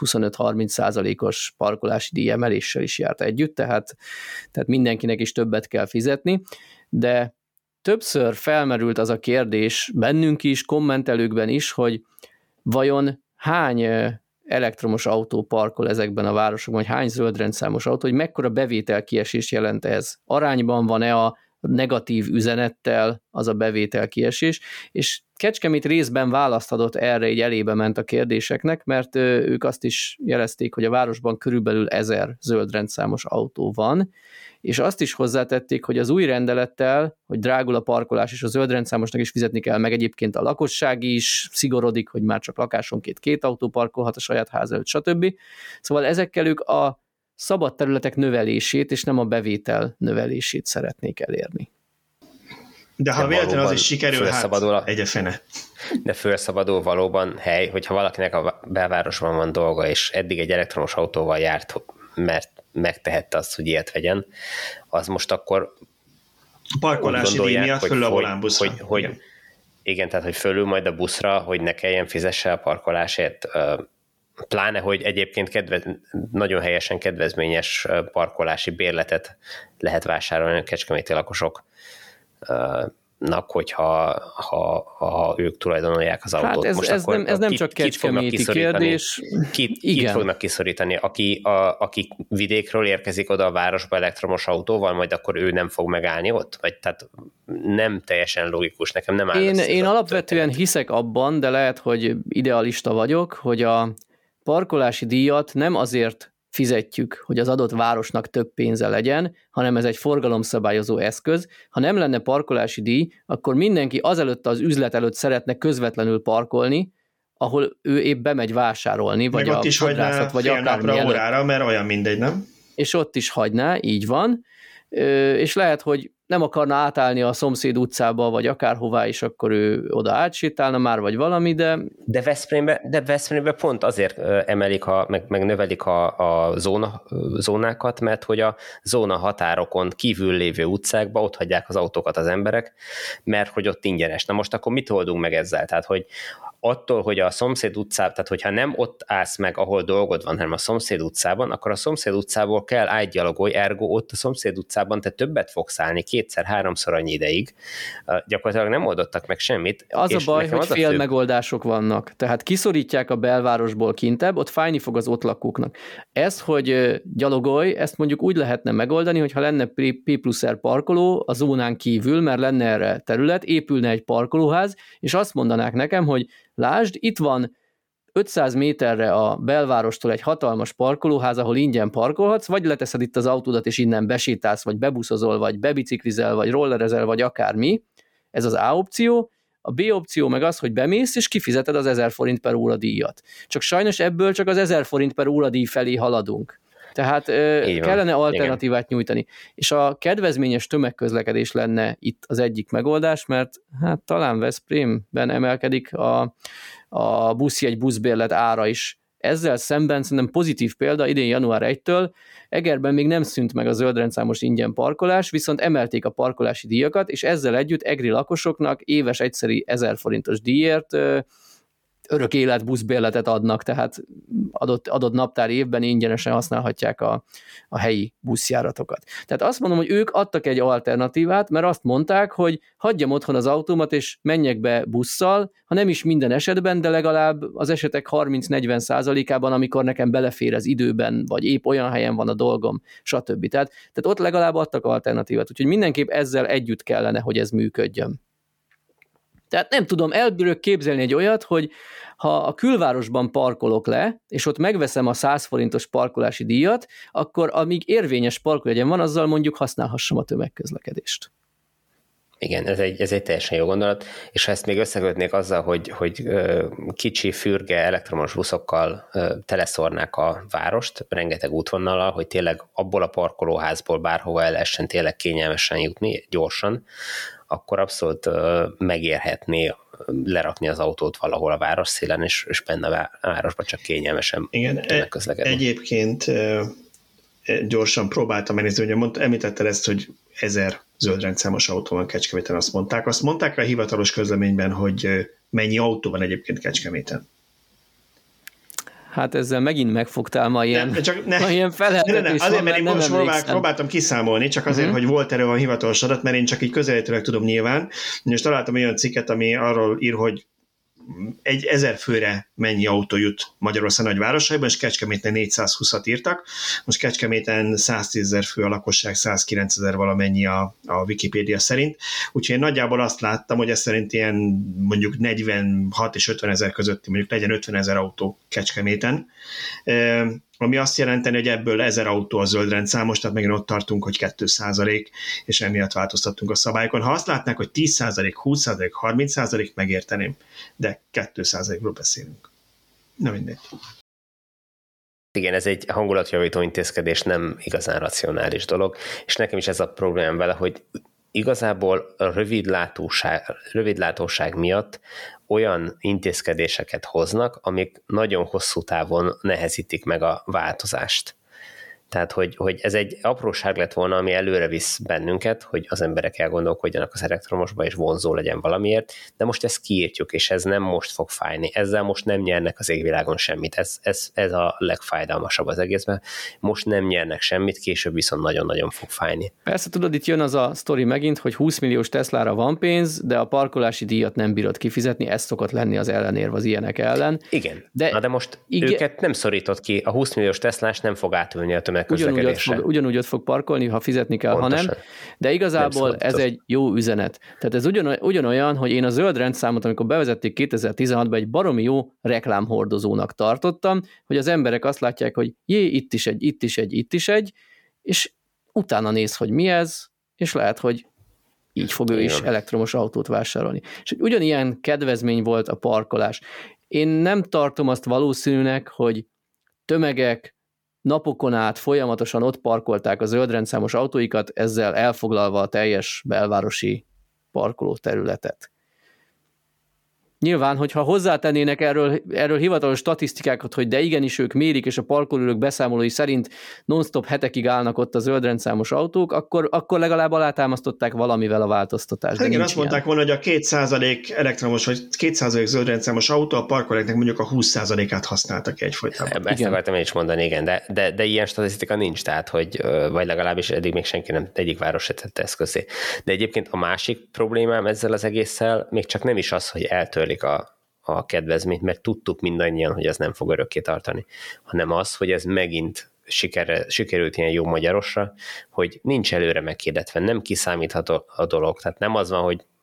20-25-30%-os parkolási díjemeléssel is járt együtt, tehát mindenkinek is többet kell fizetni, de többször felmerült az a kérdés bennünk is, kommentelőkben is, hogy vajon hány elektromos autó parkol ezekben a városokban, hogy hány zöld rendszámos autó, hogy mekkora bevételkiesés jelent ez. Arányban van-e a negatív üzenettel az a bevételkiesés, és Kecskemét részben választ adott erre, így elébe ment a kérdéseknek, mert ők azt is jelezték, hogy a városban körülbelül 1000 zöld rendszámos autó van, és azt is hozzátették, hogy az új rendelettel, hogy drágul a parkolás, és a zöld rendszámosnak is fizetni kell, meg egyébként a lakosság is szigorodik, hogy már csak lakásonként 2 autó parkolhat a saját ház előtt, stb. Szóval ezekkel ők a szabad területek növelését, és nem a bevétel növelését szeretnék elérni. De ha véletlenül az is sikerül, hát egy fene. De felszabadul valóban hely, hogyha valakinek a belvárosban van dolga, és eddig egy elektromos autóval járt, mert megtehette azt, hogy ilyet vegyen, az most akkor parkolási díj miatt fölül a volánbuszra. Igen, tehát hogy fölül majd a buszra, hogy ne kelljen fizesse a parkolásért, pláne, hogy egyébként nagyon helyesen kedvezményes parkolási bérletet lehet vásárolni a kecskeméti lakosoknak, hogyha ők tulajdonolják az autót. Hát ez nem csak kecskeméti kérdés. Kit fognak kiszorítani? Aki vidékről érkezik oda a városba elektromos autóval, majd akkor ő nem fog megállni ott? Vagy tehát nem teljesen logikus, nekem nem áll. Én alapvetően hiszek abban, de lehet, hogy idealista vagyok, hogy a parkolási díjat nem azért fizetjük, hogy az adott városnak több pénze legyen, hanem ez egy forgalomszabályozó eszköz. Ha nem lenne parkolási díj, akkor mindenki azelőtt az üzlet előtt szeretne közvetlenül parkolni, ahol ő épp bemegy vásárolni, vagy meg ott is fodrászat, vagy akármilyen. Órára, mert olyan mindegy, nem? És ott is hagyná, így van. És lehet, hogy nem akarna átállni a szomszéd utcába, vagy akárhová is, akkor ő oda átsétálna már, vagy valami, De Veszprémbe pont azért emelik, meg növelik a zónákat, mert hogy a zóna határokon kívül lévő utcákba ott hagyják az autókat az emberek, mert hogy ott ingyenes. Na most akkor mit oldunk meg ezzel? Tehát, hogy attól, hogy a szomszéd utcában, tehát hogyha nem ott állsz meg, ahol dolgod van, hanem a szomszéd utcában, akkor a szomszéd utcából kell átgyalogolj, ergo ott a szomszéd utcában te többet fogsz állni, 2-3-szor annyi ideig. Gyakorlatilag nem oldottak meg semmit. Az a baj, hogy fél megoldások vannak. Tehát kiszorítják a belvárosból kintebb, ott fájni fog az ott lakóknak. Ez, hogy gyalogolj, ezt mondjuk úgy lehetne megoldani, hogyha lenne P+R parkoló a zónán kívül, mert lenne erre terület, épülne egy parkolóház, és azt mondanák nekem, hogy lásd, itt van 500 méterre a belvárostól egy hatalmas parkolóház, ahol ingyen parkolhatsz, vagy leteszed itt az autódat, és innen besétálsz, vagy bebuszozol, vagy bebiciklizel, vagy rollerezel, vagy akármi. Ez az A opció. A B opció meg az, hogy bemész, és kifizeted az 1000 forint per óra díjat. Csak sajnos ebből csak az 1000 forint per óra díj felé haladunk. Tehát kellene alternatívát nyújtani. És a kedvezményes tömegközlekedés lenne itt az egyik megoldás, mert hát talán Veszprémben emelkedik a buszbérlet ára is. Ezzel szemben szerintem pozitív példa idén január 1-től Egerben még nem szűnt meg a zöldrendszámos ingyen parkolás, viszont emelték a parkolási díjakat, és ezzel együtt egri lakosoknak éves egyszeri 1000 forintos díjért örök élet buszbérletet adnak, tehát adott naptári évben ingyenesen használhatják a helyi buszjáratokat. Tehát azt mondom, hogy ők adtak egy alternatívát, mert azt mondták, hogy hagyjam otthon az autómat, és menjek be busszal, ha nem is minden esetben, de legalább az esetek 30-40%-ában, amikor nekem belefér az időben, vagy épp olyan helyen van a dolgom, stb. Tehát ott legalább adtak alternatívát, úgyhogy mindenképp ezzel együtt kellene, hogy ez működjön. Tehát nem tudom, elbírok képzelni egy olyat, hogy ha a külvárosban parkolok le, és ott megveszem a 100 forintos parkolási díjat, akkor amíg érvényes parkolójegyen van, azzal mondjuk használhassam a tömegközlekedést. Igen, ez egy teljesen jó gondolat, és ha ezt még összekötnék azzal, hogy kicsi, fürge elektromos buszokkal teleszórnák a várost, rengeteg útvonnallal, hogy tényleg abból a parkolóházból bárhova el lehessen tényleg kényelmesen jutni, gyorsan, akkor abszolút megérhetné lerakni az autót valahol a városszélen, és benne a városban csak kényelmesen közlekedni. Egyébként gyorsan próbáltam megnézni, hogy említetted ezt, hogy 1000 zöldrendszámos autó van Kecskeméten, azt mondták a hivatalos közleményben, hogy mennyi autó van egyébként Kecskeméten. Hát ezzel megint megfogtál ma ilyen feleltetés. Azért, mert én most próbáltam kiszámolni, csak azért, hogy volt erről van hivatalos adat, mert én csak így közelítőleg tudom nyilván, és találtam olyan cikket, ami arról ír, hogy 1000 főre mennyi autó jut Magyarország nagyvárosaiban, és Kecskeméten 420-at írtak. Most Kecskeméten 110 000 fő a lakosság, 109 000 valamennyi a Wikipédia szerint. Úgyhogy én nagyjából azt láttam, hogy ez szerint ilyen mondjuk 46 és 50 000 közötti, mondjuk legyen 50 000 autó Kecskeméten. Ami azt jelenteni, hogy ebből 1000 autó a zöldrendszámos, tehát megint ott tartunk, hogy 2%, és emiatt változtattunk a szabályokon. Ha azt látnák, hogy 10%, 20%, 30%, megérteném, de 2%-ról beszélünk. Na mindegy. Igen, ez egy hangulatjavító intézkedés, nem igazán racionális dolog, és nekem is ez a problémám vele, hogy igazából a rövidlátóság miatt olyan intézkedéseket hoznak, amik nagyon hosszú távon nehezítik meg a változást. Tehát, hogy ez egy apróság lett volna, ami előre visz bennünket, hogy az emberek elgondolkodjanak az elektromosba, és vonzó legyen valamiért, de most ezt kiírtjuk, és ez nem most fog fájni. Ezzel most nem nyernek az égvilágon semmit. Ez a legfájdalmasabb az egészben. Most nem nyernek semmit, később viszont nagyon-nagyon fog fájni. Persze tudod, itt jön az a sztori megint, hogy 20 milliós Teslára van pénz, de a parkolási díjat nem bírod kifizetni, ez szokott lenni az ellenérv az ilyenek ellen. Igen, de most őket nem szorított ki, a 20 milliós Teslás nem fog átülni a Ugyanúgy ott fog parkolni, ha fizetni kell, pontosan. Ha nem. De igazából ez egy jó üzenet. Tehát ez ugyanolyan, hogy én a zöld rendszámot, amikor bevezették 2016-ban, egy baromi jó reklámhordozónak tartottam, hogy az emberek azt látják, hogy itt is egy, és utána néz, hogy mi ez, és lehet, hogy így fog ő is elektromos autót vásárolni. És ugyanilyen kedvezmény volt a parkolás. Én nem tartom azt valószínűnek, hogy tömegek napokon át folyamatosan ott parkolták a zöldrendszámos autóikat, ezzel elfoglalva a teljes belvárosi parkolóterületet. Nyilván, hogyha hozzátennének erről hivatalos statisztikákat, hogy de igenis ők mérik, és a parkolőrök beszámolói szerint non-stop hetekig állnak ott a zöldrendszámos autók, akkor legalább alátámasztották valamivel a változtatást. Hát igen, azt mondták volna, hogy a 2% elektromos, vagy 2% zöldrendszámos autó, a parkolőknek mondjuk a 20%-át használtak egyfolytában. Ezt akartam én is mondani, igen, de ilyen statisztika nincs, tehát, hogy vagy legalábbis eddig még senki nem, egyik város se tette ezt közé. De egyébként a másik problémám ezzel az egésszel még csak nem is az, hogy eltörlik a kedvezményt, mert tudtuk mindannyian, hogy ez nem fog örökké tartani, hanem az, hogy ez megint sikerült ilyen jó magyarosra, hogy nincs előre meghirdetve, nem kiszámítható a dolog, tehát nem az van, hogy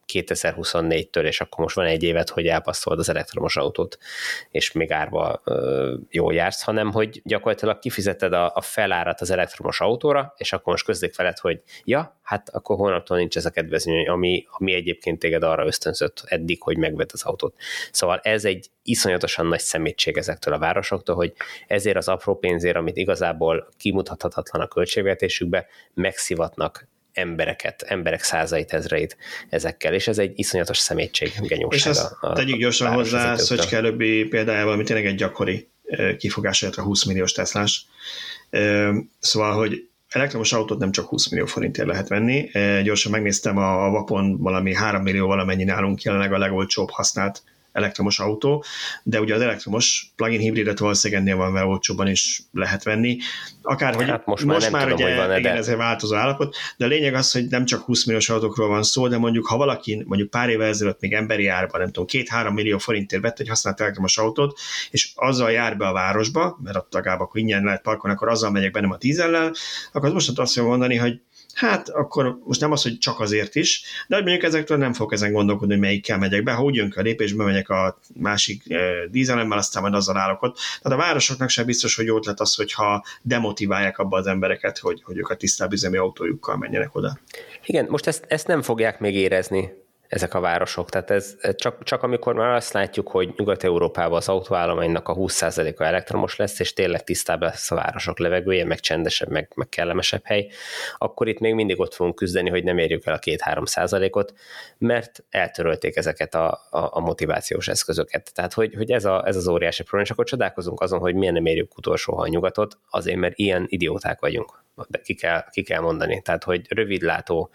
2024-től, és akkor most van egy évet, hogy elpasszolod az elektromos autót, és még árba jól jársz, hanem hogy gyakorlatilag kifizeted a felárat az elektromos autóra, és akkor most közlik veled, hogy ja, hát akkor hónaptól nincs ez a kedvezmény, ami egyébként téged arra ösztönzött eddig, hogy megvedd az autót. Szóval ez egy iszonyatosan nagy szemétség ezektől a városoktól, hogy ezért az apró pénzért, amit igazából kimutathatatlan a költségvetésükbe, megszivatnak emberek százait, ezreit ezekkel, és ez egy iszonyatos szemétség, genyóság. És ezt tegyük gyorsan hozzá Szöcske előbbi példájával, ami tényleg egy gyakori kifogás, a 20 milliós Teslás. Szóval, hogy elektromos autót nem csak 20 millió forintért lehet venni. Gyorsan megnéztem a Vapon, valami 3 millió valamennyi nálunk jelenleg a legolcsóbb használt elektromos autó, de ugye az elektromos plug-in hibridet valószínűleg ennél van vele olcsóbban is lehet venni. Akárhogy hát most már tudom, ugye, hogy van, igen, ez egy változó állapot, de a lényeg az, hogy nem csak 20 milliós autókról van szó, de mondjuk, ha valaki mondjuk pár évvel ezelőtt még emberi árban, nem tudom, 2-3 millió forintért vett egy használt elektromos autót, és azzal jár be a városba, mert ott legalább akkor ingyen lehet parkolni, akkor azzal megyek be, nem a dízellel, akkor most azt fogom mondani, hogy hát akkor most nem az, hogy csak azért is, de hogy mondjuk ezektől nem fogok ezen gondolkodni, hogy melyikkel megyek be. Ha úgy jön ki a lépésbe, megyek a másik dízelemmel, aztán majd azzal állok ott. Tehát a városoknak sem biztos, hogy jót lett az, hogyha demotiválják abba az embereket, hogy ők a tisztább üzemi autójukkal menjenek oda. Igen, most ezt nem fogják még érezni ezek a városok. Tehát ez csak amikor már azt látjuk, hogy Nyugat-Európában az autóállománynak a 20%-a elektromos lesz, és tényleg tisztább lesz a városok levegője, meg csendesebb, meg kellemesebb hely, akkor itt még mindig ott fogunk küzdeni, hogy nem érjük el a 2-3%-ot, mert eltörölték ezeket a motivációs eszközöket. Tehát, hogy ez az óriási probléma, és akkor csodálkozunk azon, hogy miért nem érjük utolsóha a nyugatot, azért, mert ilyen idióták vagyunk. De ki kell mondani. Tehát, hogy rövidlátó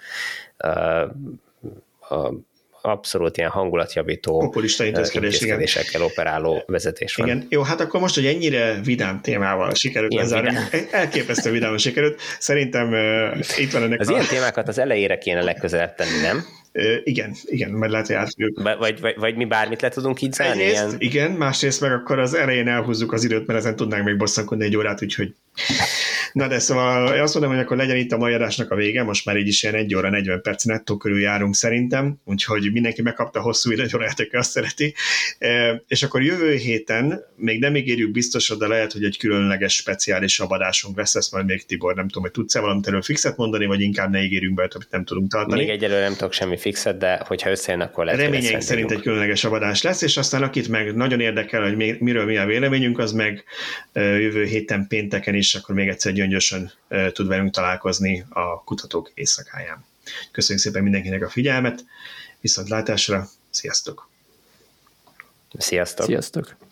abszolút ilyen hangulatjavító populista intézkedésekkel operáló vezetés van. Igen. Jó, hát akkor most, hogy ennyire vidám témával sikerült lezárni, elképesztő vidámon sikerült, szerintem itt van ennek az ilyen témákat az elejére kéne legközelebb tenni, nem? Igen, mert lehet, hogy átfogjuk. Vagy mi bármit le tudunk így zárni? Egyrészt, igen, másrészt meg akkor az elején elhúzzuk az időt, mert ezen tudnánk még bosszankodni egy órát, úgyhogy... Na de szóval azt mondom, hogy akkor legyen itt a mai adásnak a vége, most már így is ilyen 1 óra 40 perc nettó körül járunk szerintem, úgyhogy mindenki megkapta hosszú egy órát, aki azt szereti. És akkor jövő héten, még nem ígérjük biztos, de lehet, hogy egy különleges speciális adásunk lesz, ezt majd még Tibor, nem tudom, hogy tudsz-e valamit erről fixet mondani, vagy inkább ne ígérjünk be, amit nem tudunk tartani. Még egyelőre nem tudok semmi fixet, de hogyha összejön, akkor lehet. Reményeink szerint egy különleges adás lesz, és aztán akit meg nagyon érdekel, hogy miről mi a véleményünk, az meg jövő héten pénteken is, akkor még egyszer gyöngyösen tud velünk találkozni a Kutatók éjszakáján. Köszönjük szépen mindenkinek a figyelmet, viszontlátásra, sziasztok! Sziasztok! Sziasztok!